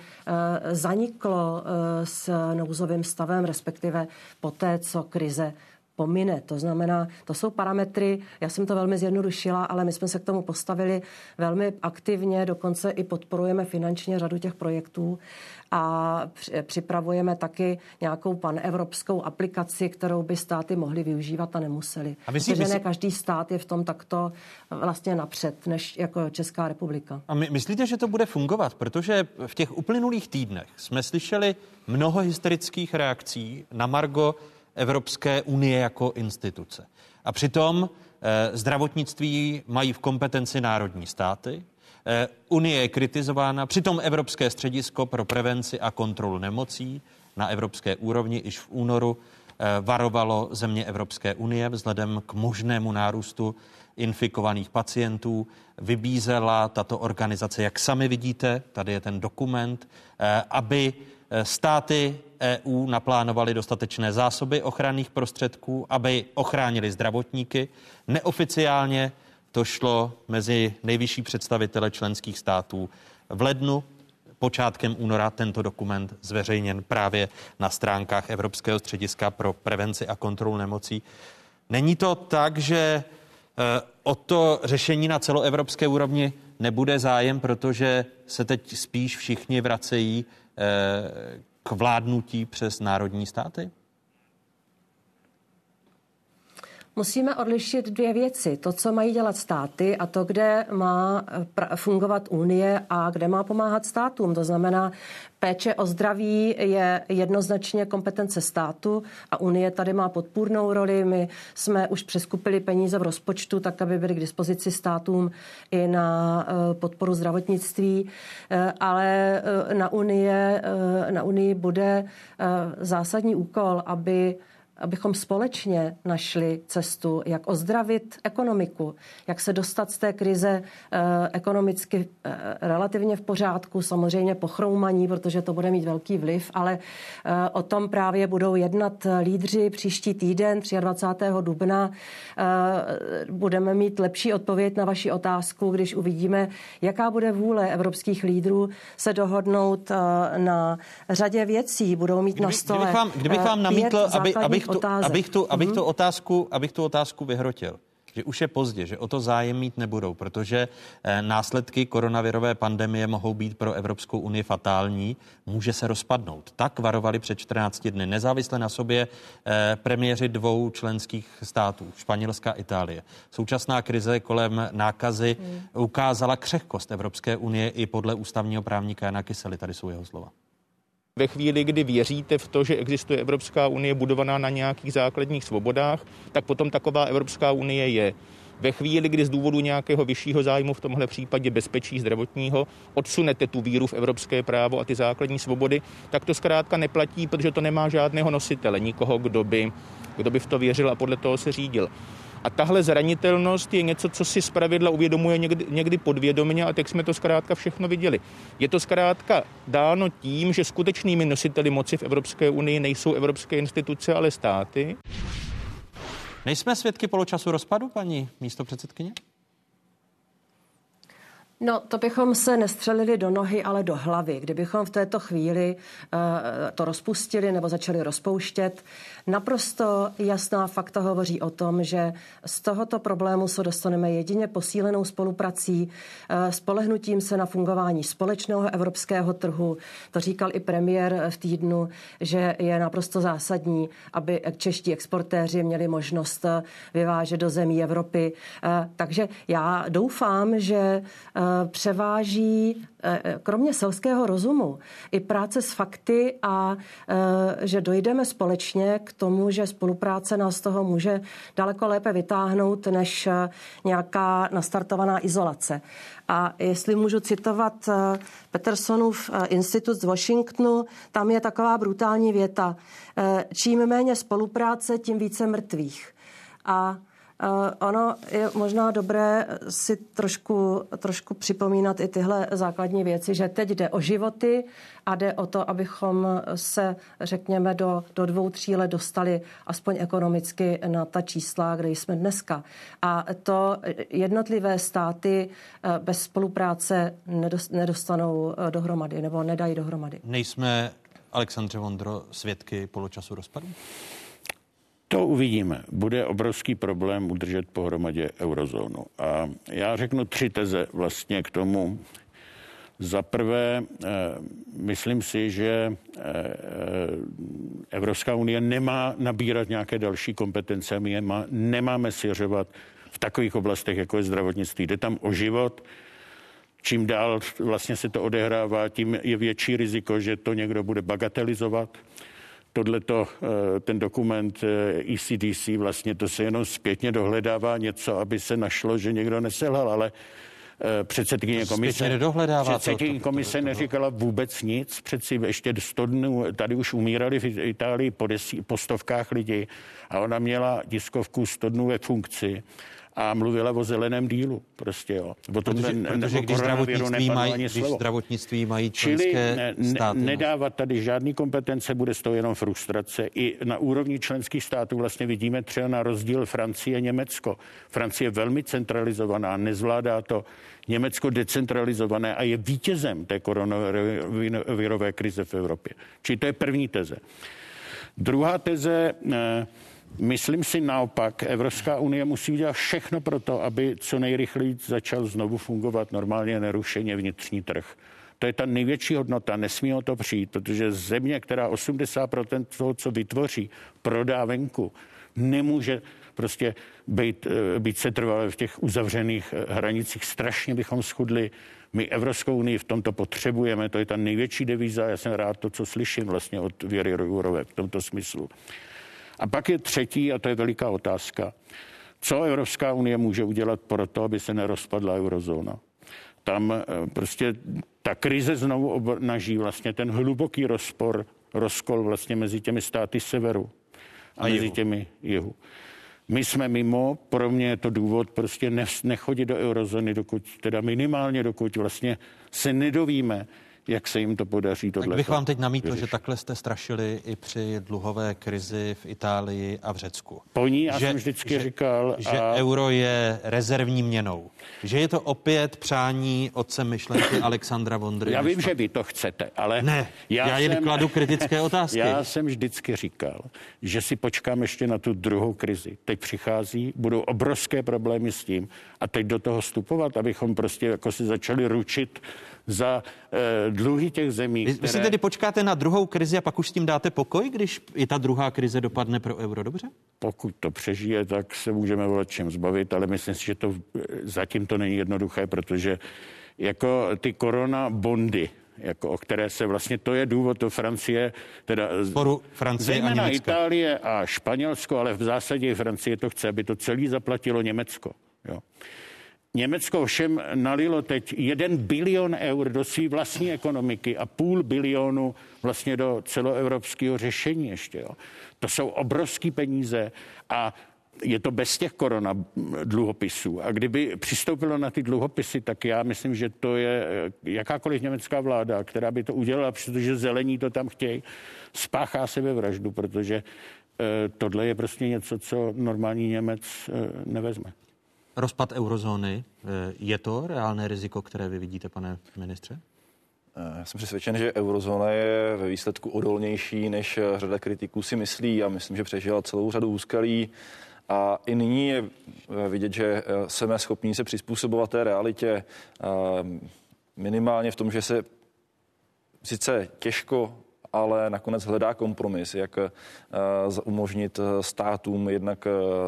zaniklo s nouzovým stavem, respektive poté, co krize pomine. To znamená, to jsou parametry, já jsem to velmi zjednodušila, ale my jsme se k tomu postavili velmi aktivně, dokonce i podporujeme finančně řadu těch projektů a připravujeme taky nějakou panevropskou aplikaci, kterou by státy mohly využívat a nemuseli. A myslí, Protože ne každý stát je v tom takto vlastně napřed, než jako Česká republika. A my, myslíte, že to bude fungovat? Protože v těch uplynulých týdnech jsme slyšeli mnoho hysterických reakcí na margo Evropské unie jako instituce. A přitom eh, zdravotnictví mají v kompetenci národní státy. Eh, unie je kritizována, přitom Evropské středisko pro prevenci a kontrolu nemocí na evropské úrovni již v únoru eh, varovalo země Evropské unie vzhledem k možnému nárůstu infikovaných pacientů. Vybízela tato organizace, jak sami vidíte, tady je ten dokument, eh, aby státy E U naplánovaly dostatečné zásoby ochranných prostředků, aby ochránili zdravotníky. Neoficiálně to šlo mezi nejvyšší představitele členských států v lednu. Počátkem února tento dokument zveřejněn právě na stránkách Evropského střediska pro prevenci a kontrolu nemocí. Není to tak, že o to řešení na celoevropské úrovni nebude zájem, protože se teď spíš všichni vracejí k vládnutí přes národní státy? Musíme odlišit dvě věci. To, co mají dělat státy a to, kde má fungovat Unie a kde má pomáhat státům. To znamená, péče o zdraví je jednoznačně kompetence státu a Unie tady má podpůrnou roli. My jsme už přeskupili peníze v rozpočtu, tak aby byly k dispozici státům i na podporu zdravotnictví, ale na Unie, na Unii bude zásadní úkol, aby abychom společně našli cestu, jak ozdravit ekonomiku, jak se dostat z té krize eh, ekonomicky eh, relativně v pořádku, samozřejmě pochroumaní, protože to bude mít velký vliv, ale eh, o tom právě budou jednat lídři příští týden, dvacátého třetího dubna. Eh, budeme mít lepší odpověď na vaši otázku, když uvidíme, jaká bude vůle evropských lídrů se dohodnout eh, na řadě věcí. Budou mít Kdyby, na stole kdybych vám, kdybych vám namítl, aby, abych, tu, abych, tu, abych, mm-hmm. tu otázku, abych tu otázku vyhrotil, že už je pozdě, že o to zájem mít nebudou, protože eh, následky koronavirové pandemie mohou být pro Evropskou unii fatální, může se rozpadnout. Tak varovali před čtrnácti dny, nezávisle na sobě eh, premiéři dvou členských států, Španělska a Itálie. Současná krize kolem nákazy hmm. ukázala křehkost Evropské unie i podle ústavního právníka Jana Kysely. Tady jsou jeho slova. Ve chvíli, kdy věříte v to, že existuje Evropská unie budovaná na nějakých základních svobodách, tak potom taková Evropská unie je. Ve chvíli, kdy z důvodu nějakého vyššího zájmu, v tomhle případě bezpečí zdravotního, odsunete tu víru v evropské právo a ty základní svobody, tak to zkrátka neplatí, protože to nemá žádného nositele, nikoho, kdo by, kdo by v to věřil a podle toho se řídil. A tahle zranitelnost je něco, co si zpravidla uvědomuje někdy, někdy podvědomě a tak jsme to zkrátka všechno viděli. Je to zkrátka dáno tím, že skutečnými nositeli moci v Evropské unii nejsou evropské instituce, ale státy. Nejsme svědky poločasu rozpadu, paní místopředsedkyně? No, to bychom se nestřelili do nohy, ale do hlavy. Kdybychom v této chvíli uh, to rozpustili nebo začali rozpouštět, naprosto jasná fakta hovoří o tom, že z tohoto problému se dostaneme jedině posílenou spoluprací, uh, spolehnutím se na fungování společného evropského trhu. To říkal i premiér v týdnu, že je naprosto zásadní, aby čeští exportéři měli možnost vyvážet do zemí Evropy. Uh, takže já doufám, že uh, převáží kromě selského rozumu i práce s fakty a že dojdeme společně k tomu, že spolupráce nás z toho může daleko lépe vytáhnout než nějaká nastartovaná izolace. A jestli můžu citovat Petersonův institut z Washingtonu, tam je taková brutální věta. Čím méně spolupráce, tím více mrtvých. A Uh, ono je možná dobré si trošku, trošku připomínat i tyhle základní věci, že teď jde o životy a jde o to, abychom se, řekněme, do, do dvou, tří let dostali aspoň ekonomicky na ta čísla, kde jsme dneska. A to jednotlivé státy bez spolupráce nedostanou dohromady nebo nedají dohromady. Nejsme, Alexandře Vondro, svědky poločasu rozpadu? To uvidíme. Bude obrovský problém udržet pohromadě eurozónu. A já řeknu tři teze vlastně k tomu. Za prvé, eh, myslím si, že eh, Evropská unie nemá nabírat nějaké další kompetence. My je má, nemáme svěřovat v takových oblastech, jako je zdravotnictví. Jde tam o život. Čím dál vlastně se to odehrává, tím je větší riziko, že to někdo bude bagatelizovat. Tohleto, ten dokument E C D C, vlastně to se jenom zpětně dohledává něco, aby se našlo, že někdo neselhal, ale předsedkyně komise, předsedkyně komise neříkala vůbec nic, přeci ještě sto dnů, tady už umírali v Itálii po, desí, po stovkách lidí a ona měla tiskovku sto dnů ve funkci a mluvila o zeleném dílu. Prostě, jo. O tom protože, ne, protože když zdravotnictví, mají, když zdravotnictví mají členské Čili ne, státy. Ne, nedávat tady žádný kompetence, bude z toho jenom frustrace. I na úrovni členských států vlastně vidíme třeba na rozdíl Francie a Německo. Francie je velmi centralizovaná, nezvládá to. Německo decentralizované a je vítězem té koronavirové krize v Evropě. Čili to je první teze. Druhá teze... Eh, Myslím si naopak, Evropská unie musí udělat všechno pro to, aby co nejrychleji začal znovu fungovat normálně nerušeně vnitřní trh. To je ta největší hodnota, nesmí o to přijít, protože země, která osmdesát procent toho, co vytvoří, prodá venku, nemůže prostě být, být setrvalé v těch uzavřených hranicích. Strašně bychom schudli. My Evropskou unii v tomto potřebujeme, to je ta největší devíza. Já jsem rád to, co slyším vlastně od Věry Jourové v tomto smyslu. A pak je třetí, a to je veliká otázka. Co Evropská unie může udělat pro to, aby se nerozpadla eurozóna? Tam prostě ta krize znovu obnaží vlastně ten hluboký rozpor, rozkol vlastně mezi těmi státy severu. a mezi těmi jihu. My jsme mimo, pro mě je to důvod prostě nechodit do eurozóny, dokud, teda minimálně dokud vlastně se nedovíme, jak se jim to podaří tohle. Tak bych vám teď namítl, že takhle jste strašili i při dluhové krizi v Itálii a v Řecku. Po ní já že, jsem vždycky že, říkal... Že a... euro je rezervní měnou. Že je to opět přání otce myšlenky Alexandra Vondry. Já vím, že vy to chcete, ale... Ne, já, já jen jsem... kladu kritické otázky. Já jsem vždycky říkal, že si počkám ještě na tu druhou krizi. Teď přichází, budou obrovské problémy s tím a teď do toho vstupovat, abychom prostě jako si začali ručit za eh, dluhy těch zemí. Vy, které... vy si tedy počkáte na druhou krizi a pak už s tím dáte pokoj, když i ta druhá krize dopadne pro euro dobře? Pokud to přežije, tak se můžeme volat čem zbavit, ale myslím si, že to zatím to není jednoduché, protože jako ty korona bondy, jako o které se vlastně, to je důvod do Francie, teda sporu Francie zejména a Německa. Itálie a Španělsko, ale v zásadě i Francie to chce, aby to celý zaplatilo Německo. Jo. Německo ovšem nalilo teď jeden bilion eur do své vlastní ekonomiky a půl bilionu vlastně do celoevropského řešení ještě. Jo. To jsou obrovský peníze a je to bez těch korona dluhopisů. A kdyby přistoupilo na ty dluhopisy, tak já myslím, že to je jakákoliv německá vláda, která by to udělala, protože zelení to tam chtějí, spáchá sebevraždu, protože eh, tohle je prostě něco, co normální Němec eh, nevezme. Rozpad eurozóny, je to reálné riziko, které vy vidíte, pane ministře? Já jsem přesvědčen, že eurozóna je ve výsledku odolnější, než řada kritiků si myslí a myslím, že přežila celou řadu úskalí. A i nyní je vidět, že jsme schopni se přizpůsobovat té realitě minimálně v tom, že se sice těžko, ale nakonec hledá kompromis, jak umožnit státům jednak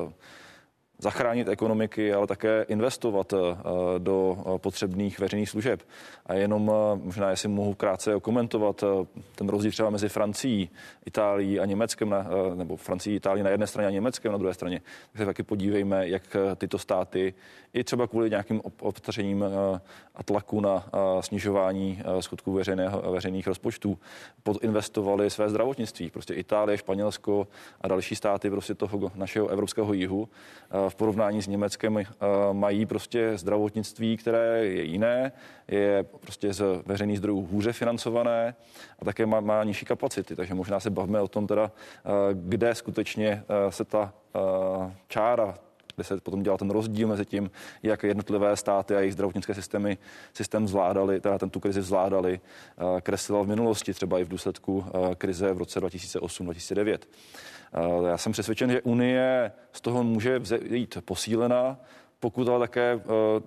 zachránit ekonomiky, ale také investovat do potřebných veřejných služeb. A jenom možná, jestli mohu krátce okomentovat ten rozdíl třeba mezi Francií, Itálií a Německem, na, nebo Francií, Itálií na jedné straně a Německem na druhé straně. Tak se taky podívejme, jak tyto státy i třeba kvůli nějakým opatřením a tlaku na snižování schodku veřejného, veřejných rozpočtů podinvestovali své zdravotnictví. Prostě Itálie, Španělsko a další státy prostě toho našeho evropského jihu v porovnání s Německem mají prostě zdravotnictví, které je jiné, je prostě z veřejných zdrojů hůře financované a také má, má nižší kapacity. Takže možná se bavíme o tom teda, kde skutečně se ta čára, kde se potom dělal ten rozdíl mezi tím, jak jednotlivé státy a jejich zdravotnické systémy systém zvládali, teda ten tu krizi zvládali, kreslila v minulosti, třeba i v důsledku krize v roce dva tisíce osm dva tisíce devět. Já jsem přesvědčen, že Unie z toho může jít posílena, pokud ale také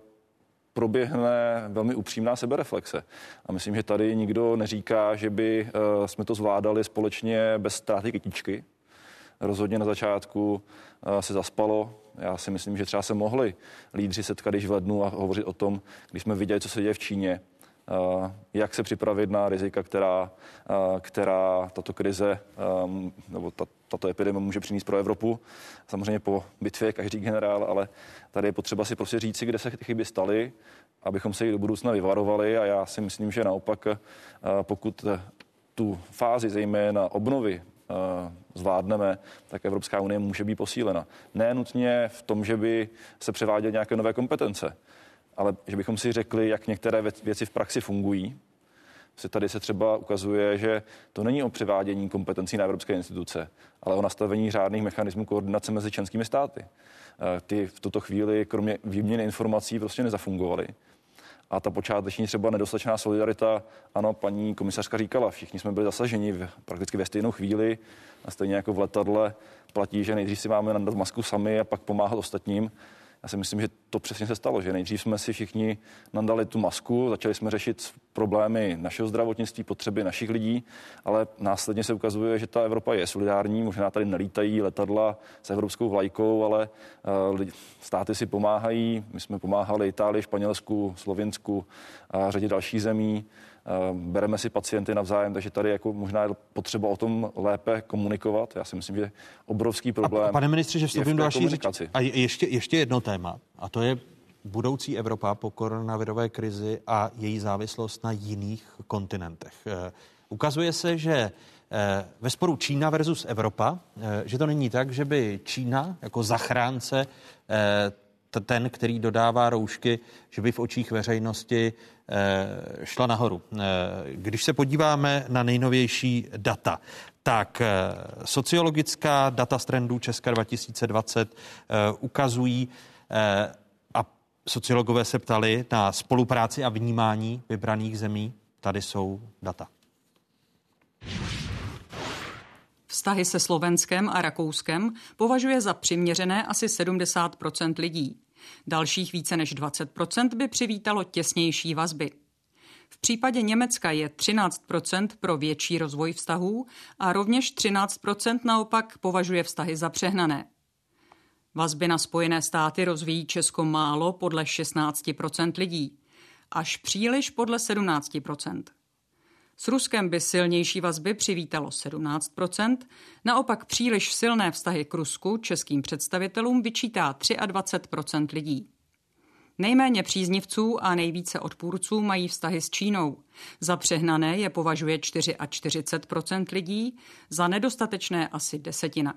proběhne velmi upřímná sebereflexe. A myslím, že tady nikdo neříká, že by jsme to zvládali společně bez ztráty kytičky. Rozhodně na začátku se zaspalo. Já si myslím, že třeba se mohli lídři setkat již v lednu a hovořit o tom, když jsme viděli, co se děje v Číně, jak se připravit na rizika, která, která tato krize nebo tato epidemie může přinést pro Evropu. Samozřejmě po bitvě každý generál, ale tady je potřeba si prostě říci, kde se ty chyby staly, abychom se jich do budoucna vyvarovali a já si myslím, že naopak pokud tu fázi zejména obnovy zvládneme, tak Evropská unie může být posílena. Ne nutně v tom, že by se převáděly nějaké nové kompetence, ale že bychom si řekli, jak některé věci v praxi fungují. Tady se třeba ukazuje, že to není o převádění kompetencí na evropské instituce, ale o nastavení řádných mechanismů koordinace mezi členskými státy. Ty v tuto chvíli, kromě výměny informací, prostě nezafungovaly. A ta počáteční třeba nedostatečná solidarita, ano, paní komisařka říkala, všichni jsme byli zasaženi v, prakticky ve stejnou chvíli a stejně jako v letadle platí, že nejdřív si máme nandat masku sami a pak pomáhat ostatním. Já si myslím, že to přesně se stalo, že nejdřív jsme si všichni nandali tu masku, začali jsme řešit problémy našeho zdravotnictví, potřeby našich lidí, ale následně se ukazuje, že ta Evropa je solidární, možná tady nelítají letadla s evropskou vlajkou, ale uh, státy si pomáhají. My jsme pomáhali Itálii, Španělsku, Slovinsku a řadě dalších zemí. Bereme si pacienty navzájem, takže tady jako možná je potřeba o tom lépe komunikovat. Já si myslím, že obrovský problém. A pane ministře, že vstupím do další řeči. A ještě, ještě jedno téma, a to je budoucí Evropa po koronavirové krizi a její závislost na jiných kontinentech. Ukazuje se, že ve sporu Čína versus Evropa, že to není tak, že by Čína jako zachránce, ten, který dodává roušky, že by v očích veřejnosti šla nahoru. Když se podíváme na nejnovější data, tak sociologická data z trendů Česka dva tisíce dvacet ukazují, a sociologové se ptali na spolupráci a vnímání vybraných zemí. Tady jsou data. Vztahy se Slovenskem a Rakouskem považuje za přiměřené asi sedmdesát procent lidí. Dalších více než dvacet procent by přivítalo těsnější vazby. V případě Německa je třináct procent pro větší rozvoj vztahů a rovněž třináct procent naopak považuje vztahy za přehnané. Vazby na Spojené státy rozvíjí Česko málo podle šestnáct procent lidí, až příliš podle sedmnáct procent. S Ruskem by silnější vazby přivítalo sedmnáct procent, naopak příliš silné vztahy k Rusku českým představitelům vyčítá dvacet tři procent lidí. Nejméně příznivců a nejvíce odpůrců mají vztahy s Čínou. Za přehnané je považuje čtyřicet čtyři procent lidí, za nedostatečné asi desetina.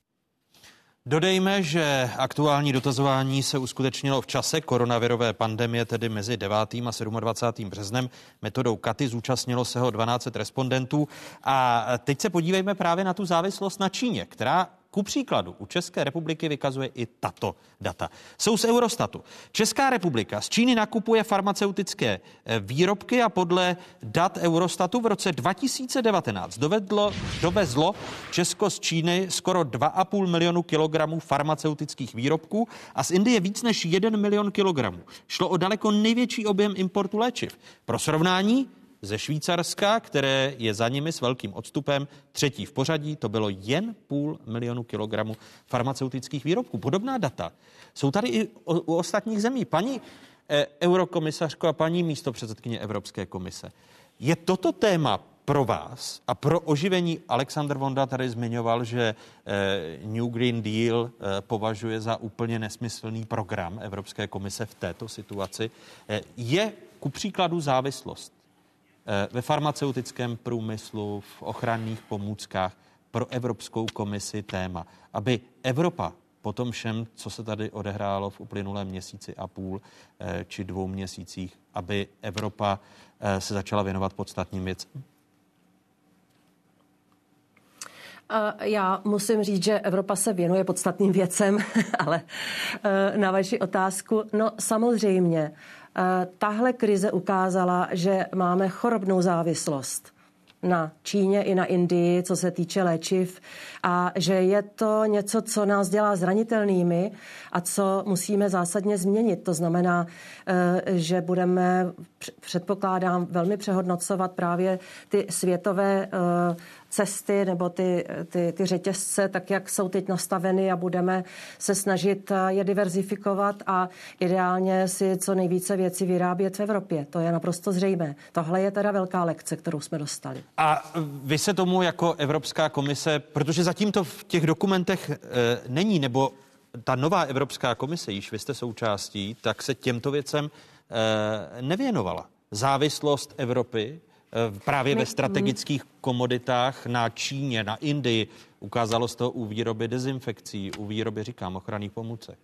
Dodejme, že aktuální dotazování se uskutečnilo v čase koronavirové pandemie, tedy mezi devátým a dvacátým sedmým březnem. Metodou Katy zúčastnilo se ho dvanáct set respondentů. A teď se podívejme právě na tu závislost na Číně, která ku příkladu u České republiky vykazuje i tato data. Jsou z Eurostatu. Česká republika z Číny nakupuje farmaceutické výrobky a podle dat Eurostatu v roce dva tisíce devatenáct dovedlo, dovezlo Česko z Číny skoro dva a půl milionu kilogramů farmaceutických výrobků a z Indie víc než jeden milion kilogramů. Šlo o daleko největší objem importu léčiv. Pro srovnání, ze Švýcarska, které je za nimi s velkým odstupem třetí v pořadí, to bylo jen půl milionu kilogramů farmaceutických výrobků. Podobná data jsou tady i u ostatních zemí. Paní eh, eurokomisařko a paní místopředsedkyně Evropské komise, je toto téma pro vás a pro oživení? Alexander Vonda tady zmiňoval, že eh, New Green Deal eh, považuje za úplně nesmyslný program Evropské komise v této situaci. Eh, je ku příkladu závislost ve farmaceutickém průmyslu, v ochranných pomůckách pro Evropskou komisi téma, aby Evropa po tom všem, co se tady odehrálo v uplynulém měsíci a půl či dvou měsících, aby Evropa se začala věnovat podstatným věcem? Já musím říct, že Evropa se věnuje podstatným věcem, ale na vaši otázku, no samozřejmě, tahle krize ukázala, že máme chorobnou závislost na Číně i na Indii, co se týče léčiv, a že je to něco, co nás dělá zranitelnými a co musíme zásadně změnit. To znamená, že budeme, předpokládám, velmi přehodnocovat právě ty světové cesty nebo ty, ty, ty řetězce, tak jak jsou teď nastaveny, a budeme se snažit je diverzifikovat a ideálně si co nejvíce věcí vyrábět v Evropě. To je naprosto zřejmé. Tohle je teda velká lekce, kterou jsme dostali. A vy se tomu jako Evropská komise, protože zatím to v těch dokumentech e, není, nebo ta nová Evropská komise, již vy jste součástí, tak se těmto věcem e, nevěnovala. Závislost Evropy právě ve strategických komoditách na Číně, na Indii. Ukázalo se to u výroby dezinfekcí, u výroby, říkám, ochranných pomůcek.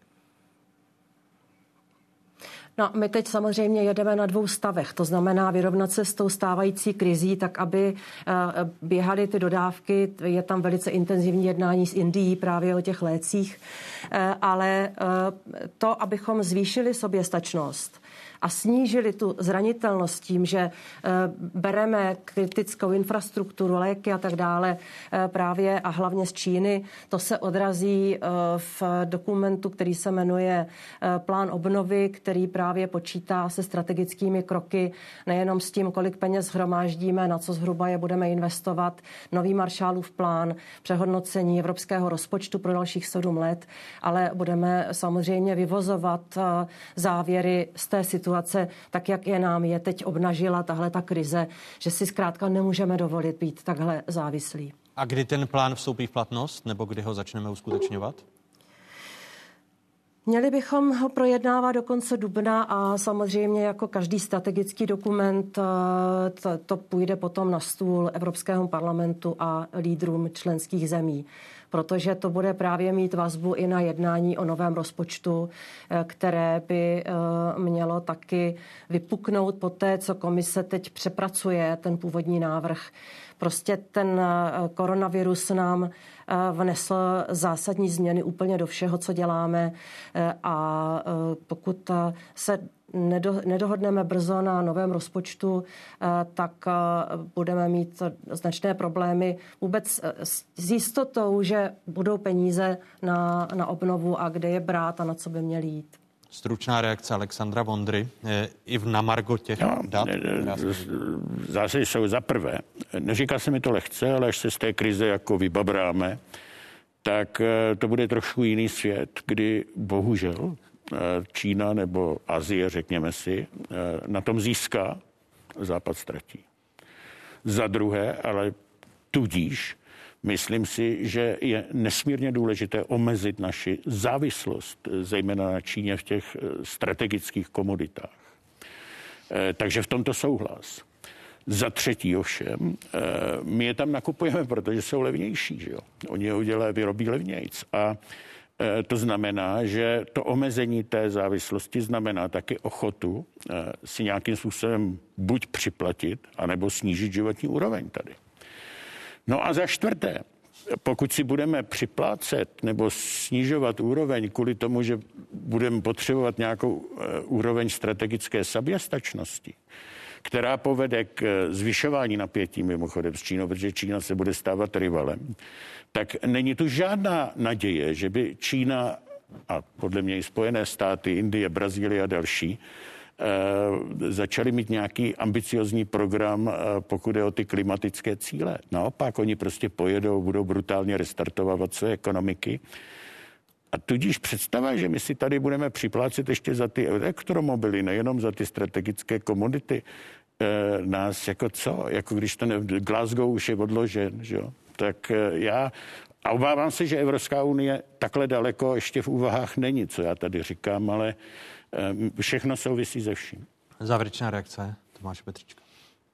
No, my teď samozřejmě jedeme na dvou stavech, to znamená vyrovnat se s tou stávající krizí, tak aby běhaly ty dodávky. Je tam velice intenzivní jednání s Indií právě o těch lécích, ale to, abychom zvýšili soběstačnost a snížili tu zranitelnost tím, že bereme kritickou infrastrukturu, léky a tak dále právě a hlavně z Číny. To se odrazí v dokumentu, který se jmenuje Plán obnovy, který právě počítá se strategickými kroky, nejenom s tím, kolik peněz hromáždíme, na co zhruba je budeme investovat, nový Marshallův plán, přehodnocení evropského rozpočtu pro dalších sedm let, ale budeme samozřejmě vyvozovat závěry z té situace, tak jak je nám je teď obnažila tahle ta krize, že si zkrátka nemůžeme dovolit být takhle závislí. A kdy ten plán vstoupí v platnost, nebo kdy ho začneme uskutečňovat? Měli bychom ho projednávat do konce dubna a samozřejmě jako každý strategický dokument to, to půjde potom na stůl Evropského parlamentu a lídrům členských zemí, protože to bude právě mít vazbu i na jednání o novém rozpočtu, které by mělo taky vypuknout po té, co komise teď přepracuje ten původní návrh. Prostě ten koronavirus nám vnesl zásadní změny úplně do všeho, co děláme, a pokud se nedohodneme brzo na novém rozpočtu, tak budeme mít značné problémy vůbec s jistotou, že budou peníze na, na obnovu a kde je brát a na co by měly jít. Stručná reakce Alexandra Vondry i v na margo těch no, dat. Zase jsou za prvé. Neříká se mi to lehce, ale až se z té krize jako vybabráme, tak to bude trošku jiný svět, kdy bohužel Čína nebo Asie, řekněme si, na tom získá, Západ ztratí. Za druhé, ale tudíž myslím si, že je nesmírně důležité omezit naši závislost, zejména na Číně v těch strategických komoditách. Takže v tomto souhlas. Za třetí ovšem, my je tam nakupujeme, protože jsou levnější, že jo? Oni je udělají, vyrobí levnějc. A to znamená, že to omezení té závislosti znamená taky ochotu si nějakým způsobem buď připlatit, anebo snížit životní úroveň tady. No a za čtvrté, pokud si budeme připlácet nebo snižovat úroveň kvůli tomu, že budeme potřebovat nějakou úroveň strategické soběstačnosti, která povede k zvyšování napětí mimochodem s Čínou, protože Čína se bude stávat rivalem, tak není tu žádná naděje, že by Čína a podle mě i Spojené státy, Indie, Brazílie a další začali mít nějaký ambiciozní program, pokud je o ty klimatické cíle. Naopak, oni prostě pojedou, budou brutálně restartovat své ekonomiky. A tudíž představa, že my si tady budeme připlácet ještě za ty elektromobily, nejenom za ty strategické komodity, nás jako co? Jako když to ne, Glasgow už je odložen, že jo? Tak já a obávám se, že Evropská unie takhle daleko ještě v úvahách není, co já tady říkám, ale všechno souvisí se vším. Závěrečná reakce, Tomáš Petříčka.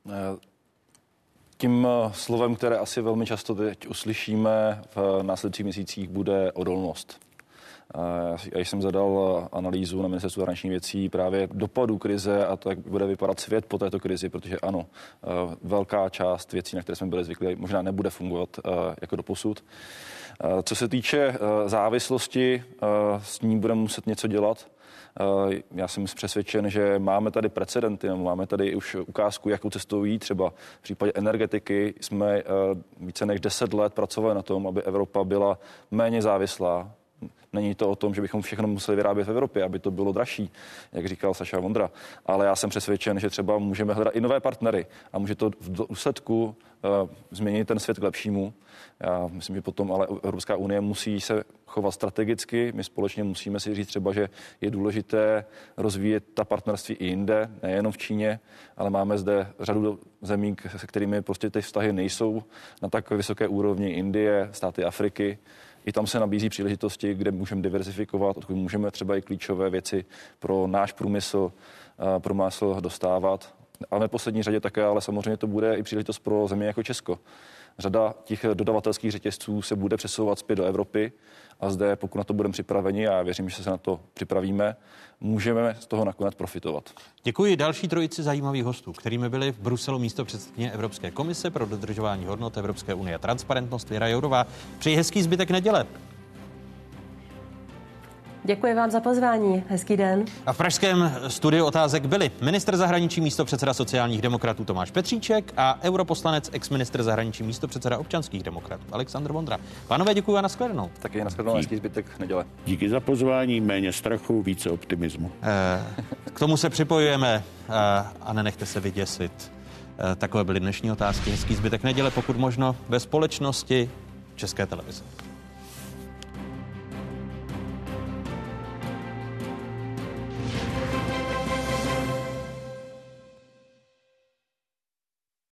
Tím slovem, které asi velmi často teď uslyšíme v následujících měsících, bude odolnost. Já jsem zadal analýzu na Ministerstvu zahraničních věcí právě dopadů krize a to, jak bude vypadat svět po této krizi, protože ano, velká část věcí, na které jsme byli zvyklí, možná nebude fungovat jako doposud. Co se týče závislosti, s ní budeme muset něco dělat. Já jsem přesvědčen, že máme tady precedenty, máme tady už ukázku, jakou cestou jít. Třeba v případě energetiky jsme více než deset let pracovali na tom, aby Evropa byla méně závislá. Není to o tom, že bychom všechno museli vyrábět v Evropě, aby to bylo dražší, jak říkal Saša Vondra. Ale já jsem přesvědčen, že třeba můžeme hledat i nové partnery a může to v důsledku uh, změnit ten svět k lepšímu. Já myslím, že potom ale Evropská unie musí se chovat strategicky. My společně musíme si říct třeba, že je důležité rozvíjet ta partnerství i jinde, nejenom v Číně, ale máme zde řadu zemí, se kterými prostě ty vztahy nejsou na tak vysoké úrovni, Indie, státy Afriky. I tam se nabízí příležitosti, kde můžeme diverzifikovat, odkud můžeme třeba i klíčové věci pro náš průmysl, průmysl dostávat. A v neposlední řadě také, ale samozřejmě to bude i příležitost pro země jako Česko. Řada těch dodavatelských řetězců se bude přesouvat zpět do Evropy a zde, pokud na to budeme připraveni, a já věřím, že se na to připravíme, můžeme z toho nakonec profitovat. Děkuji další trojici zajímavých hostů, kterými byli v Bruselu místopředsedkyně Evropské komise pro dodržování hodnot Evropské unie a transparentnost Věra Jourová. Přeji hezký zbytek neděle. Děkuji vám za pozvání. Hezký den. A v pražském studiu otázek byli ministr zahraničí místopředseda sociálních demokratů Tomáš Petříček a europoslanec exministr zahraničí místopředseda občanských demokratů Alexandr Vondra. Pánové, děkuji a nashledanou. Taky nashledanou, hezký zbytek neděle. Díky za pozvání, méně strachu, více optimismu. Eh, k tomu se připojujeme eh, a nenechte se vyděsit. Eh, takové byly dnešní otázky. Hezký zbytek neděle, pokud možno ve společnosti České televize.